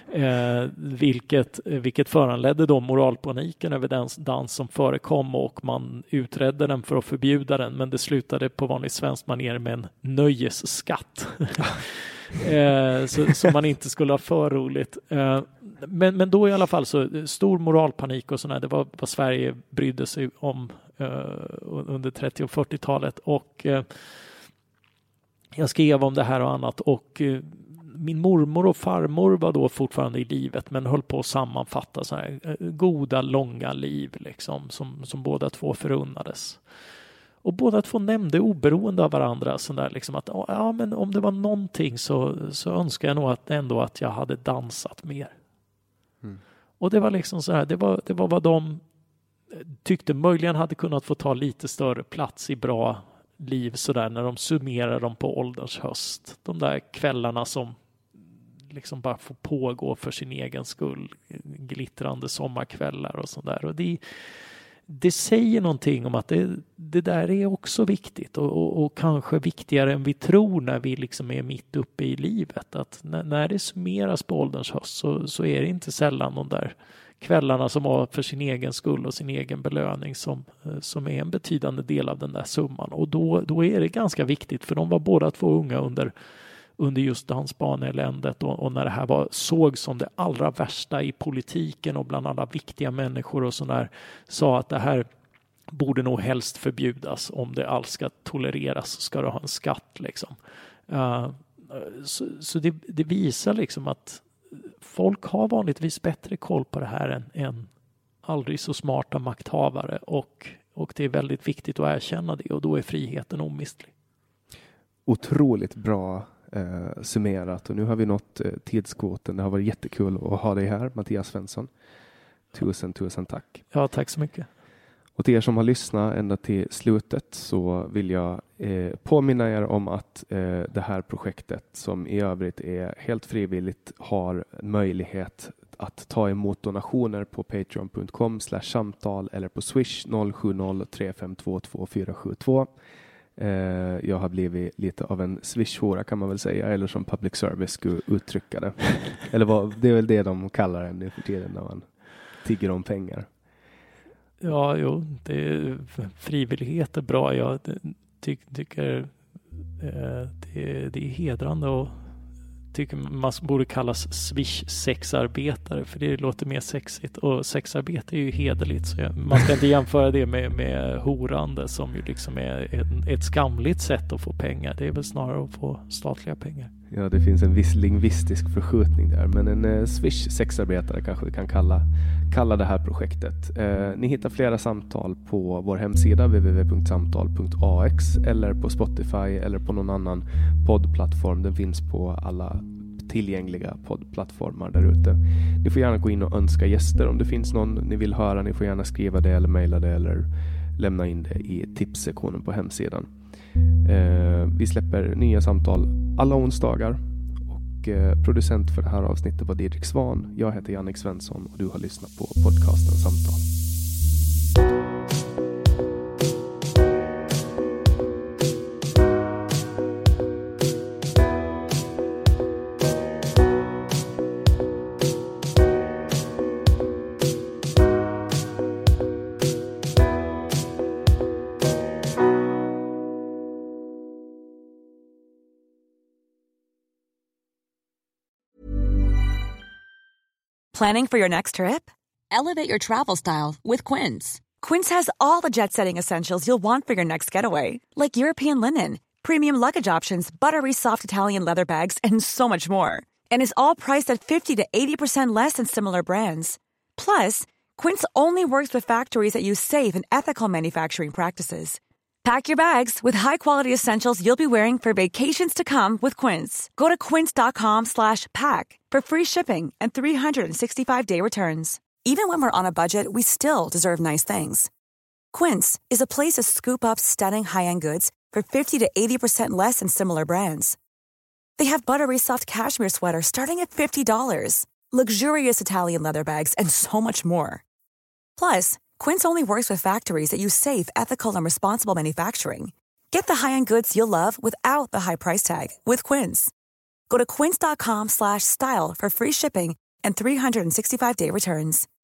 Vilket föranledde då moralpaniken över den dans som förekom, och man utredde den för att förbjuda den, men det slutade på vanligt svenskt manér med en nöjesskatt. Så man inte skulle ha för roligt. Men då i alla fall så stor moralpanik och sådär, det var vad Sverige brydde sig om under 30- och 40-talet, och jag skrev om det här och annat, och min mormor och farmor var då fortfarande i livet, men höll på att sammanfatta så här goda, långa liv liksom, som båda två förunnades. Och båda två nämnde oberoende av varandra så där, liksom att men om det var någonting så önskar jag nog att jag hade dansat mer. Mm. Och det var liksom så här, det var vad de tyckte möjligen hade kunnat få ta lite större plats i bra liv så där, när de summerar dem på ålderns höst. De där kvällarna som liksom bara får pågå för sin egen skull, glittrande sommarkvällar och sånt där. Och det säger någonting om att det där är också viktigt, och kanske viktigare än vi tror när vi liksom är mitt uppe i livet. Att när det summeras på ålderns höst så är det inte sällan de där kvällarna som var för sin egen skull och sin egen belöning som är en betydande del av den där summan. Och då är det ganska viktigt, för de var båda två unga under just dansbaneländet, och när det här såg som det allra värsta i politiken och bland alla viktiga människor och sådär, sa att det här borde nog helst förbjudas. Om det alls ska tolereras så ska det ha en skatt liksom. Så det visar liksom att folk har vanligtvis bättre koll på det här än aldrig så smarta makthavare, och det är väldigt viktigt att erkänna det, och då är friheten omistlig. Otroligt bra summerat, och nu har vi nått tidskvoten. Det har varit jättekul att ha dig här, Mattias Svensson. Tusen tack. Ja, tack så mycket. Och till er som har lyssnat ända till slutet så vill jag påminna er om att det här projektet, som i övrigt är helt frivilligt, har möjlighet att ta emot donationer på patreon.com/samtal eller på Swish 070-3522472. Jag har blivit lite av en Swish-hora kan man väl säga, eller som public service skulle uttrycka det. Det är väl det de kallar det nu för tiden när man tigger om pengar. Ja, frivillighet är bra. Jag tycker det är hedrande, och tycker man borde kallas Swish-sexarbetare, för det låter mer sexigt, och sexarbete är ju hederligt, så man ska inte jämföra det med horande, som ju liksom är ett skamligt sätt att få pengar. Det är väl snarare att få statliga pengar. Ja, det finns en viss lingvistisk förskjutning där, men en Swish-sexarbetare kanske vi kan kalla det här projektet. Ni hittar flera samtal på vår hemsida www.samtal.ax, eller på Spotify eller på någon annan poddplattform. Den finns på alla tillgängliga poddplattformar där ute. Ni får gärna gå in och önska gäster. Om det finns någon ni vill höra, ni får gärna skriva det eller mejla det eller lämna in det i tipssektionen på hemsidan. Vi släpper nya samtal alla onsdagar, och producent för det här avsnittet var Didrik Svan. Jag heter Jannik Svensson, och du har lyssnat på podcasten Samtal. Planning for your next trip? Elevate your travel style with Quince. Quince has all the jet-setting essentials you'll want for your next getaway, like European linen, premium luggage options, buttery soft Italian leather bags, and so much more. And is all priced at 50 to 80% less than similar brands. Plus, Quince only works with factories that use safe and ethical manufacturing practices. Pack your bags with high-quality essentials you'll be wearing for vacations to come with Quince. Go to quince.com/pack for free shipping and 365-day returns. Even when we're on a budget, we still deserve nice things. Quince is a place to scoop up stunning high-end goods for 50 to 80% less than similar brands. They have buttery soft cashmere sweaters starting at $50, luxurious Italian leather bags, and so much more. Plus, Quince only works with factories that use safe, ethical, and responsible manufacturing. Get the high-end goods you'll love without the high price tag with Quince. Go to quince.com/style for free shipping and 365-day returns.